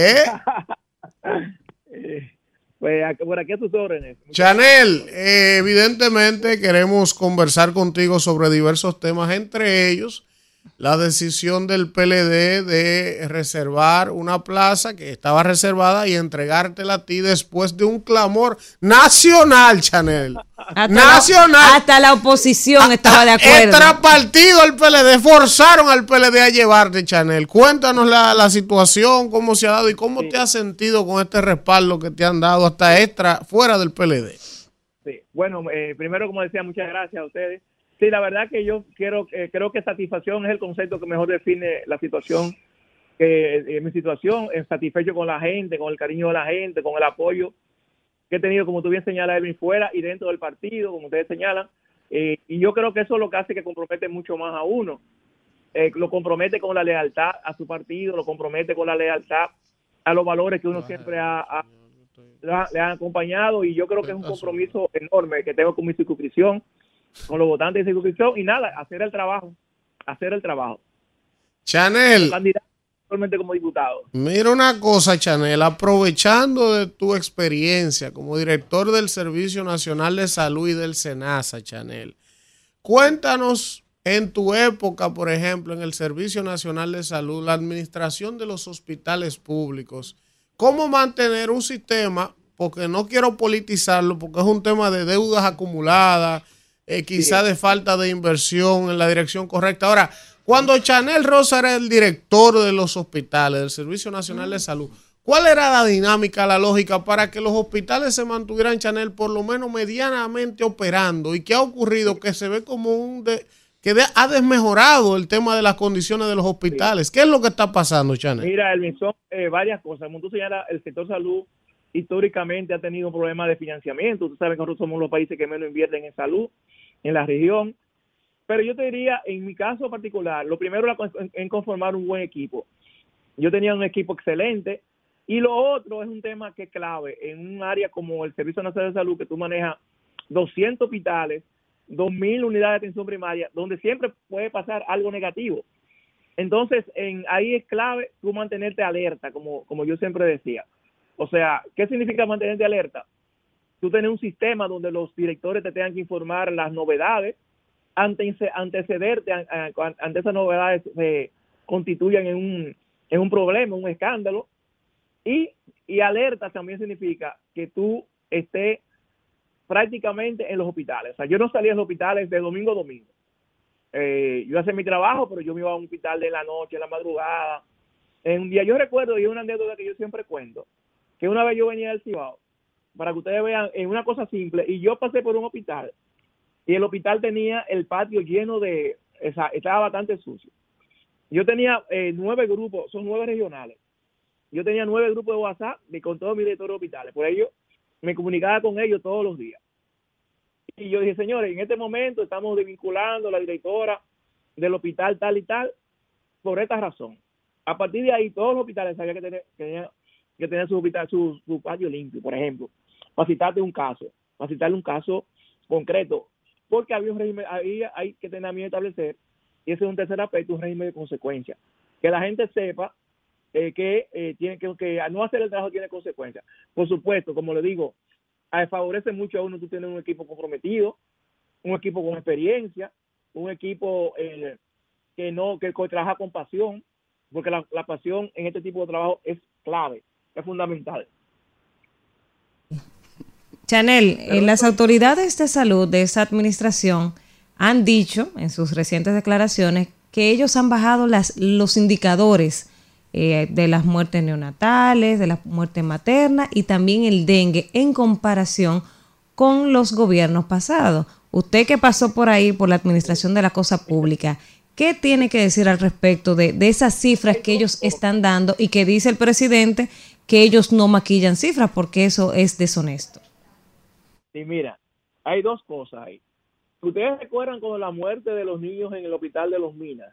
Pues por aquí a tus órdenes. Chanel, evidentemente queremos conversar contigo sobre diversos temas, entre ellos la decisión del PLD de reservar una plaza que estaba reservada y entregártela a ti después de un clamor nacional, Chanel. Nacional. Hasta la oposición estaba de acuerdo. Extrapartido al PLD, forzaron al PLD a llevarte, Chanel. Cuéntanos la situación, cómo se ha dado y cómo te has sentido con este respaldo que te han dado hasta extra fuera del PLD. Sí. Bueno, primero, como decía, muchas gracias a ustedes. Sí, la verdad que yo creo que satisfacción es el concepto que mejor define la situación. Mi situación es satisfecho con la gente, con el cariño de la gente, con el apoyo que he tenido, como tú bien señalas, Edwin, fuera y dentro del partido, como ustedes señalan. Y yo creo que eso es lo que hace que compromete mucho más a uno. Lo compromete con la lealtad a su partido, lo compromete con la lealtad a los valores que uno siempre le ha acompañado. Y yo creo que es un compromiso enorme que tengo con mi circunscripción, con los votantes de circunscripción, y nada, hacer el trabajo. Chanel, candidato actualmente como diputado. mira una cosa, Chanel, aprovechando de tu experiencia como director del Servicio Nacional de Salud y del SENASA, Chanel, cuéntanos en tu época, por ejemplo, en el Servicio Nacional de Salud, la administración de los hospitales públicos, cómo mantener un sistema, porque no quiero politizarlo, porque es un tema de deudas acumuladas, quizá de falta de inversión en la dirección correcta. Ahora, cuando Chanel Rosa era el director de los hospitales, del Servicio Nacional de Salud, ¿cuál era la dinámica, la lógica para que los hospitales se mantuvieran, Chanel, por lo menos medianamente operando? ¿Y qué ha ocurrido? Que se ve como ha desmejorado el tema de las condiciones de los hospitales. ¿Qué es lo que está pasando, Chanel? Mira, Elvin, son varias cosas. Como tú señalas, el sector salud históricamente ha tenido problemas de financiamiento. Tú sabes que nosotros somos los países que menos invierten en salud en la región. Pero yo te diría, en mi caso particular, lo primero es conformar un buen equipo. Yo tenía un equipo excelente. Y lo otro es un tema que es clave en un área como el Servicio Nacional de Salud, que tú manejas 200 hospitales, 2.000 unidades de atención primaria, donde siempre puede pasar algo negativo. Entonces, ahí es clave tú mantenerte alerta, como yo siempre decía. O sea, ¿qué significa mantenerte alerta? Tú tienes un sistema donde los directores te tengan que informar las novedades, antecederte ante esas novedades se constituyan en un problema, un escándalo. Y alerta también significa que tú estés prácticamente en los hospitales. O sea, yo no salía a los hospitales de domingo a domingo. Yo hacía mi trabajo, pero yo me iba a un hospital de la noche, en la madrugada. En un día, yo recuerdo, y es una anécdota que yo siempre cuento, que una vez yo venía del Cibao, para que ustedes vean, en una cosa simple, y yo pasé por un hospital, y el hospital tenía el patio lleno estaba bastante sucio. Yo tenía 9 grupos, son 9 regionales. Yo tenía 9 grupos de WhatsApp con todos mis directores de hospitales. Por ello, me comunicaba con ellos todos los días. Y yo dije, señores, en este momento estamos desvinculando a la directora del hospital tal y tal por esta razón. A partir de ahí, todos los hospitales sabían que tenían su patio limpio, por ejemplo. Para citarle un caso concreto. Porque había un régimen, hay que tener también establecer, y ese es un tercer aspecto, un régimen de consecuencias. Que la gente sepa que no hacer el trabajo tiene consecuencias. Por supuesto, como le digo, favorece mucho a uno tú tienes un equipo comprometido, un equipo con experiencia, un equipo que trabaja con pasión, porque la pasión en este tipo de trabajo es clave, es fundamental. Chanel, las autoridades de salud de esta administración han dicho en sus recientes declaraciones que ellos han bajado los indicadores de las muertes neonatales, de la muerte materna y también el dengue en comparación con los gobiernos pasados. Usted que pasó por ahí, por la administración de la cosa pública, ¿qué tiene que decir al respecto de esas cifras que ellos están dando y que dice el presidente que ellos no maquillan cifras porque eso es deshonesto? Sí, mira, hay dos cosas ahí. ¿Ustedes recuerdan con la muerte de los niños en el hospital de Los Minas?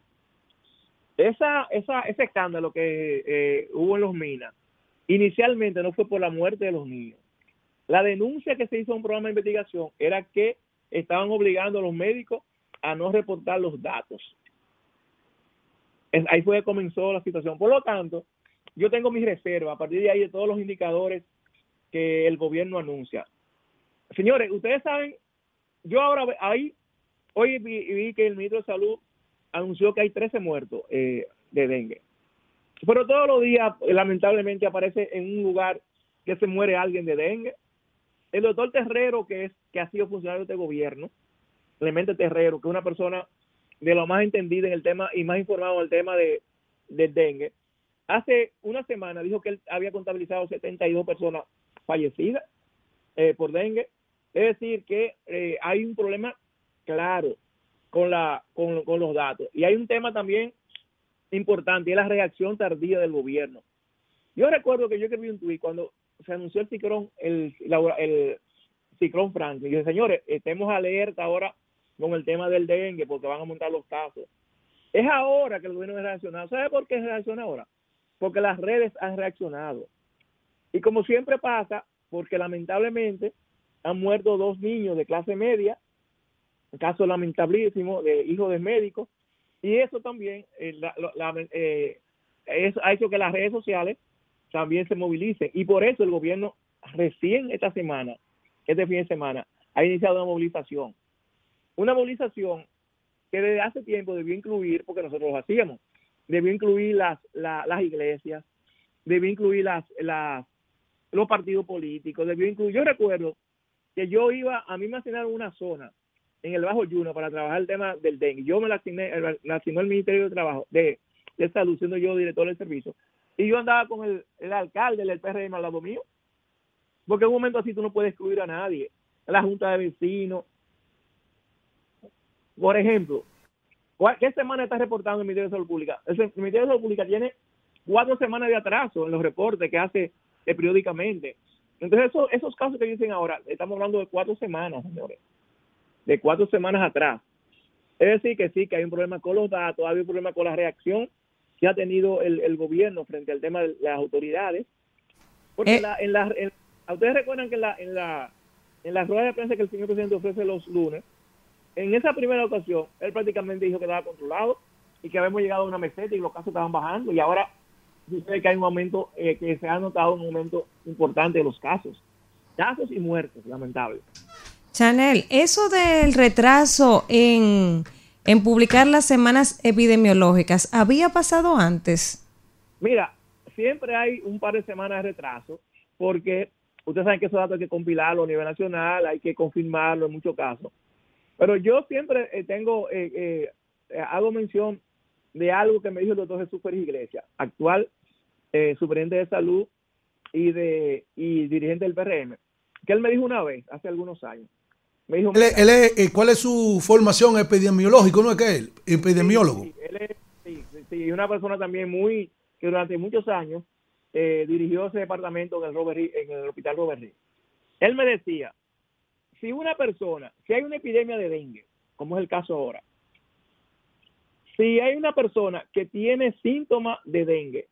Ese escándalo que hubo en Los Minas, inicialmente no fue por la muerte de los niños. La denuncia que se hizo a un programa de investigación era que estaban obligando a los médicos a no reportar los datos. Ahí fue que comenzó la situación. Por lo tanto, yo tengo mis reservas a partir de ahí de todos los indicadores que el gobierno anuncia. Señores, ustedes saben, yo ahora hoy vi que el ministro de Salud anunció que hay 13 muertos de dengue. Pero todos los días, lamentablemente, aparece en un lugar que se muere alguien de dengue. El doctor Terrero, que ha sido funcionario de este gobierno, Clemente Terrero, que es una persona de lo más entendida en el tema y más informado en el tema del dengue, hace una semana dijo que él había contabilizado 72 personas fallecidas por dengue. Es decir, que hay un problema claro con los datos. Y hay un tema también importante, y es la reacción tardía del gobierno. Yo recuerdo que yo escribí un tuit cuando se anunció el ciclón Franklin. Yo dije, señores, estemos alerta ahora con el tema del dengue porque van a aumentar los casos. Es ahora que el gobierno ha reaccionado. ¿Sabe por qué reacciona ahora? Porque las redes han reaccionado. Y como siempre pasa, porque lamentablemente han muerto 2 niños de clase media, un caso lamentabilísimo de hijos de médicos, y eso también eso ha hecho que las redes sociales también se movilicen, y por eso el gobierno recién este fin de semana, ha iniciado una movilización que desde hace tiempo debió incluir, porque nosotros lo hacíamos, debió incluir las iglesias, debió incluir los partidos políticos, debió incluir. Yo recuerdo que a mí me asignaron una zona en el Bajo Yuna para trabajar el tema del dengue. Yo me la asignó el Ministerio de Trabajo, de Salud, siendo yo director del servicio. Y yo andaba con el alcalde del PRM al lado mío. Porque en un momento así tú no puedes excluir a nadie. La Junta de Vecinos. Por ejemplo, ¿qué semana está reportando el Ministerio de Salud Pública? El Ministerio de Salud Pública tiene 4 semanas de atraso en los reportes que hace periódicamente. Entonces, esos casos que dicen ahora, estamos hablando de 4 semanas, señores. De 4 semanas atrás. Es decir, que sí, que hay un problema con los datos, hay un problema con la reacción que ha tenido el gobierno frente al tema de las autoridades. Porque ustedes recuerdan que en la rueda de prensa que el señor presidente ofrece los lunes, en esa primera ocasión, él prácticamente dijo que estaba controlado y que habíamos llegado a una meseta y los casos estaban bajando, y ahora sucede que hay un aumento, que se ha notado un aumento importante de los casos y muertes, lamentable. Chanel, eso del retraso en publicar las semanas epidemiológicas, ¿había pasado antes? Mira, siempre hay un par de semanas de retraso, porque ustedes saben que esos datos hay que compilarlo a nivel nacional, hay que confirmarlo en muchos casos. Pero yo siempre hago mención de algo que me dijo el doctor Jesús Pérez Iglesias, actual superintendente de salud y dirigente del PRM, que él me dijo una vez, hace algunos años. Me dijo, ¿cuál es su formación epidemiológica? ¿No es que él? Epidemiólogo. Sí, él es una persona también que durante muchos años dirigió ese departamento en el Hospital Robert Reed. Él me decía, si hay una epidemia de dengue, como es el caso ahora, si hay una persona que tiene síntomas de dengue,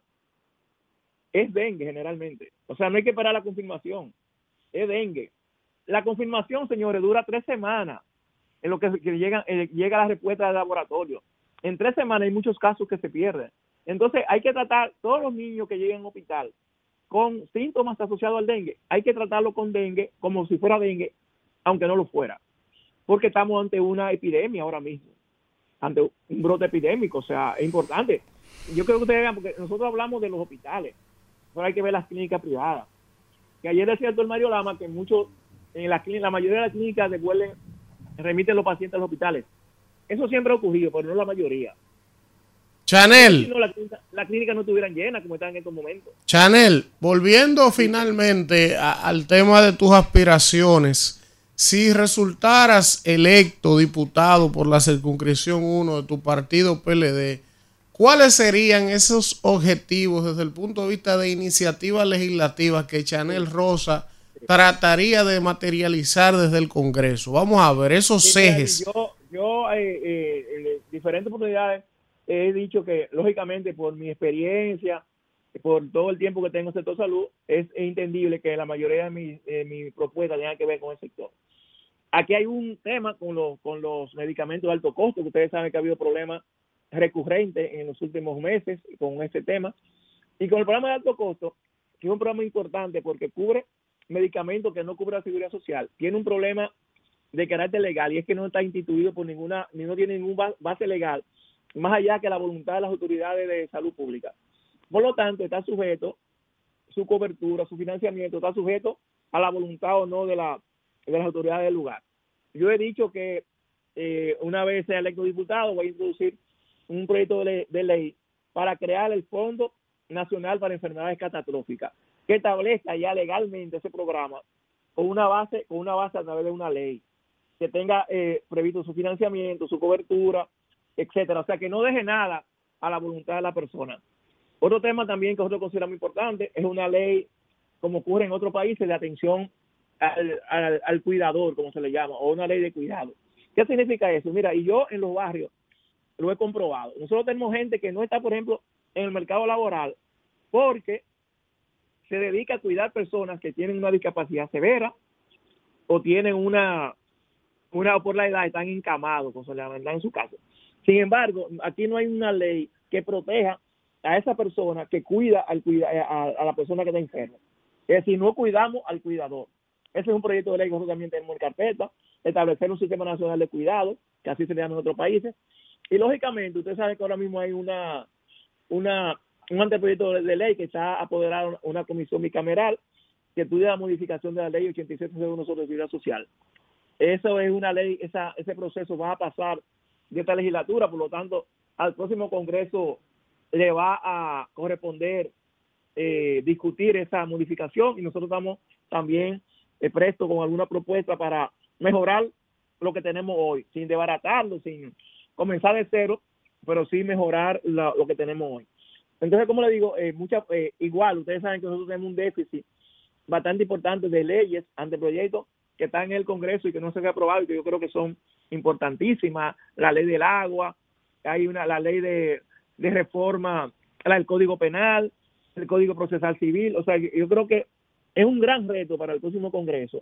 es dengue generalmente. O sea, no hay que esperar la confirmación. Es dengue. La confirmación, señores, dura 3 semanas en lo que llega la respuesta del laboratorio. En 3 semanas hay muchos casos que se pierden. Entonces, hay que tratar todos los niños que lleguen al hospital con síntomas asociados al dengue. Hay que tratarlo con dengue como si fuera dengue, aunque no lo fuera. Porque estamos ante una epidemia ahora mismo. Ante un brote epidémico. O sea, es importante. Yo creo que ustedes vean, porque nosotros hablamos de los hospitales, pero hay que ver las clínicas privadas. Que ayer decía el doctor Mario Lama que la mayoría de las clínicas remiten los pacientes a los hospitales. Eso siempre ha ocurrido, pero no la mayoría. Chanel. Si no, la clínica no estuvieran llenas como están en estos momentos. Chanel, volviendo finalmente al tema de tus aspiraciones, si resultaras electo diputado por la circunscripción 1 de tu partido PLD, ¿cuáles serían esos objetivos desde el punto de vista de iniciativas legislativas que Chanel Rosa trataría de materializar desde el Congreso? Vamos a ver esos ejes. Yo en diferentes oportunidades he dicho que, lógicamente, por mi experiencia, por todo el tiempo que tengo en el sector salud, es entendible que la mayoría de mis propuestas tengan que ver con el sector. Aquí hay un tema con los medicamentos de alto costo, que ustedes saben que ha habido problemas recurrentes en los últimos meses con este tema. Y con el programa de alto costo, que es un programa importante porque cubre medicamentos que no cubre la Seguridad Social, tiene un problema de carácter legal, y es que no está instituido por no tiene ninguna base legal, más allá que la voluntad de las autoridades de salud pública. Por lo tanto, está sujeto, su cobertura, su financiamiento, está sujeto a la voluntad o no de las autoridades del lugar. Yo he dicho que una vez sea electo diputado, voy a introducir un proyecto de ley para crear el Fondo Nacional para Enfermedades Catastróficas, que establezca ya legalmente ese programa con una base a través de una ley, que tenga previsto su financiamiento, su cobertura, etcétera. O sea, que no deje nada a la voluntad de la persona. Otro tema también que nosotros consideramos importante es una ley, como ocurre en otros países, de atención al cuidador, como se le llama, o una ley de cuidado. ¿Qué significa eso? Mira, y yo en los barrios lo he comprobado. Nosotros tenemos gente que no está, por ejemplo, en el mercado laboral porque se dedica a cuidar personas que tienen una discapacidad severa o tienen por la edad están encamados, como se le llama, están en su casa. Sin embargo, aquí no hay una ley que proteja a esa persona que cuida a la persona que está enferma. Es decir, no cuidamos al cuidador. Ese es un proyecto de ley que nosotros también tenemos en carpeta, establecer un sistema nacional de cuidado, que así se le llama en otros países. Y lógicamente, ustedes saben que ahora mismo hay un anteproyecto de ley que está apoderado una comisión bicameral que estudia la modificación de la ley 8701 sobre seguridad social. Eso es una ley, ese proceso va a pasar de esta legislatura, por lo tanto, al próximo Congreso le va a corresponder discutir esa modificación y nosotros estamos también prestos con alguna propuesta para mejorar lo que tenemos hoy, sin desbaratarlo, sin comenzar de cero, pero sí mejorar lo que tenemos hoy. Entonces, como le digo, igual, ustedes saben que nosotros tenemos un déficit bastante importante de leyes, anteproyectos que están en el Congreso y que no se han aprobado y que yo creo que son importantísimas. La ley del agua, hay la ley de reforma, el Código Penal, el Código Procesal Civil. O sea, yo creo que es un gran reto para el próximo Congreso,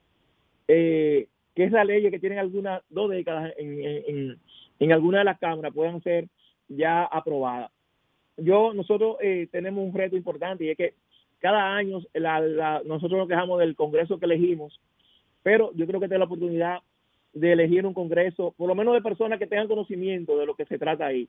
que esas leyes que tienen algunas 2 décadas en alguna de las cámaras puedan ser ya aprobadas. Nosotros tenemos un reto importante y es que cada año nosotros nos quejamos del Congreso que elegimos, pero yo creo que tenemos la oportunidad de elegir un Congreso, por lo menos de personas que tengan conocimiento de lo que se trata ahí,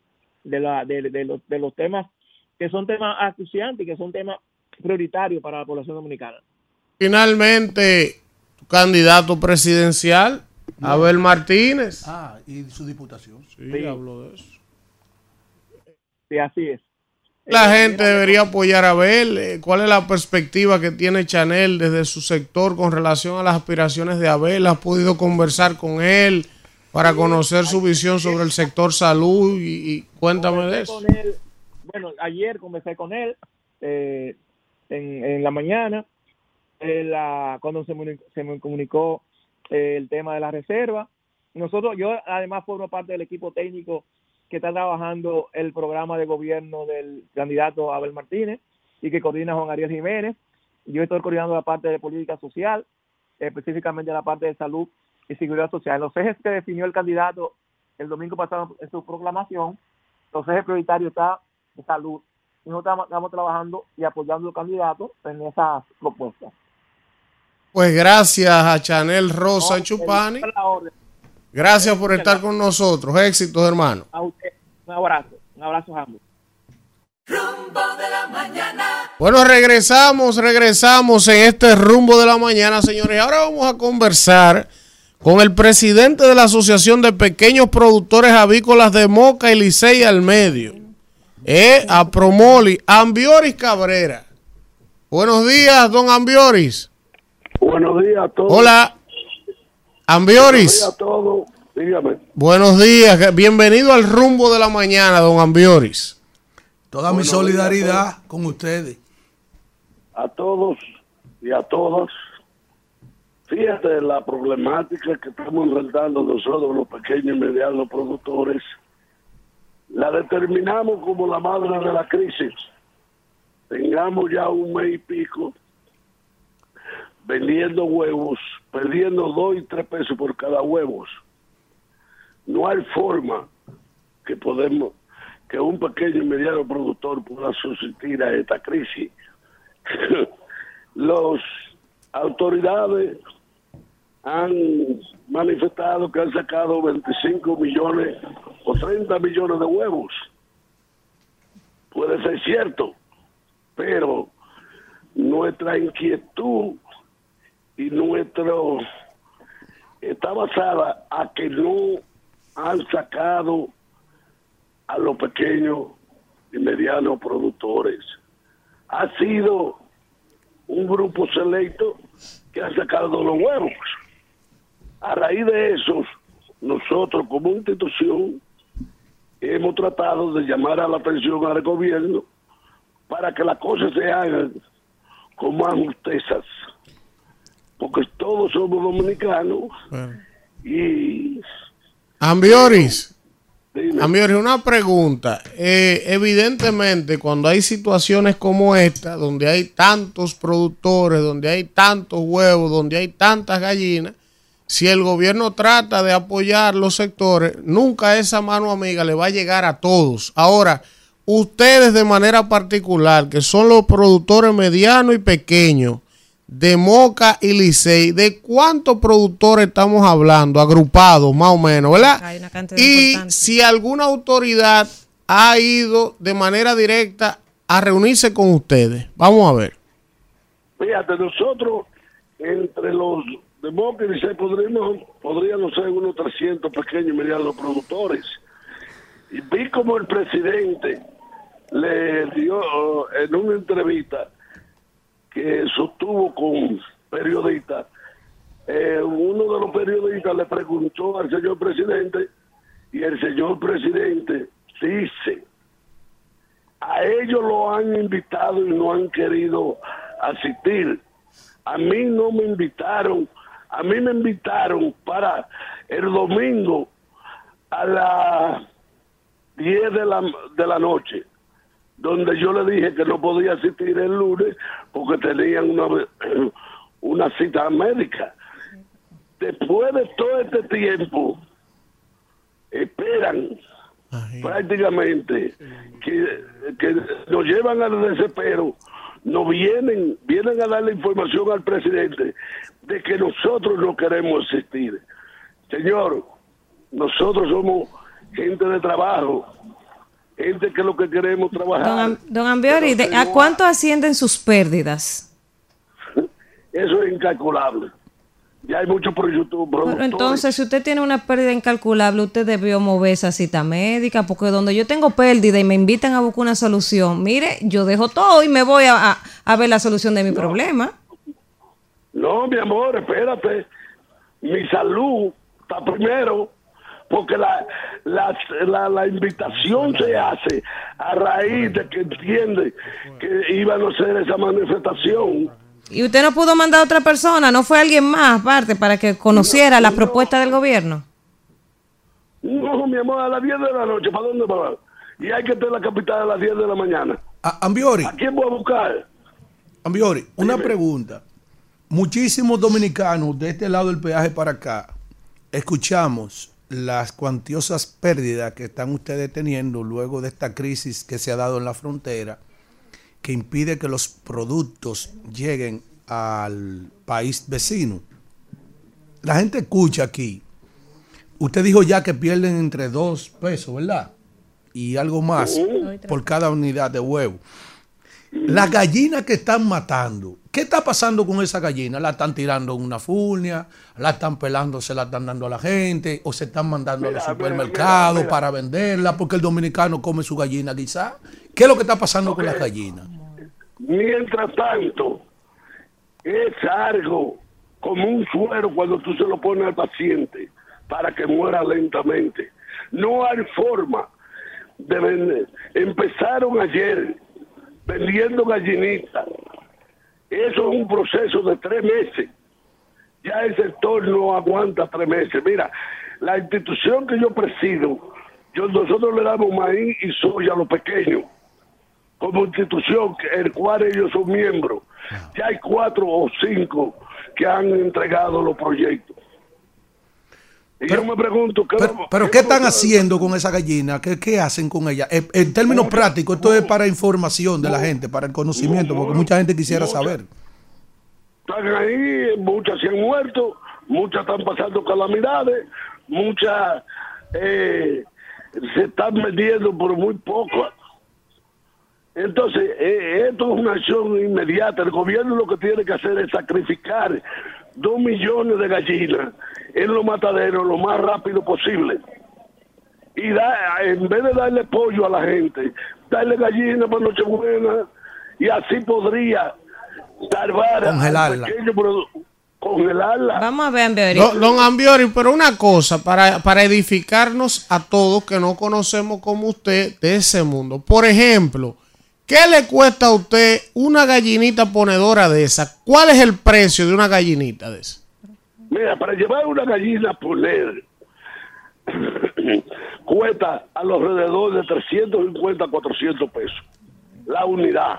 de los temas que son temas acuciantes y que son temas prioritarios para la población dominicana. Finalmente, tu candidato presidencial, Abel Martínez. Y su diputación. Sí, habló de eso. Sí, así es. La gente debería apoyar a Abel. ¿Cuál es la perspectiva que tiene Chanel desde su sector con relación a las aspiraciones de Abel? ¿Has podido conversar con él para conocer su visión sobre el sector salud? Y cuéntame de eso. Bueno, ayer conversé con él en la mañana, cuando se me comunicó el tema de la reserva. Yo además formo parte del equipo técnico que está trabajando el programa de gobierno del candidato Abel Martínez y que coordina Juan Ariel Jiménez. Yo estoy coordinando la parte de política social, específicamente la parte de salud y seguridad social. Los ejes que definió el candidato el domingo pasado en su proclamación, los ejes prioritarios están en salud. Y nosotros estamos trabajando y apoyando al candidato en esas propuestas. Pues gracias a Chanel Rosa Chupani. Gracias por estar con nosotros. Éxitos, hermano. A usted, un abrazo a ambos. Rumbo de la mañana. Bueno, regresamos en este Rumbo de la Mañana, señores. Ahora vamos a conversar con el presidente de la Asociación de Pequeños Productores Avícolas de Moca y Licey al Medio, a Promoli, Ambioris Cabrera. Buenos días, don Ambioris. Buenos días a todos. Hola. Ambioris. Buenos días a todos. Dígame. Buenos días. Bienvenido al Rumbo de la Mañana, don Ambioris. Toda mi solidaridad con ustedes. A todos y a todas. Fíjate la problemática que estamos enfrentando nosotros, los pequeños y medianos productores. La determinamos como la madre de la crisis. Tengamos ya 1 mes y pico vendiendo huevos, perdiendo 2 y 3 pesos por cada huevos. No hay forma que un pequeño y mediano productor pueda subsistir a esta crisis. Las autoridades han manifestado que han sacado 25 millones o 30 millones de huevos. Puede ser cierto, pero nuestra inquietud y está basada a que no han sacado a los pequeños y medianos productores. Ha sido un grupo selecto que ha sacado los huevos. A raíz de eso, nosotros como institución hemos tratado de llamar a la atención al gobierno para que las cosas se hagan con más justezas, porque todos somos dominicanos. Y Ambioris, una pregunta. Evidentemente, cuando hay situaciones como esta, donde hay tantos productores, donde hay tantos huevos, donde hay tantas gallinas, si el gobierno trata de apoyar los sectores, nunca esa mano amiga le va a llegar a todos. Ahora, ustedes de manera particular, que son los productores medianos y pequeños de Moca y Licey, ¿de cuántos productores estamos hablando? Agrupados, más o menos, ¿verdad? Hay una cantidad Y importante. si alguna autoridad ha ido de manera directa a reunirse con ustedes. Vamos a ver. Fíjate, nosotros, entre los demócratas, podríamos ser unos 300 pequeños y medianos productores. Y vi como el presidente le dio en una entrevista que sostuvo con periodistas, uno de los periodistas le preguntó al señor presidente y el señor presidente dice: a ellos lo han invitado y no han querido asistir. A mí no me invitaron. A mí me invitaron para el domingo a las 10 de la noche, donde yo le dije que no podía asistir el lunes porque tenían una cita médica. Después de todo este tiempo, esperan prácticamente que nos llevan al desespero, nos vienen a dar la información al presidente de que nosotros no queremos asistir. Señor, nosotros somos gente de trabajo, gente que lo que queremos trabajar. Don Ambiori, ¿a cuánto ascienden sus pérdidas? Eso es incalculable. Ya hay muchos productores. Pero entonces, si usted tiene una pérdida incalculable, usted debió mover esa cita médica, porque donde yo tengo pérdida y me invitan a buscar una solución, mire, yo dejo todo y me voy a ver la solución de mi problema. No, mi amor, espérate. Mi salud está primero, porque la invitación se hace a raíz de que entiende que iban a hacer esa manifestación. ¿Y usted no pudo mandar a otra persona? ¿No fue alguien más aparte para que conociera la propuesta del gobierno? No, mi amor, a las 10 de la noche, ¿para dónde va? Y hay que estar en la capital a las 10 de la mañana. Ambiori. ¿A quién voy a buscar? Ambiori, una pregunta. Muchísimos dominicanos de este lado del peaje para acá escuchamos las cuantiosas pérdidas que están ustedes teniendo luego de esta crisis que se ha dado en la frontera, que impide que los productos lleguen al país vecino. La gente escucha aquí. Usted dijo ya que pierden entre 2 pesos, ¿verdad? Y algo más por cada unidad de huevo. Las gallinas que están matando, ¿qué está pasando con esa gallina? ¿La están tirando en una furnia? ¿La están pelando, se la están dando a la gente? ¿O se están mandando a los supermercados para venderla? Porque el dominicano come su gallina quizá. ¿Qué es lo que está pasando con las gallinas? Mientras tanto, es algo como un suero cuando tú se lo pones al paciente para que muera lentamente. No hay forma de vender. Empezaron ayer vendiendo gallinitas. Eso es un proceso de 3 meses. Ya el sector no aguanta 3 meses. Mira, la institución que yo presido, nosotros le damos maíz y soya a los pequeños, como institución, el cual ellos son miembros. Ya hay 4 o 5 que han entregado los proyectos. Y yo me pregunto, ¿qué están haciendo con esa gallina? ¿Qué hacen con ella? En términos prácticos, esto es para información de la gente, para el conocimiento, porque mucha gente quisiera saber. Están ahí, muchas se han muerto, muchas están pasando calamidades, muchas se están vendiendo por muy poco. Entonces, esto es una acción inmediata. El gobierno lo que tiene que hacer es sacrificar 2 millones de gallinas en los mataderos lo más rápido posible. Y en vez de darle pollo a la gente, darle gallina para Nochebuena, y así podría salvar congelarla. Congelarla. Vamos a ver, Ambiori. Don Ambiori, pero una cosa, para edificarnos a todos que no conocemos como usted de ese mundo. Por ejemplo, ¿qué le cuesta a usted una gallinita ponedora de esa? ¿Cuál es el precio de una gallinita de esa? Mira, para llevar una gallina a poner cuesta a los alrededor de 350 a 400 pesos la unidad.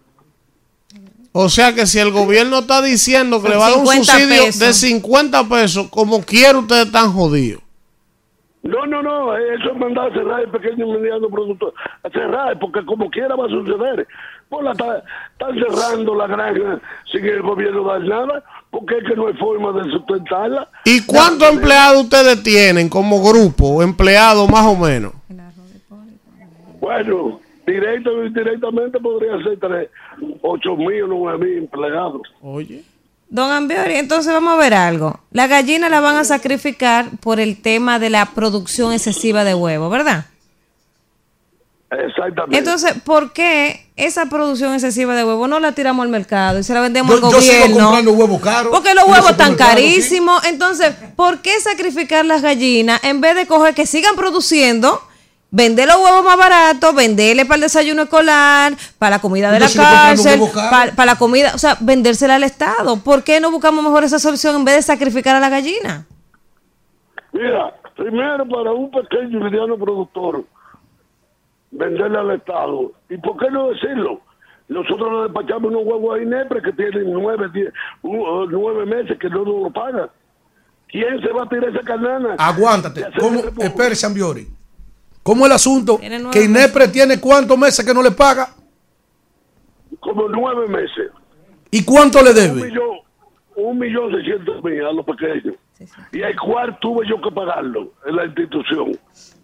O sea que si el gobierno está diciendo que le va a dar un subsidio de 50 pesos, como quiera, ustedes están jodidos. No, eso es mandar a cerrar el pequeño y mediano productor. A cerrar, porque como quiera va a suceder. Pues están cerrando la granja sin el gobierno dar nada, porque es que no hay forma de sustentarla. ¿Y cuántos empleados ustedes tienen como grupo, empleados más o menos? Bueno, directo o indirectamente podría ser 8,000 o 9,000 empleados. Oye. Don Ambiori, entonces vamos a ver algo. La gallina la van a sacrificar por el tema de la producción excesiva de huevos, ¿verdad? Exactamente. Entonces, ¿por qué esa producción excesiva de huevos no la tiramos al mercado y se la vendemos al Yo sigo gobierno? comprando huevos caros. Porque los en huevos los están supermercados, carísimos. Entonces, ¿por qué sacrificar las gallinas en vez de coger que sigan produciendo, vender los huevos más baratos, venderle para el desayuno escolar, para la comida de Yo la sigo comprando cárcel, huevos caros. para la comida, o sea, vendérsela al Estado? ¿Por qué no buscamos mejor esa solución en vez de sacrificar a la gallina? Mira, primero para un pequeño y mediano productor, venderle al Estado. ¿Y por qué no decirlo? Nosotros le despachamos unos huevos a Inepre que tienen 9 meses que no nos lo pagan. ¿Quién se va a tirar esa canana? Aguántate. ¿Cómo? Espérese, Ambiori. ¿Cómo el asunto? Tiene 9 Que Inepre tiene ¿cuántos meses que no le paga? Como 9 meses. ¿Y cuánto le debe? 1,600,000 a los pequeños. Y al cual tuve yo que pagarlo en la institución.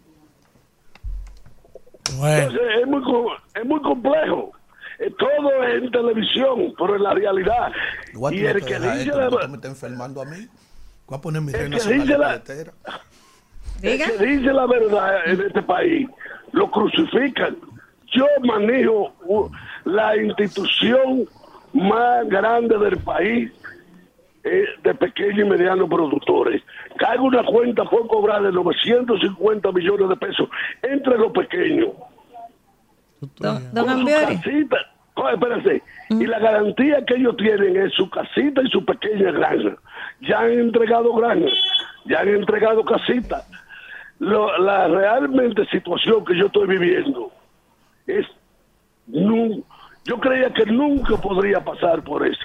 Bueno. Entonces, es muy complejo. Todo es en televisión, pero en la realidad. Igual Y tú no el te que dejas dice esto, la porque tú me estás enfermando a mí. Voy a poner mi red El que nacional dice de la- paletera. el que dice la verdad en este país, lo crucifican. Yo manejo la institución más grande del país de pequeños y medianos productores. Caigo una cuenta por cobrar de 950 millones de pesos entre los pequeños. Don Ambiori. Espérate. Y la garantía que ellos tienen es su casita y su pequeña granja. Ya han entregado granjas, ya han entregado casitas. La realmente situación que yo estoy viviendo es... yo creía que nunca podría pasar por esa.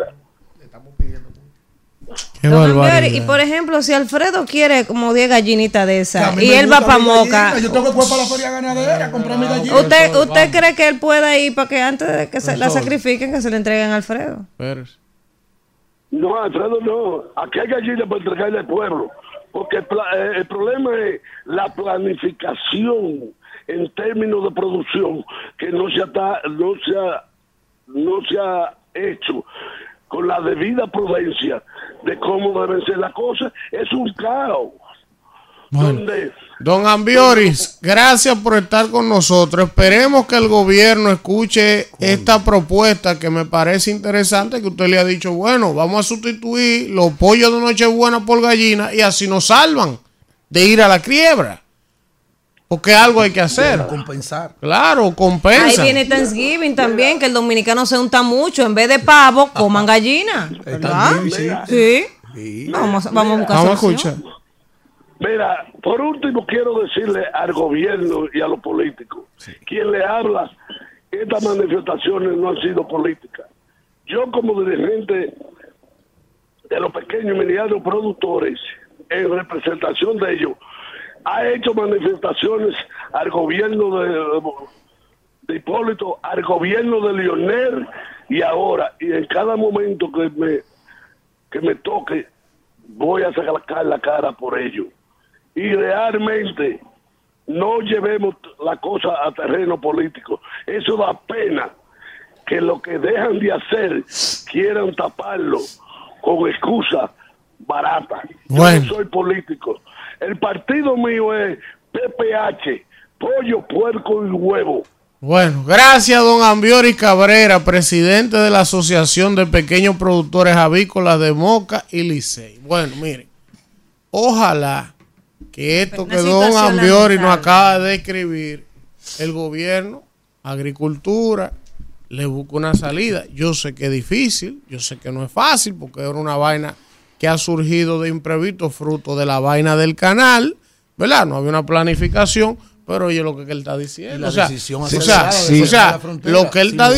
Qué Don barbaridad. Ambiori, y por ejemplo, si Alfredo quiere como 10 gallinitas de Que a esas mí y me él va gusta para mi Moca, gallina. Yo tengo que ir para la feria ganadera a comprar mi gallina. ¿usted cree que él pueda ir para que antes de que se la sacrifiquen, que se le entreguen a Alfredo? No, Alfredo, no. Aquí hay gallinas para entregarle al pueblo. Porque el problema es la planificación en términos de producción que no se ha hecho con la debida prudencia de cómo deben ser las cosas. Es un caos. Donde Don Ambioris, gracias por estar con nosotros. Esperemos que el gobierno escuche esta propuesta que me parece interesante, que usted le ha dicho, bueno, vamos a sustituir los pollos de Nochebuena por gallina y así nos salvan de ir a la quiebra. Porque algo hay que hacer. Compensar. Claro, compensa. Ahí viene Thanksgiving también, que el dominicano se unta mucho. En vez de pavo, coman gallina. ¿Verdad? Sí. Vamos a buscar Vamos a solución. escuchar. Mira, por último quiero decirle al gobierno y a los políticos, quien le habla, estas manifestaciones no han sido políticas. Yo como dirigente de los pequeños y medianos productores, en representación de ellos, ha hecho manifestaciones al gobierno de Hipólito, al gobierno de Leonel y ahora, y en cada momento que me toque, voy a sacar la cara por ello. Y realmente no llevemos la cosa a terreno político. Eso da pena que lo que dejan de hacer quieran taparlo con excusas baratas. Bueno. Yo no soy político. El partido mío es PPH, pollo, puerco y huevo. Bueno, gracias don Ambioris Cabrera, presidente de la Asociación de Pequeños Productores Avícolas de Moca y Licey. Bueno, miren, ojalá que esto que don Ambioris nos acaba de escribir, el gobierno, agricultura, le busque una salida. Yo sé que es difícil, yo sé que no es fácil, porque era una vaina que ha surgido de imprevisto, fruto de la vaina del canal, ¿verdad? No había una planificación, pero oye lo que él está diciendo. Lo que él está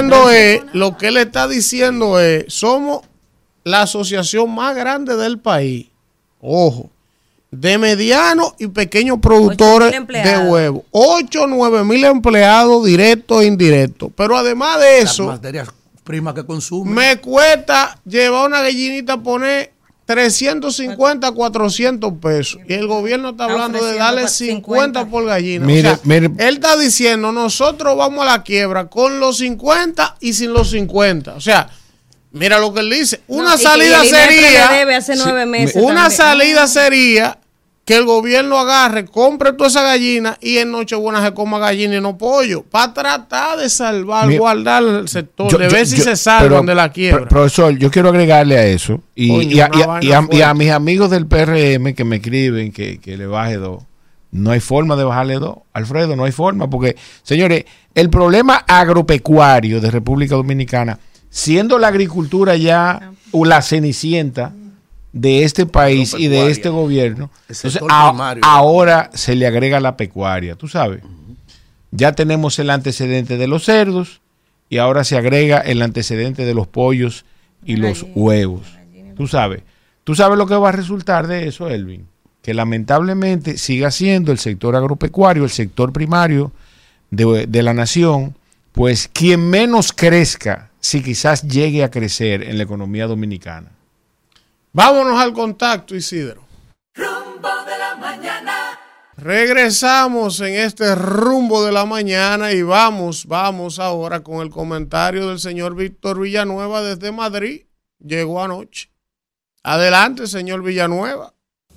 diciendo es, somos la asociación más grande del país, ojo, de medianos y pequeños productores de huevos. 8 o 9 mil empleados directos e indirectos. Pero además de eso, las materias primas que consumen, me cuesta llevar una gallinita a poner 350, 400 pesos. Y el gobierno está hablando de darle 50 por gallina. Mire, o sea, él está diciendo, nosotros vamos a la quiebra con los 50 y sin los 50. O sea, mira lo que él dice. Una salida sería... Debe hace 9 meses una también. salida sería que el gobierno agarre, compre toda esa gallina y en Nochebuena se coma gallina y no pollo, para tratar de salvaguardar el sector, de ver si se salvan de la quiebra. Profesor, yo quiero agregarle a eso Coño, y a mis amigos del PRM que me escriben que le baje 2. No hay forma de bajarle 2, Alfredo, no hay forma, porque, señores, el problema agropecuario de República Dominicana, siendo la agricultura ya la cenicienta de este país y de este gobierno, entonces ahora se le agrega la pecuaria, tú sabes. Ya tenemos el antecedente de los cerdos y ahora se agrega el antecedente de los pollos y los huevos. Tú sabes lo que va a resultar de eso, Elvin, que lamentablemente siga siendo el sector agropecuario, el sector primario de la nación, pues quien menos crezca, si quizás llegue a crecer en la economía dominicana. Vámonos al contacto, Isidro. Rumbo de la mañana. Regresamos en este rumbo de la mañana y vamos ahora con el comentario del señor Víctor Villanueva desde Madrid. Llegó anoche. Adelante, señor Villanueva.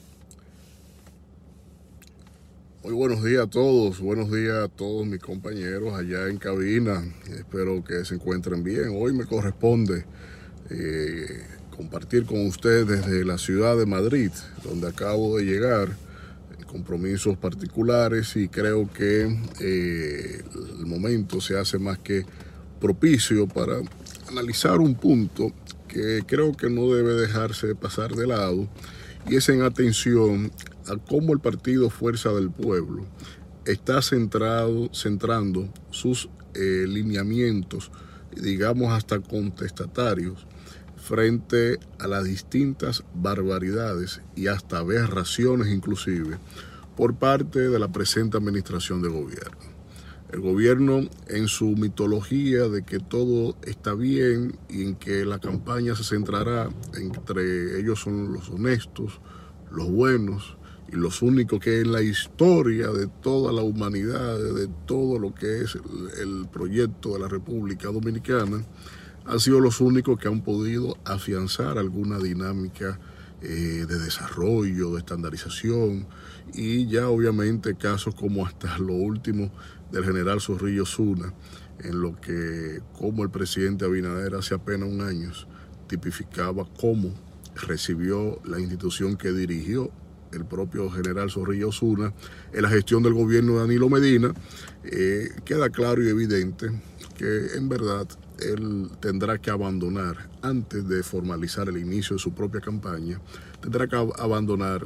Muy buenos días a todos mis compañeros allá en cabina. Espero que se encuentren bien. Hoy me corresponde compartir con ustedes desde la ciudad de Madrid, donde acabo de llegar, compromisos particulares, y creo que el momento se hace más que propicio para analizar un punto que creo que no debe dejarse pasar de lado, y es en atención a cómo el partido Fuerza del Pueblo está centrando sus lineamientos, digamos hasta contestatarios, frente a las distintas barbaridades y hasta aberraciones inclusive por parte de la presente administración de gobierno. El gobierno, en su mitología de que todo está bien y en que la campaña se centrará entre ellos son los honestos, los buenos y los únicos que en la historia de toda la humanidad, de todo lo que es el proyecto de la República Dominicana, han sido los únicos que han podido afianzar alguna dinámica de desarrollo, de estandarización, y ya obviamente casos como hasta lo último del general Zorrillo Zuna, en lo que como el presidente Abinader hace apenas un año tipificaba cómo recibió la institución que dirigió el propio general Zorrillo Zuna en la gestión del gobierno de Danilo Medina. Queda claro y evidente que en verdad él tendrá que abandonar, antes de formalizar el inicio de su propia campaña, tendrá que abandonar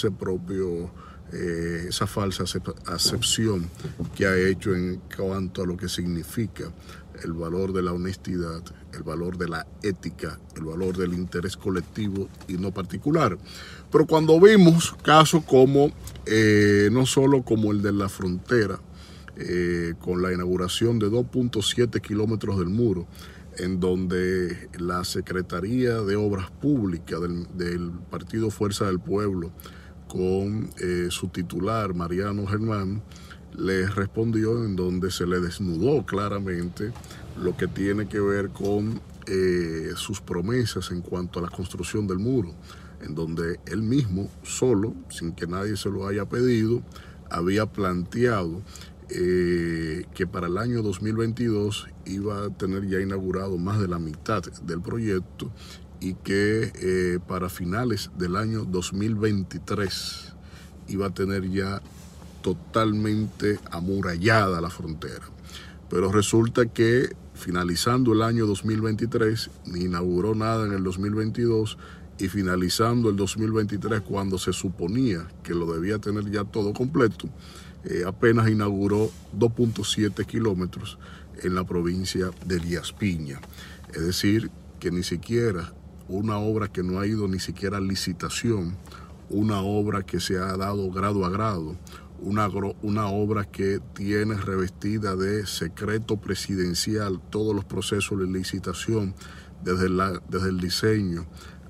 esa falsa acepción que ha hecho en cuanto a lo que significa el valor de la honestidad, el valor de la ética, el valor del interés colectivo y no particular. Pero cuando vimos casos como, no solo como el de la frontera, con la inauguración de 2.7 kilómetros del muro, en donde la Secretaría de Obras Públicas del Partido Fuerza del Pueblo, con su titular, Mariano Germán, le respondió, en donde se le desnudó claramente lo que tiene que ver con sus promesas en cuanto a la construcción del muro, en donde él mismo, solo, sin que nadie se lo haya pedido, había planteado que para el año 2022 iba a tener ya inaugurado más de la mitad del proyecto, y que para finales del año 2023 iba a tener ya totalmente amurallada la frontera. Pero resulta que finalizando el año 2023, ni inauguró nada en el 2022, y finalizando el 2023, cuando se suponía que lo debía tener ya todo completo, apenas inauguró 2.7 kilómetros en la provincia de Elías Piña. Es decir, que ni siquiera una obra que no ha ido ni siquiera a licitación, una obra que se ha dado grado a grado, una obra que tiene revestida de secreto presidencial todos los procesos de licitación, desde el diseño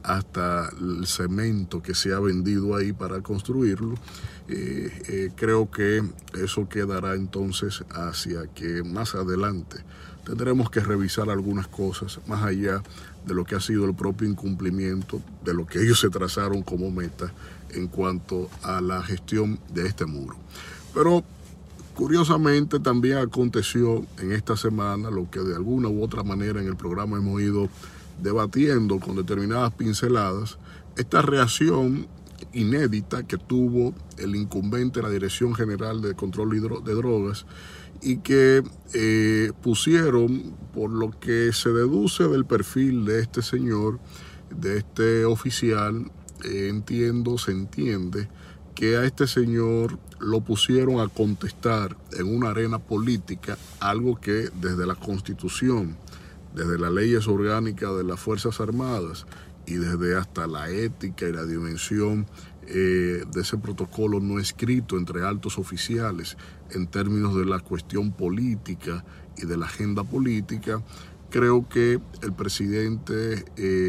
hasta el cemento que se ha vendido ahí para construirlo. Creo que eso quedará entonces hacia que más adelante tendremos que revisar algunas cosas más allá de lo que ha sido el propio incumplimiento de lo que ellos se trazaron como meta en cuanto a la gestión de este muro. Pero curiosamente también aconteció en esta semana lo que de alguna u otra manera en el programa hemos ido debatiendo con determinadas pinceladas, esta reacción inédita que tuvo el incumbente de la Dirección General de Control de Drogas y que pusieron, por lo que se deduce del perfil de este señor, de este oficial, se entiende que a este señor lo pusieron a contestar en una arena política, algo que desde la Constitución, desde las leyes orgánicas de las Fuerzas Armadas y desde hasta la ética y la dimensión de ese protocolo no escrito entre altos oficiales en términos de la cuestión política y de la agenda política, creo que el presidente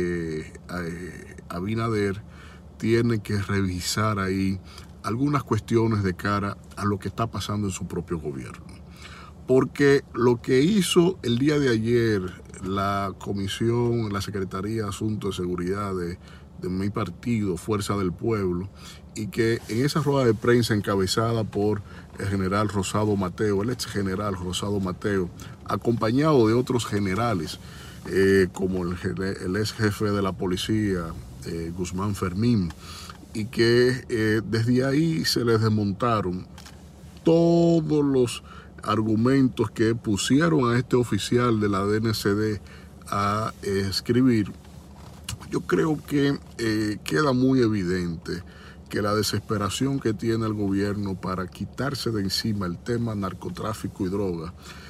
Abinader tiene que revisar ahí algunas cuestiones de cara a lo que está pasando en su propio gobierno. Porque lo que hizo el día de ayer la comisión, la Secretaría de Asuntos de Seguridad de mi partido, Fuerza del Pueblo, y que en esa rueda de prensa encabezada por el general Rosado Mateo, el ex general Rosado Mateo, acompañado de otros generales, como el ex jefe de la policía, Guzmán Fermín, y que desde ahí se les desmontaron todos los argumentos que pusieron a este oficial de la DNCD a escribir. Yo creo que queda muy evidente que la desesperación que tiene el gobierno para quitarse de encima el tema narcotráfico y droga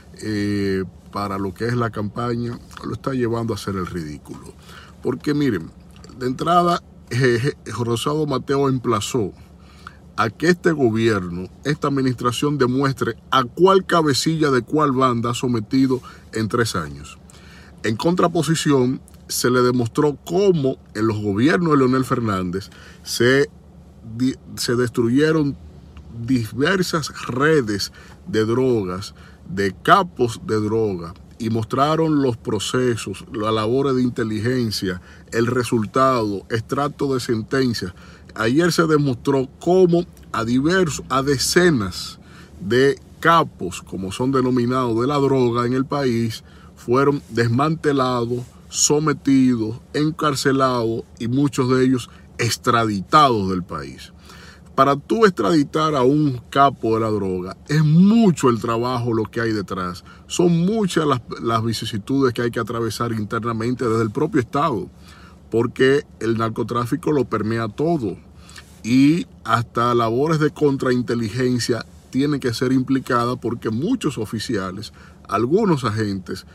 para lo que es la campaña lo está llevando a hacer el ridículo. Porque miren, de entrada Rosado Mateo emplazó a que este gobierno, esta administración demuestre a cuál cabecilla de cuál banda ha sometido en 3 años. En contraposición, se le demostró cómo en los gobiernos de Leonel Fernández se destruyeron diversas redes de drogas, de capos de droga, y mostraron los procesos, las labores de inteligencia, el resultado, extracto de sentencias. Ayer se demostró cómo a decenas de capos, como son denominados, de la droga en el país, fueron desmantelados, sometidos, encarcelados y muchos de ellos extraditados del país. Para tú extraditar a un capo de la droga, es mucho el trabajo lo que hay detrás. Son muchas las vicisitudes que hay que atravesar internamente desde el propio Estado, porque el narcotráfico lo permea todo. Y hasta labores de contrainteligencia tienen que ser implicadas porque muchos oficiales, algunos agentes,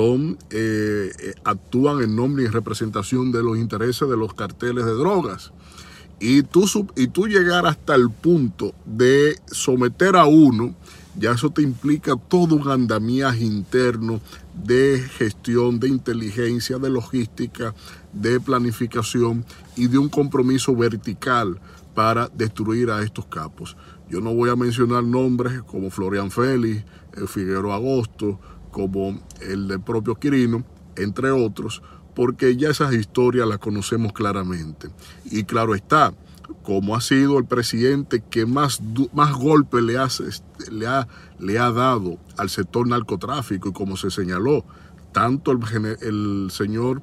actúan en nombre y en representación de los intereses de los carteles de drogas. Y tú llegar hasta el punto de someter a uno, ya eso te implica todo un andamiaje interno de gestión, de inteligencia, de logística, de planificación y de un compromiso vertical para destruir a estos capos. Yo no voy a mencionar nombres como Florian Félix, Figueroa Agosto, como el del propio Quirino, entre otros, porque ya esas historias las conocemos claramente. Y claro está, como ha sido el presidente que más golpe le ha dado al sector narcotráfico, y como se señaló, tanto el señor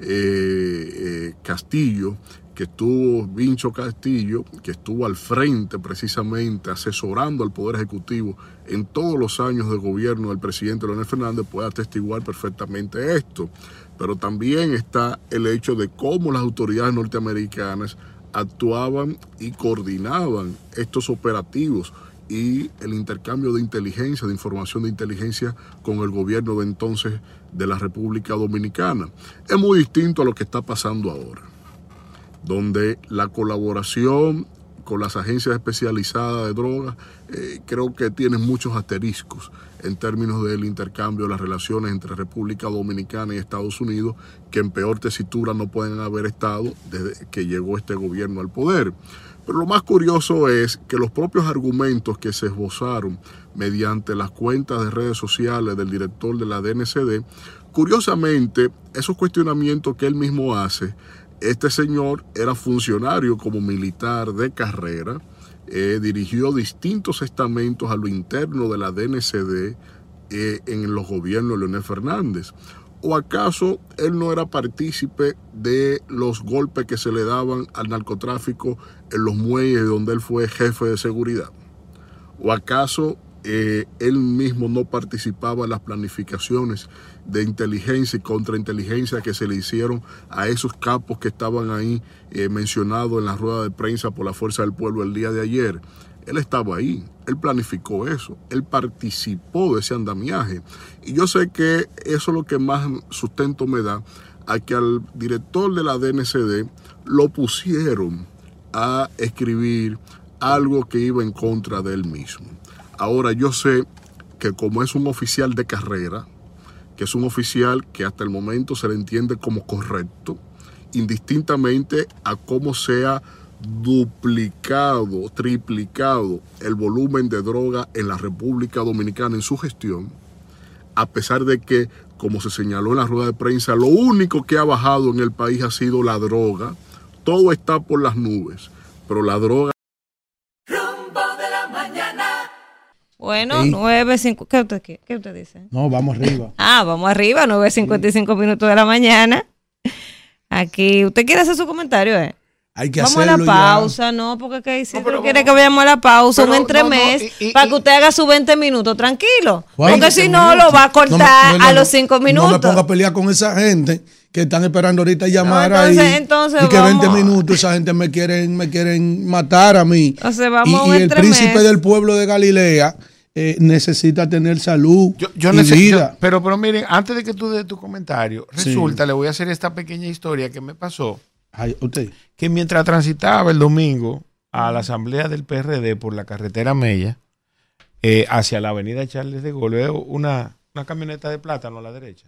Castillo, Vincho Castillo, que estuvo al frente precisamente asesorando al Poder Ejecutivo en todos los años de gobierno del presidente Leonel Fernández, puede atestiguar perfectamente esto. Pero también está el hecho de cómo las autoridades norteamericanas actuaban y coordinaban estos operativos y el intercambio de inteligencia, de información de inteligencia con el gobierno de entonces de la República Dominicana. Es muy distinto a lo que está pasando ahora, donde la colaboración con las agencias especializadas de drogas, creo que tiene muchos asteriscos en términos del intercambio de las relaciones entre República Dominicana y Estados Unidos, que en peor tesitura no pueden haber estado desde que llegó este gobierno al poder. Pero lo más curioso es que los propios argumentos que se esbozaron mediante las cuentas de redes sociales del director de la DNCD, curiosamente, esos cuestionamientos que él mismo hace, este señor era funcionario como militar de carrera, dirigió distintos estamentos a lo interno de la DNCD en los gobiernos de Leonel Fernández. ¿O acaso él no era partícipe de los golpes que se le daban al narcotráfico en los muelles donde él fue jefe de seguridad? ¿O acaso él mismo no participaba en las planificaciones de inteligencia y contrainteligencia que se le hicieron a esos capos que estaban ahí mencionados en la rueda de prensa por la Fuerza del Pueblo el día de ayer? Él estaba ahí, él planificó eso, él participó de ese andamiaje. Y yo sé que eso es lo que más sustento me da a que al director de la DNCD lo pusieron a escribir algo que iba en contra de él mismo. Ahora yo sé que como es un oficial de carrera, que es un oficial que hasta el momento se le entiende como correcto, indistintamente a cómo sea duplicado, triplicado el volumen de droga en la República Dominicana en su gestión, a pesar de que, como se señaló en la rueda de prensa, lo único que ha bajado en el país ha sido la droga. Todo está por las nubes, pero la droga... Rumbo de la mañana. Bueno, Sí. 9:05. ¿Qué usted dice? No, vamos arriba. Vamos arriba, 9:55 minutos de la mañana. Aquí, ¿usted quiere hacer su comentario, Hay que vamos a la hacerlo ya. pausa, no, porque que Isidro quiere que vayamos a la pausa, un entremés, para que usted haga sus 20 minutos, tranquilo. Juan, Porque si 20 no, minutos. lo va a cortar No, a los 5 No me minutos. ponga a pelear con esa gente que están esperando ahorita llamar entonces ahí. Y que vamos. 20 minutos esa gente me quieren matar a mí. Entonces vamos a y un el entremés. príncipe del pueblo de Galilea necesita tener salud Yo y necesito, vida. pero miren, antes de que tú des tu comentario, Sí. resulta, le voy a hacer esta pequeña historia que me pasó. Ay, usted. Que mientras transitaba el domingo a la asamblea del PRD por la carretera Mella, hacia la avenida Charles de Gaulle, veo una camioneta de plátano a la derecha.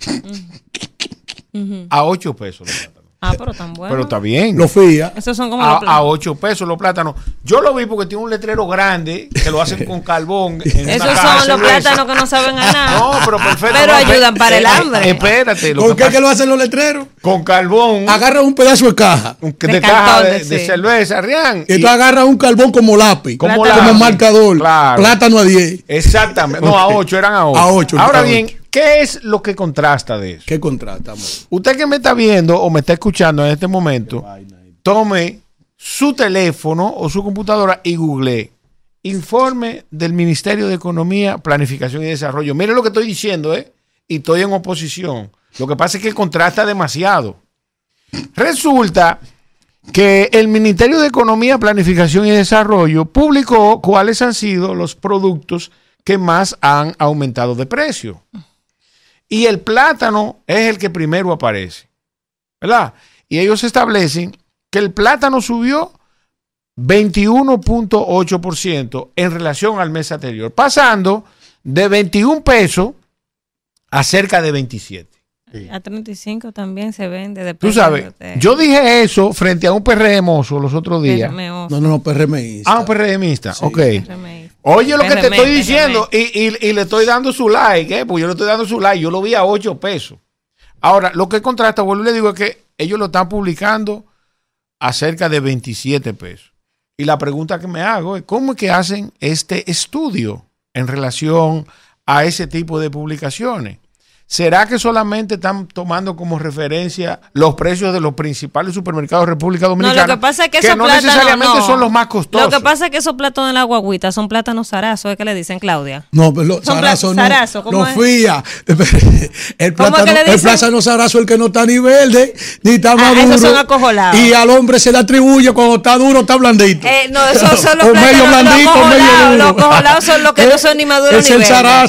A 8 pesos los plátanos. Pero tan bueno. Pero está bien. Los fía. Esos son como a 8 pesos los plátanos. Yo lo vi porque tiene un letrero grande que lo hacen con carbón. En Esos una caja son los de cerveza. plátanos que no saben a nada. No, pero perfecto. Pero no, ayudan para el hambre. Espérate. ¿Con qué que lo hacen los letreros? Con carbón. Agarra un pedazo de caja. De caja de cerveza, Rian. Y tú agarras un carbón como lápiz. Como Como lápiz. marcador. Claro. Plátano a 10. Exactamente. No, a 8, eran a 8. A 8. Ahora bien, ¿qué es lo que contrasta de eso? ¿Qué contrasta, amor? Usted que me está viendo o me está escuchando en este momento, tome su teléfono o su computadora y googlee informe del Ministerio de Economía, Planificación y Desarrollo. Mire lo que estoy diciendo, y estoy en oposición. Lo que pasa es que contrasta demasiado. Resulta que el Ministerio de Economía, Planificación y Desarrollo publicó cuáles han sido los productos que más han aumentado de precio. Y el plátano es el que primero aparece, ¿verdad? Y ellos establecen que el plátano subió 21.8% en relación al mes anterior, pasando de 21 pesos a cerca de 27. A 35 también se vende. Tú sabes, yo dije eso frente a un PRMoso los otros días. No, PRMista. Un PRMista, Sí. ok. Oye lo que te estoy diciendo y le estoy dando su like, pues yo le estoy dando su like, yo lo vi a 8 pesos. Ahora, lo que contrasta, vuelvo y le digo, es que ellos lo están publicando a cerca de 27 pesos. Y la pregunta que me hago es, ¿cómo es que hacen este estudio en relación a ese tipo de publicaciones? ¿Será que solamente están tomando como referencia los precios de los principales supermercados de República Dominicana? No, lo que pasa es que no esos necesariamente son los más costosos. Lo que pasa es que esos plátanos en la guaguita son plátanos zarazos, es que le dicen, Claudia. No, pero Son zarazo no. zarazo, ¿cómo No es? fía. El ¿Cómo es que le dicen? plátano zarazo, el que no está ni verde, ni está maduro. esos son acojolados. Y al hombre se le atribuye cuando está duro, está blandito. No, esos son los O medio plátanos blandito, los medio acojolados. duro. Los acojolados son los que no son ni maduros Es ni el verdes. zarazo.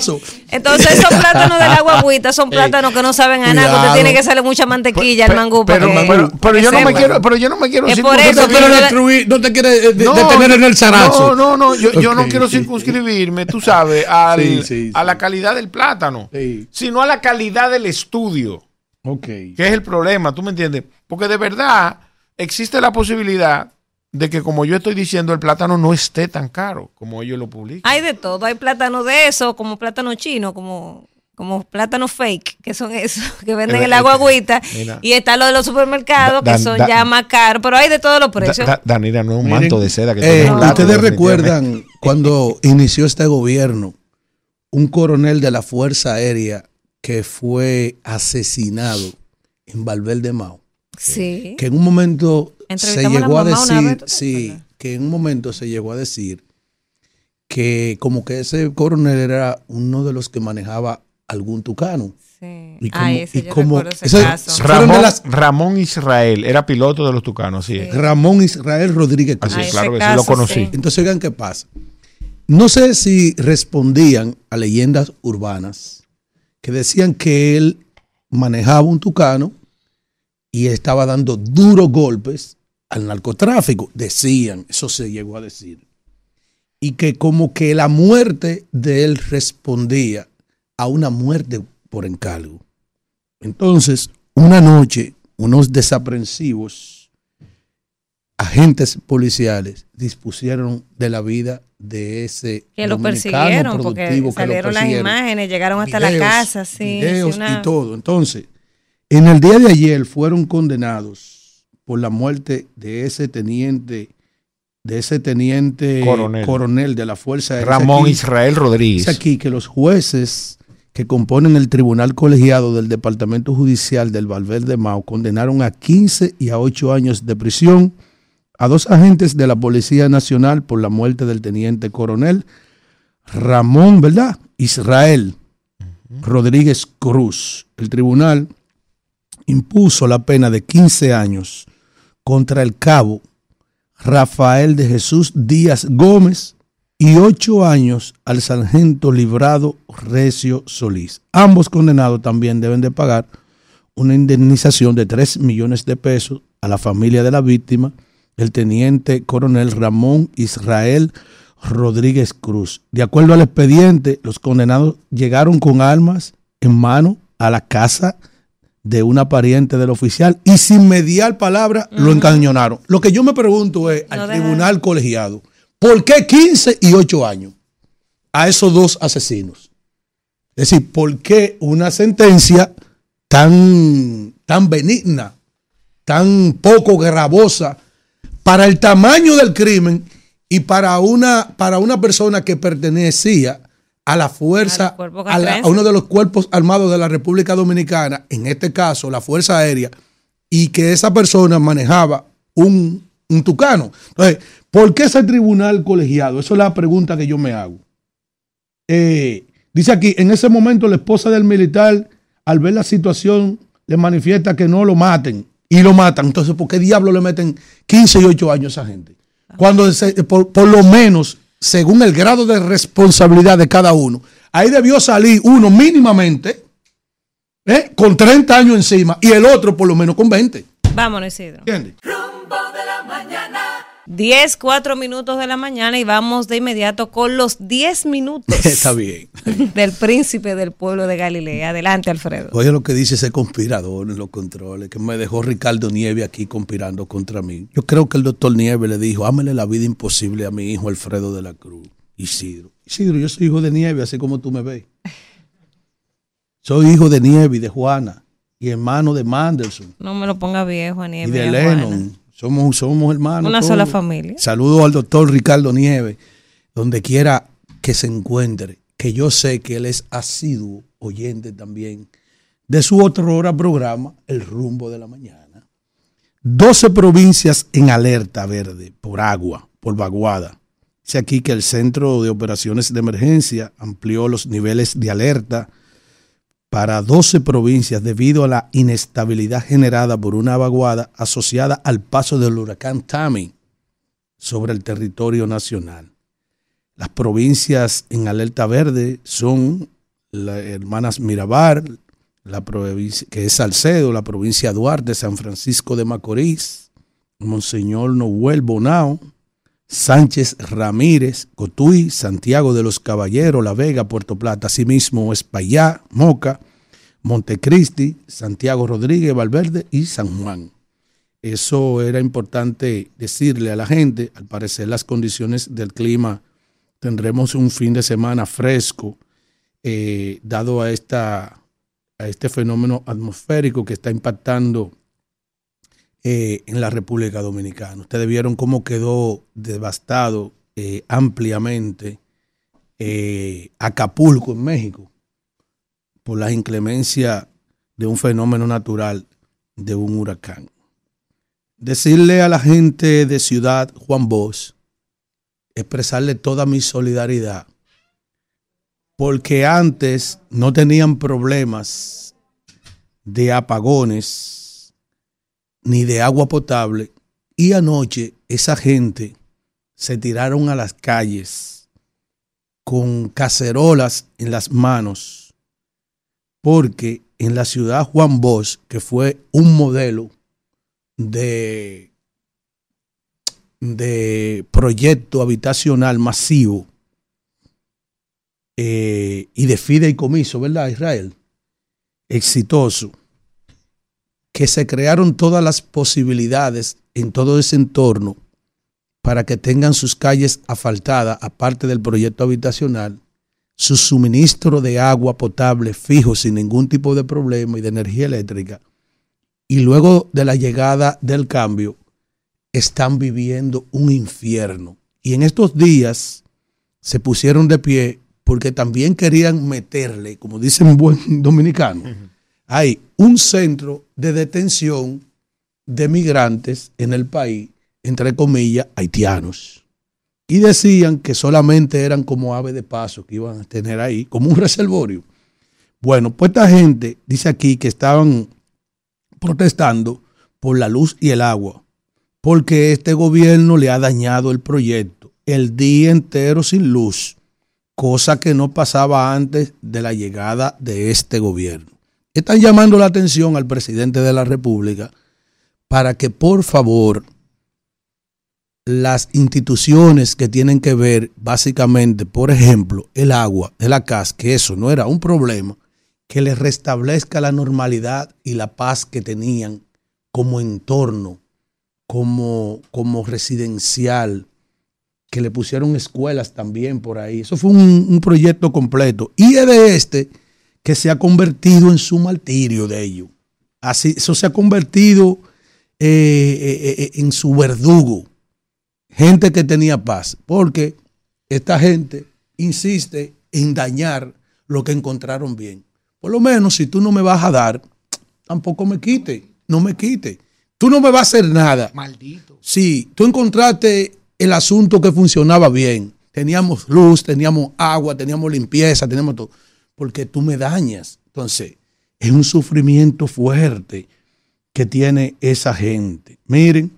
Entonces esos plátanos de la guaguita son plátanos que no saben a nada, porque tiene que salir mucha mantequilla al mangú. Pero yo no me quiero es por eso, no te quieres detener en el zarazo. No, yo no quiero circunscribirme, tú sabes, a la calidad del plátano, sino a la calidad del estudio. Que es el problema, ¿tú me entiendes? Porque de verdad existe la posibilidad de que, como yo estoy diciendo, el plátano no esté tan caro como ellos lo publican. Hay de todo, hay plátano de eso, como plátano chino, como plátano fake, que son esos, que venden en la guaguita, y está lo de los supermercados, que son ya más caros, pero hay de todos los precios. Danira, no es un manto de seda que tenemos. Ustedes recuerdan cuando inició este gobierno, un coronel de la Fuerza Aérea que fue asesinado en Valverde Mao. Sí. Que en un momento se llegó a decir, que en un momento se llegó a decir que como que ese coronel era uno de los que manejaba algún tucano. Sí. Ramón Israel era piloto de los tucanos, sí. Ramón Israel Rodríguez Cruz. Claro que sí, lo conocí. Entonces, oigan qué pasa. No sé si respondían a leyendas urbanas que decían que él manejaba un tucano y estaba dando duros golpes al narcotráfico. Decían, eso se llegó a decir. Y que como que la muerte de él respondía a una muerte por encargo. Entonces, una noche, unos desaprensivos agentes policiales dispusieron de la vida de ese que lo persiguieron porque salieron las imágenes, llegaron hasta la casa, sí, videos y todo. Entonces, en el día de ayer fueron condenados por la muerte de ese teniente coronel de la Fuerza Aérea, Ramón Israel Rodríguez. Dice aquí que los jueces que componen el tribunal colegiado del Departamento Judicial del Valverde Mao condenaron a 15 y a 8 años de prisión a 2 agentes de la Policía Nacional por la muerte del teniente coronel Ramón, ¿verdad? Israel Rodríguez Cruz. El tribunal impuso la pena de 15 años contra el cabo Rafael de Jesús Díaz Gómez y 8 años al sargento Librado Recio Solís. Ambos condenados también deben de pagar una indemnización de 3 millones de pesos a la familia de la víctima, el teniente coronel Ramón Israel Rodríguez Cruz. De acuerdo al expediente, los condenados llegaron con armas en mano a la casa de una pariente del oficial y sin mediar palabra lo encañonaron. Lo que yo me pregunto es al tribunal colegiado, ¿por qué 15 y 8 años a esos 2 asesinos? Es decir, ¿por qué una sentencia tan benigna, tan poco gravosa para el tamaño del crimen y para una persona que pertenecía a la fuerza, a uno de los cuerpos armados de la República Dominicana, en este caso la Fuerza Aérea, y que esa persona manejaba un tucano? Entonces, ¿por qué ese tribunal colegiado? Esa es la pregunta que yo me hago. Dice aquí, en ese momento la esposa del militar, al ver la situación, le manifiesta que no lo maten. Y lo matan. Entonces, ¿por qué diablo le meten 15 y 8 años a esa gente? Cuando por lo menos, según el grado de responsabilidad de cada uno, ahí debió salir uno mínimamente con 30 años encima y el otro por lo menos con 20. Vámonos, Isidro. ¿Entiendes? Rumbo de la mañana. 10:04 de la mañana y vamos de inmediato con los 10 minutos. Está bien. Del príncipe del pueblo de Galilea. Adelante, Alfredo. Oye lo que dice ese conspirador en los controles, que me dejó Ricardo Nieves aquí conspirando contra mí. Yo creo que el doctor Nieves le dijo, hámele la vida imposible a mi hijo Alfredo de la Cruz. Isidro, yo soy hijo de Nieves, así como tú me ves. Soy hijo de Nieves y de Juana y hermano de Mandelson. No me lo ponga viejo a Nieves. Y de Lennon. Somos hermanos. Una sola familia. Saludo al doctor Ricardo Nieves, donde quiera que se encuentre, que yo sé que él es asiduo oyente también de su otrora programa, El Rumbo de la Mañana. 12 provincias en alerta verde por agua, por vaguada. Dice aquí que el Centro de Operaciones de Emergencia amplió los niveles de alerta para 12 provincias debido a la inestabilidad generada por una vaguada asociada al paso del huracán Tammy sobre el territorio nacional. Las provincias en alerta verde son las hermanas Mirabal, la provincia, que es Salcedo, la provincia de Duarte, San Francisco de Macorís, Monseñor Noel Bonao, Sánchez Ramírez, Cotuí, Santiago de los Caballeros, La Vega, Puerto Plata, asimismo Espaillá, Moca, Montecristi, Santiago Rodríguez, Valverde y San Juan. Eso era importante decirle a la gente. Al parecer las condiciones del clima, tendremos un fin de semana fresco, dado a este fenómeno atmosférico que está impactando en la República Dominicana. Ustedes vieron cómo quedó devastado ampliamente Acapulco en México por la inclemencia de un fenómeno natural de un huracán. Decirle a la gente de Ciudad Juan Bosch, expresarle toda mi solidaridad, porque antes no tenían problemas de apagones ni de agua potable, y anoche esa gente se tiraron a las calles con cacerolas en las manos, porque en la ciudad Juan Bosch, que fue un modelo de proyecto habitacional masivo y de fideicomiso, ¿verdad, Israel? Exitoso, que se crearon todas las posibilidades en todo ese entorno para que tengan sus calles asfaltadas, aparte del proyecto habitacional, su suministro de agua potable fijo sin ningún tipo de problema y de energía eléctrica. Y luego de la llegada del cambio, están viviendo un infierno. Y en estos días se pusieron de pie porque también querían meterle, como dicen buen dominicano, hay un centro de detención de migrantes en el país, entre comillas, haitianos. Y decían que solamente eran como ave de paso que iban a tener ahí, como un reservorio. Bueno, pues esta gente dice aquí que estaban protestando por la luz y el agua, porque este gobierno le ha dañado el proyecto, el día entero sin luz, cosa que no pasaba antes de la llegada de este gobierno. Están llamando la atención al presidente de la República para que por favor las instituciones que tienen que ver básicamente, por ejemplo, el agua de la CAS, que eso no era un problema, que les restablezca la normalidad y la paz que tenían como entorno, como residencial, que le pusieron escuelas también por ahí. Eso fue un proyecto completo. Y es de este que se ha convertido en su martirio de ellos. Así, eso se ha convertido en su verdugo. Gente que tenía paz, porque esta gente insiste en dañar lo que encontraron bien. Por lo menos, si tú no me vas a dar, tampoco me quite, no me quite. Tú no me vas a hacer nada. Maldito. Sí, tú encontraste el asunto que funcionaba bien. Teníamos luz, teníamos agua, teníamos limpieza, teníamos todo. Porque tú me dañas. Entonces, es un sufrimiento fuerte que tiene esa gente. Miren,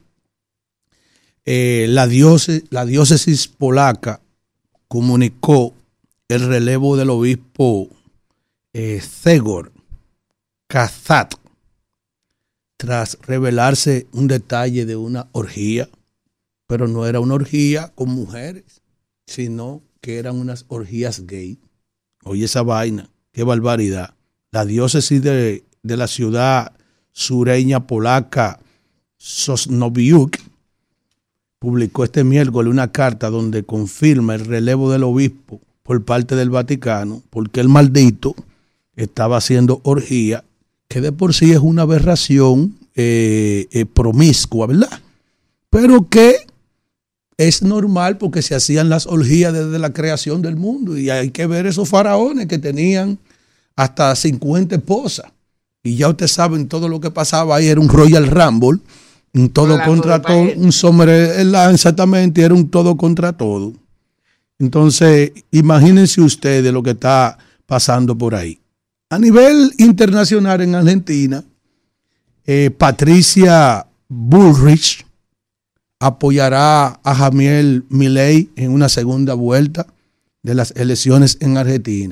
la diócesis polaca comunicó el relevo del obispo Zegor Kazat tras revelarse un detalle de una orgía, pero no era una orgía con mujeres, sino que eran unas orgías gay. Oye esa vaina, qué barbaridad. La diócesis de la ciudad sureña polaca Sosnowiec publicó este miércoles una carta donde confirma el relevo del obispo por parte del Vaticano, porque el maldito estaba haciendo orgía, que de por sí es una aberración promiscua, ¿verdad? Pero que es normal porque se hacían las orgías desde la creación del mundo, y hay que ver esos faraones que tenían hasta 50 esposas, y ya ustedes saben todo lo que pasaba ahí, era un Royal Rumble, un todo contra todo, un SummerSlam, exactamente, era un todo contra todo. Entonces, imagínense ustedes lo que está pasando por ahí. A nivel internacional en Argentina, Patricia Bullrich apoyará a Javier Milei en una segunda vuelta de las elecciones en Argentina.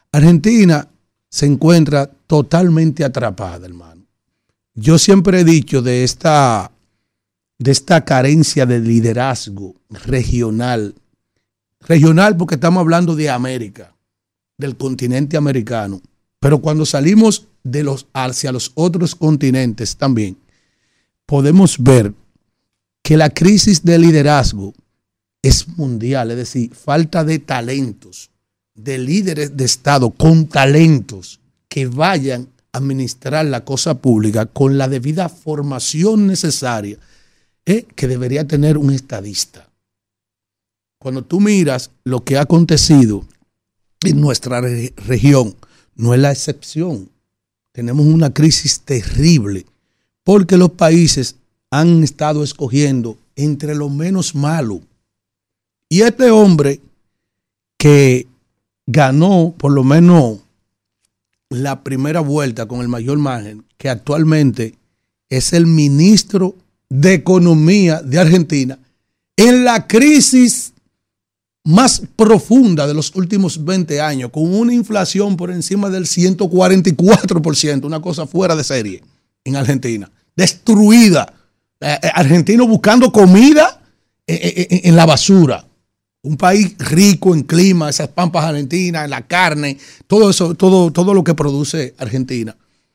Argentina se encuentra totalmente atrapada, hermano. Yo siempre he dicho de esta carencia de liderazgo regional porque estamos hablando de América, del continente americano, pero cuando salimos hacia los otros continentes también, podemos ver que la crisis de liderazgo es mundial, es decir, falta de talentos, de líderes de Estado con talentos que vayan a administrar la cosa pública con la debida formación necesaria que debería tener un estadista. Cuando tú miras lo que ha acontecido en nuestra región, no es la excepción. Tenemos una crisis terrible porque los países han estado escogiendo entre lo menos malo. Y este hombre que ganó por lo menos la primera vuelta con el mayor margen, que actualmente es el ministro de Economía de Argentina, en la crisis más profunda de los últimos 20 años, con una inflación por encima del 144%, una cosa fuera de serie en Argentina, destruida, argentinos buscando comida en la basura. Un país rico en clima, esas pampas argentinas, en la carne, todo eso, todo lo que produce Argentina.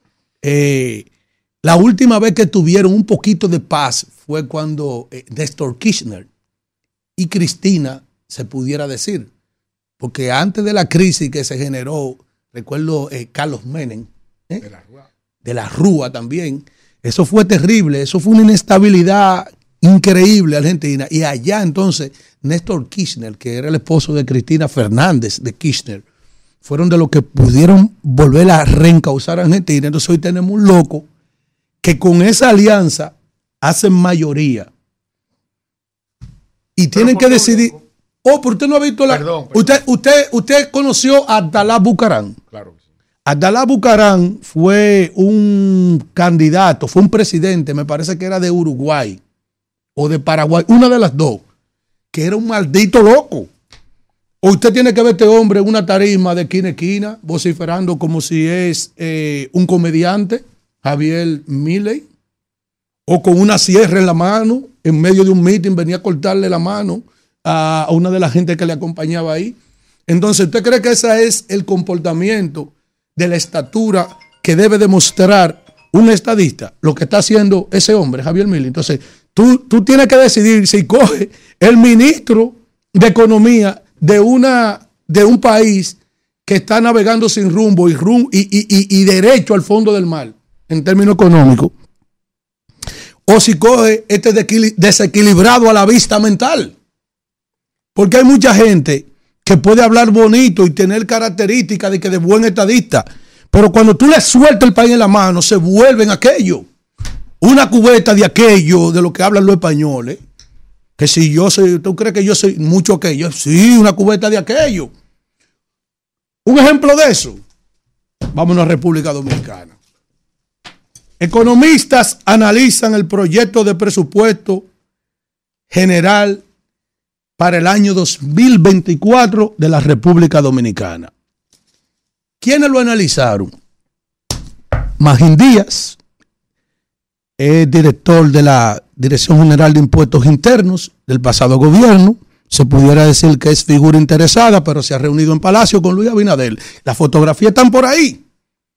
La última vez que tuvieron un poquito de paz fue cuando Néstor Kirchner y Cristina, se pudiera decir, porque antes de la crisis que se generó, recuerdo Carlos Menem, de la Rúa también, eso fue terrible, eso fue una inestabilidad increíble Argentina. Y allá entonces Néstor Kirchner, que era el esposo de Cristina Fernández de Kirchner, fueron de los que pudieron volver a reencauzar a Argentina. Entonces hoy tenemos un loco que con esa alianza hacen mayoría y tienen que decidir. Oh, pero usted no ha visto la. Perdón. Usted conoció a Abdalá Bucaram. Claro que sí. Abdalá Bucaram fue un candidato, fue un presidente, me parece que era de Uruguay o de Paraguay, una de las dos, que era un maldito loco. O usted tiene que ver a este hombre en una tarima de esquina a esquina, vociferando como si es un comediante, Javier Milei, o con una sierra en la mano, en medio de un meeting venía a cortarle la mano a una de las gente que le acompañaba ahí. Entonces, ¿usted cree que ese es el comportamiento de la estatura que debe demostrar un estadista? Lo que está haciendo ese hombre, Javier Milei. Entonces, tú tienes que decidir si coge el ministro de Economía de un país que está navegando sin rumbo y derecho al fondo del mar, en términos económicos, o si coge este desequilibrado a la vista mental. Porque hay mucha gente que puede hablar bonito y tener características de buen estadista, pero cuando tú le sueltas el país en la mano, se vuelven aquello. Una cubeta de aquello, de lo que hablan los españoles, que si yo soy, ¿tú crees que yo soy mucho aquello? Sí, una cubeta de aquello. Un ejemplo de eso, vámonos a República Dominicana. Economistas analizan el proyecto de presupuesto general para el año 2024 de la República Dominicana. ¿Quiénes lo analizaron? Magín Díaz, es director de la Dirección General de Impuestos Internos del pasado gobierno. Se pudiera decir que es figura interesada, pero se ha reunido en Palacio con Luis Abinader. Las fotografías están por ahí.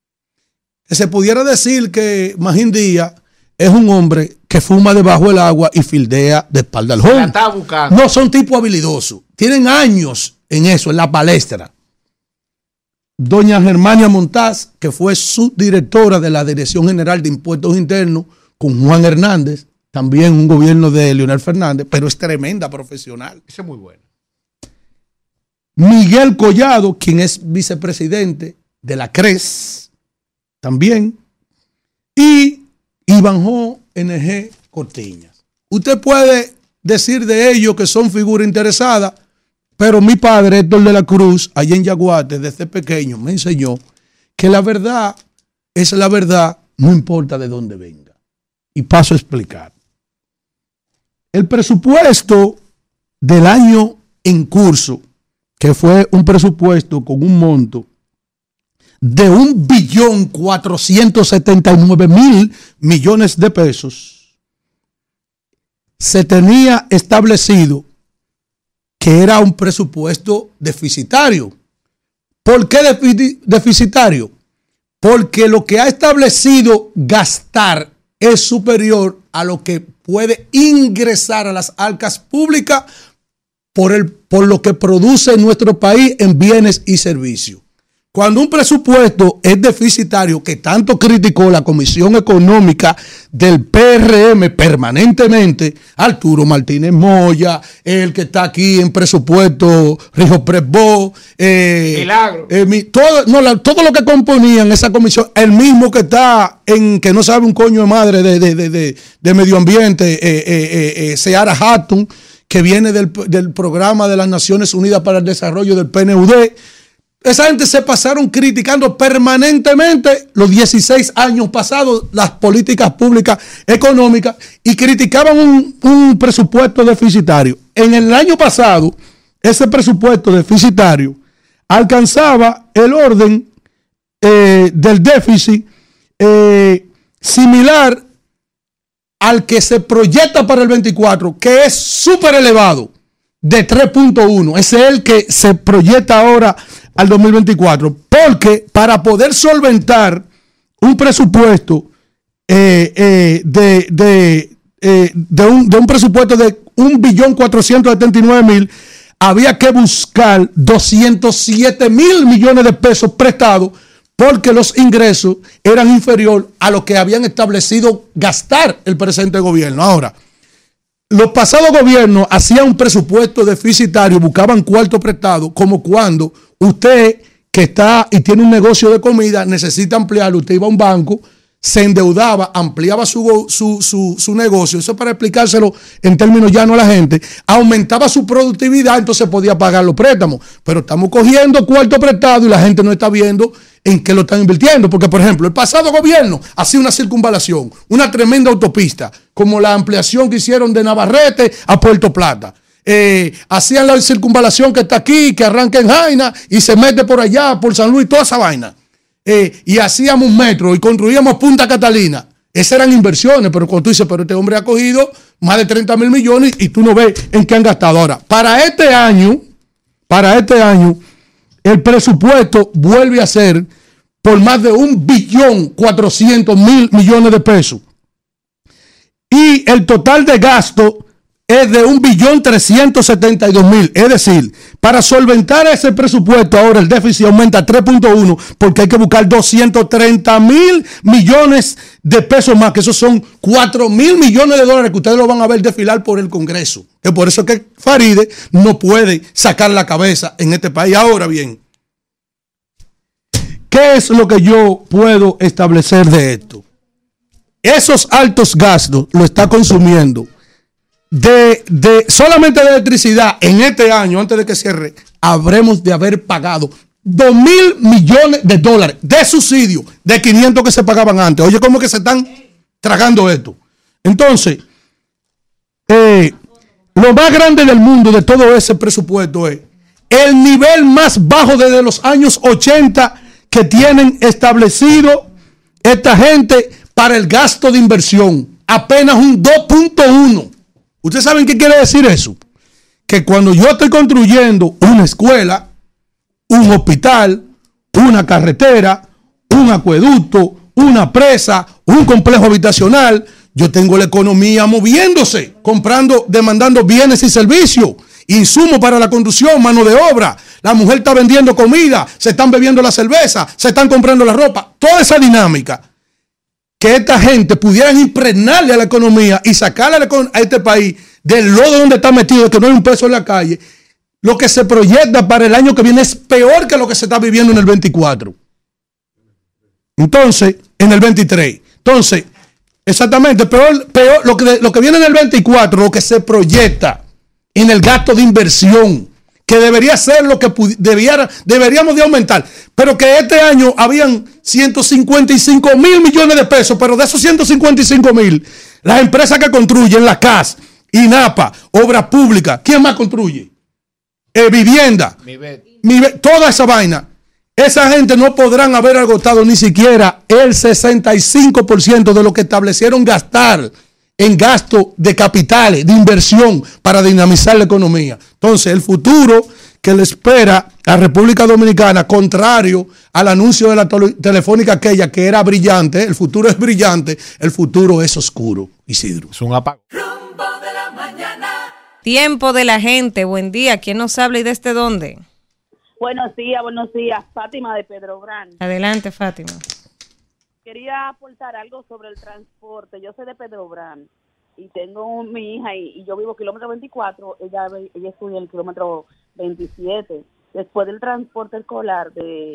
Se pudiera decir que Magín Díaz es un hombre que fuma debajo del agua y fildea de espalda al home. Está buscando. No, son tipos habilidosos. Tienen años en eso, en la palestra. Doña Germania Montaz, que fue subdirectora de la Dirección General de Impuestos Internos, con Juan Hernández, también un gobierno de Leonel Fernández, pero es tremenda profesional. Ese es muy bueno. Miguel Collado, quien es vicepresidente de la CRES, también. Y Ivanhoe NG Cortiñas. Usted puede decir de ellos que son figuras interesadas, pero mi padre, Héctor de la Cruz, allá en Yaguate, desde pequeño, me enseñó que la verdad es la verdad, no importa de dónde venga. Y paso a explicar. El presupuesto del año en curso, que fue un presupuesto con un monto de 1.479.000 millones de pesos, se tenía establecido que era un presupuesto deficitario. ¿Por qué deficitario? Porque lo que ha establecido gastar es superior a lo que puede ingresar a las arcas públicas por lo que produce nuestro país en bienes y servicios. Cuando un presupuesto es deficitario, que tanto criticó la Comisión Económica del PRM permanentemente, Arturo Martínez Moya, el que está aquí en presupuesto, Rijo Presbó, Milagro. Todo lo que componían esa comisión, el mismo que está que no sabe un coño de madre de medio ambiente, Seara Hatton, que viene del programa de las Naciones Unidas para el Desarrollo del PNUD. Esa gente se pasaron criticando permanentemente los 16 años pasados las políticas públicas económicas y criticaban un presupuesto deficitario. En el año pasado, ese presupuesto deficitario alcanzaba el orden del déficit similar al que se proyecta para el 24, que es súper elevado, de 3.1. Ese es el que se proyecta ahora al 2024, porque para poder solventar un presupuesto de un presupuesto de 1.479.000, había que buscar 207.000 millones de pesos prestados, porque los ingresos eran inferiores a lo que habían establecido gastar el presente gobierno. Ahora, los pasados gobiernos hacían un presupuesto deficitario, buscaban cuarto prestado, como cuando usted que está y tiene un negocio de comida necesita ampliarlo, usted iba a un banco, se endeudaba, ampliaba su negocio, eso para explicárselo en términos llanos a la gente, aumentaba su productividad, entonces podía pagar los préstamos. Pero estamos cogiendo cuarto prestado y la gente no está viendo en qué lo están invirtiendo, porque por ejemplo el pasado gobierno hacía una circunvalación, una tremenda autopista, como la ampliación que hicieron de Navarrete a Puerto Plata. Hacían la circunvalación que está aquí, que arranca en Jaina y se mete por allá, por San Luis, toda esa vaina. Y hacíamos un metro y construíamos Punta Catalina. Esas eran inversiones, pero cuando tú dices, pero este hombre ha cogido más de 30.000 millones y tú no ves en qué han gastado. Ahora, para este año, el presupuesto vuelve a ser por más de 1.400.000 millones de pesos. Y el total de gasto es de 1.372.000. Es decir, para solventar ese presupuesto, ahora el déficit aumenta a 3.1 porque hay que buscar 230.000 millones de pesos más, que esos son 4.000 millones de dólares que ustedes lo van a ver desfilar por el Congreso. Es por eso que Faride no puede sacar la cabeza en este país. Ahora bien, ¿qué es lo que yo puedo establecer de esto? Esos altos gastos lo está consumiendo solamente de electricidad en este año, antes de que cierre, habremos de haber pagado 2.000 millones de dólares de subsidio de 500 que se pagaban antes. Oye, ¿cómo que se están tragando esto? Entonces, lo más grande del mundo de todo ese presupuesto es el nivel más bajo desde los años 80 que tienen establecido esta gente para el gasto de inversión. Apenas un 2.1. ¿Ustedes saben qué quiere decir eso? Que cuando yo estoy construyendo una escuela, un hospital, una carretera, un acueducto, una presa, un complejo habitacional, yo tengo la economía moviéndose, comprando, demandando bienes y servicios, insumos para la construcción, mano de obra. La mujer está vendiendo comida, se están bebiendo la cerveza, se están comprando la ropa. Toda esa dinámica que esta gente pudieran impregnarle a la economía y sacarle a este país del lodo donde está metido, que no hay un peso en la calle, lo que se proyecta para el año que viene es peor que lo que se está viviendo en el 24. Entonces, en el 23. Entonces, exactamente, peor lo que viene en el 24, lo que se proyecta en el gasto de inversión, que debería ser lo que deberíamos de aumentar, pero que este año habían 155.000 millones de pesos, pero de esos 155.000, las empresas que construyen, la CAS, INAPA, Obras Públicas, ¿quién más construye? Vivienda, toda esa vaina, esa gente no podrán haber agotado ni siquiera el 65% de lo que establecieron gastar en gasto de capitales, de inversión para dinamizar la economía. Entonces, el futuro que le espera a República Dominicana, contrario al anuncio de la telefónica aquella que era brillante, el futuro es brillante, el futuro es oscuro, Isidro. Es un apagón. Rumbo de la mañana. Tiempo de la gente, buen día. ¿Quién nos habla y desde dónde? Buenos días. Fátima de Pedro Brán. Adelante, Fátima. Quería aportar algo sobre el transporte. Yo soy de Pedro Brán y tengo mi hija y yo vivo kilómetro 24, ella estudia en el kilómetro 27. Después del transporte escolar,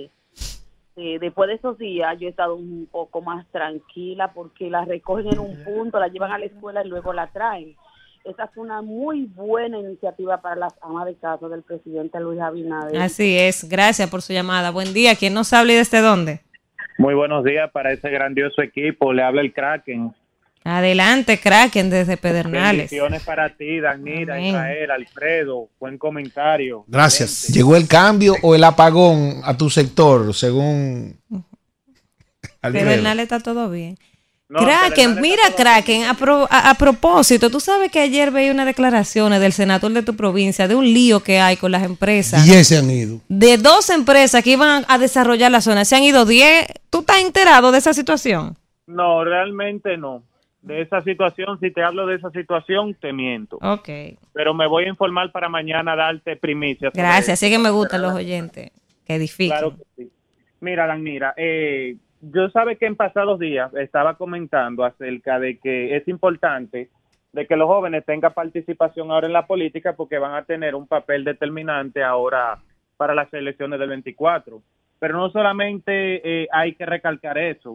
después de esos días, yo he estado un poco más tranquila porque la recogen en un punto, la llevan a la escuela y luego la traen. Esa es una muy buena iniciativa para las amas de casa del presidente Luis Abinader. Así es, gracias por su llamada. Buen día, ¿quién nos habla y desde dónde? Muy buenos días para ese grandioso equipo, le habla el Kraken. Adelante, Kraken, desde Pedernales. Bendiciones para ti, Danira, Israel, Alfredo, buen comentario. Gracias. ¿Llegó el cambio o el apagón a tu sector, según Pedernales está todo bien. No, Kraken, mira Kraken, a propósito, tú sabes que ayer veía unas declaraciones del senador de tu provincia de un lío que hay con las empresas. 10 se han ido. De 2 empresas que iban a desarrollar la zona, se han ido 10. ¿Tú estás enterado de esa situación? No, realmente no. De esa situación, si te hablo de esa situación, te miento. Ok. Pero me voy a informar para mañana darte primicias. Gracias, sí que me gustan los oyentes que edifican. Claro que sí. Mira, Danira, yo sabe que en pasados días estaba comentando acerca de que es importante de que los jóvenes tengan participación ahora en la política porque van a tener un papel determinante ahora para las elecciones del 24. Pero no solamente hay que recalcar eso.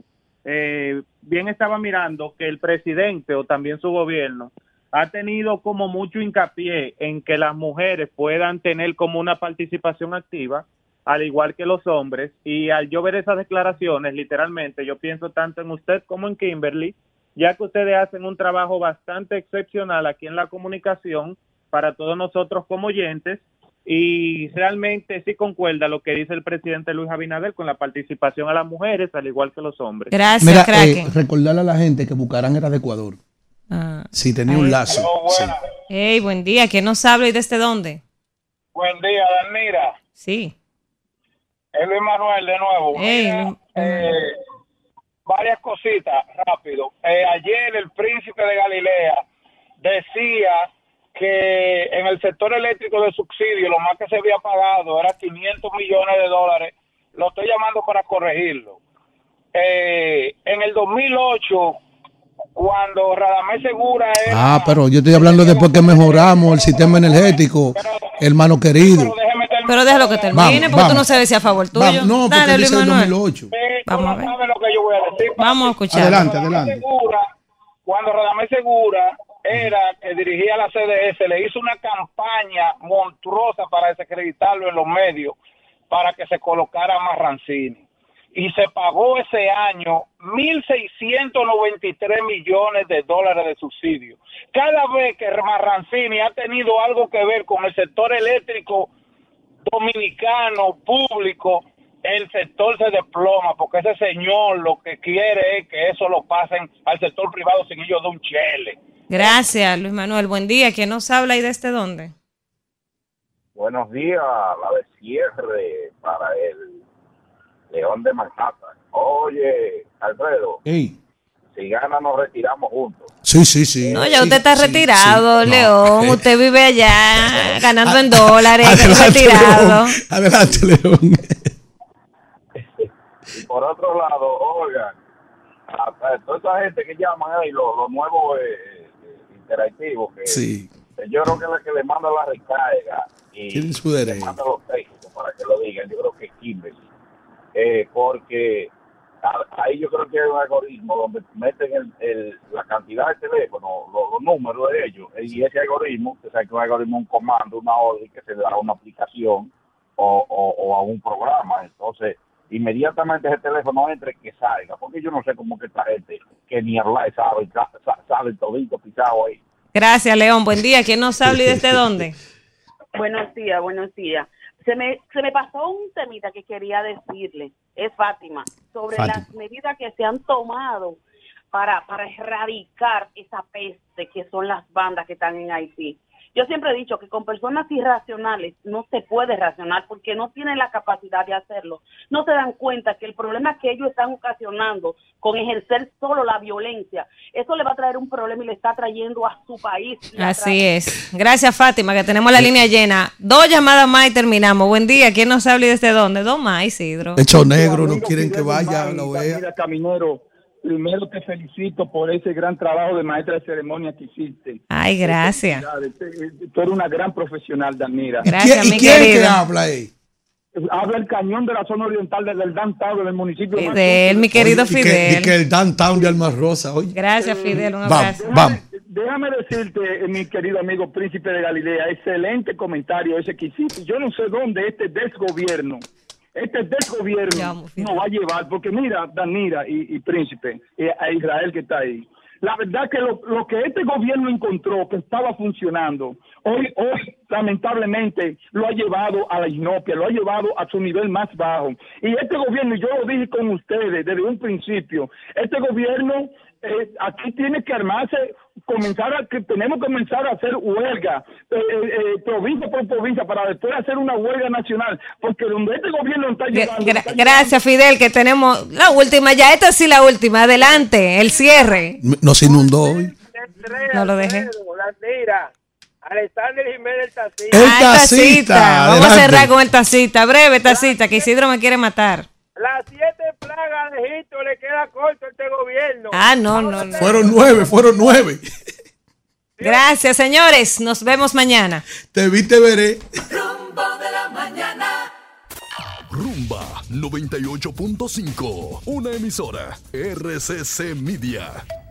Bien estaba mirando que el presidente o también su gobierno ha tenido como mucho hincapié en que las mujeres puedan tener como una participación activa, al igual que los hombres, y al yo ver esas declaraciones, literalmente, yo pienso tanto en usted como en Kimberly, ya que ustedes hacen un trabajo bastante excepcional aquí en la comunicación para todos nosotros como oyentes, y realmente sí concuerda lo que dice el presidente Luis Abinader con la participación a las mujeres, al igual que los hombres. Gracias, mira, Kraken. Recordarle a la gente que Bucarán era de Ecuador. Sí, tenía un lazo. Sí. Hey, buen día, ¿quién nos habla y desde dónde? Buen día, Danira. Sí. Es Luis Manuel de nuevo. Mira, varias cositas, rápido. Ayer el príncipe de Galilea decía que en el sector eléctrico de subsidio lo más que se había pagado era 500 millones de dólares. Lo estoy llamando para corregirlo. En el 2008, cuando Radamés Segura era... pero yo estoy hablando después que mejoramos el sistema energético, hermano querido. Pero déjalo que termine, porque tú no sabes si a favor tuyo. No, porque dale, Luis dice el Manuel. 2008. Vamos a ver. ¿Sabe lo que yo voy a decir? Vamos a escuchar. Adelante. Cuando Radamés Segura era que dirigía la CDS, le hizo una campaña monstruosa para desacreditarlo en los medios, para que se colocara Marrancini. Y se pagó ese año 1.693 millones de dólares de subsidio. Cada vez que Marrancini ha tenido algo que ver con el sector eléctrico dominicano público, el sector se desploma, porque ese señor lo que quiere es que eso lo pasen al sector privado sin ellos de un chele. Gracias, Luis Manuel. Buen día. ¿Quién nos habla y desde dónde? Buenos días, la de cierre para el León de Manhattan. Oye, Alfredo, si gana nos retiramos juntos. Sí. No, ya usted está retirado, León. No. Usted vive allá ganando en dólares. Adelante, retirado. León. Adelante, León. Y por otro lado, oigan, a toda esa gente que llaman ahí, los nuevos interactivos, que yo creo que la que le manda la recarga y tienen su derecho, le manda los técnicos para que lo digan, yo creo que es Kimberly. Porque ahí yo creo que hay un algoritmo donde meten la cantidad de teléfonos, los números de ellos, y ese algoritmo, que es un algoritmo, un comando, una orden que se le da a una aplicación o a un programa. Entonces, inmediatamente ese teléfono entre que salga, porque yo no sé cómo que esta gente que ni hablar sabe todito pisado ahí. Gracias, León. Buen día. ¿Quién nos habla y desde dónde? Buenos días. Se me pasó un temita que quería decirle, es Fátima, sobre las medidas que se han tomado para erradicar esa peste que son las bandas que están en Haití. Yo siempre he dicho que con personas irracionales no se puede racionar porque no tienen la capacidad de hacerlo. No se dan cuenta que el problema que ellos están ocasionando con ejercer solo la violencia, eso le va a traer un problema y le está trayendo a su país. Así es. Gracias, Fátima, que tenemos la línea llena. 2 llamadas más y terminamos. Buen día. ¿Quién nos habla y desde dónde? 2 más, Isidro. Hecho negro, no quieren que vaya, lo vea. Mira, Caminero, primero te felicito por ese gran trabajo de maestra de ceremonia que hiciste. Ay, gracias. Tú eres una gran profesional, Danira. Gracias, mi ¿Quién querido. que habla ahí? Habla el cañón de la zona oriental del downtown del municipio. Y de él, mi querido Fidel. Y que el downtown de Alma Rosa, oye. Gracias, Fidel. Un abrazo. Vamos. Déjame decirte, mi querido amigo Príncipe de Galilea, excelente comentario ese que hiciste. Yo no sé dónde este desgobierno nos va a llevar, porque mira, Danira y Príncipe, a Israel que está ahí. La verdad que lo que este gobierno encontró que estaba funcionando, hoy lamentablemente lo ha llevado a la inopia, lo ha llevado a su nivel más bajo. Y este gobierno, y yo lo dije con ustedes desde un principio, este gobierno aquí tiene que armarse, tenemos que comenzar a hacer huelga, provincia por provincia, para después hacer una huelga nacional, porque donde este gobierno está llegando... Gracias, Fidel, que tenemos la última, ya esta sí la última, adelante, el cierre. Nos inundó hoy. No lo dejé. Alexander Jiménez, el tacita. Vamos a cerrar con el tacita, breve tacita, que Isidro me quiere matar. Las 7 plagas de Egipto le queda corto a este gobierno. No. Fueron 9. Gracias, señores. Nos vemos mañana. Te vi, te veré. Rumbo de la mañana. Rumba 98.5. Una emisora RCC Media.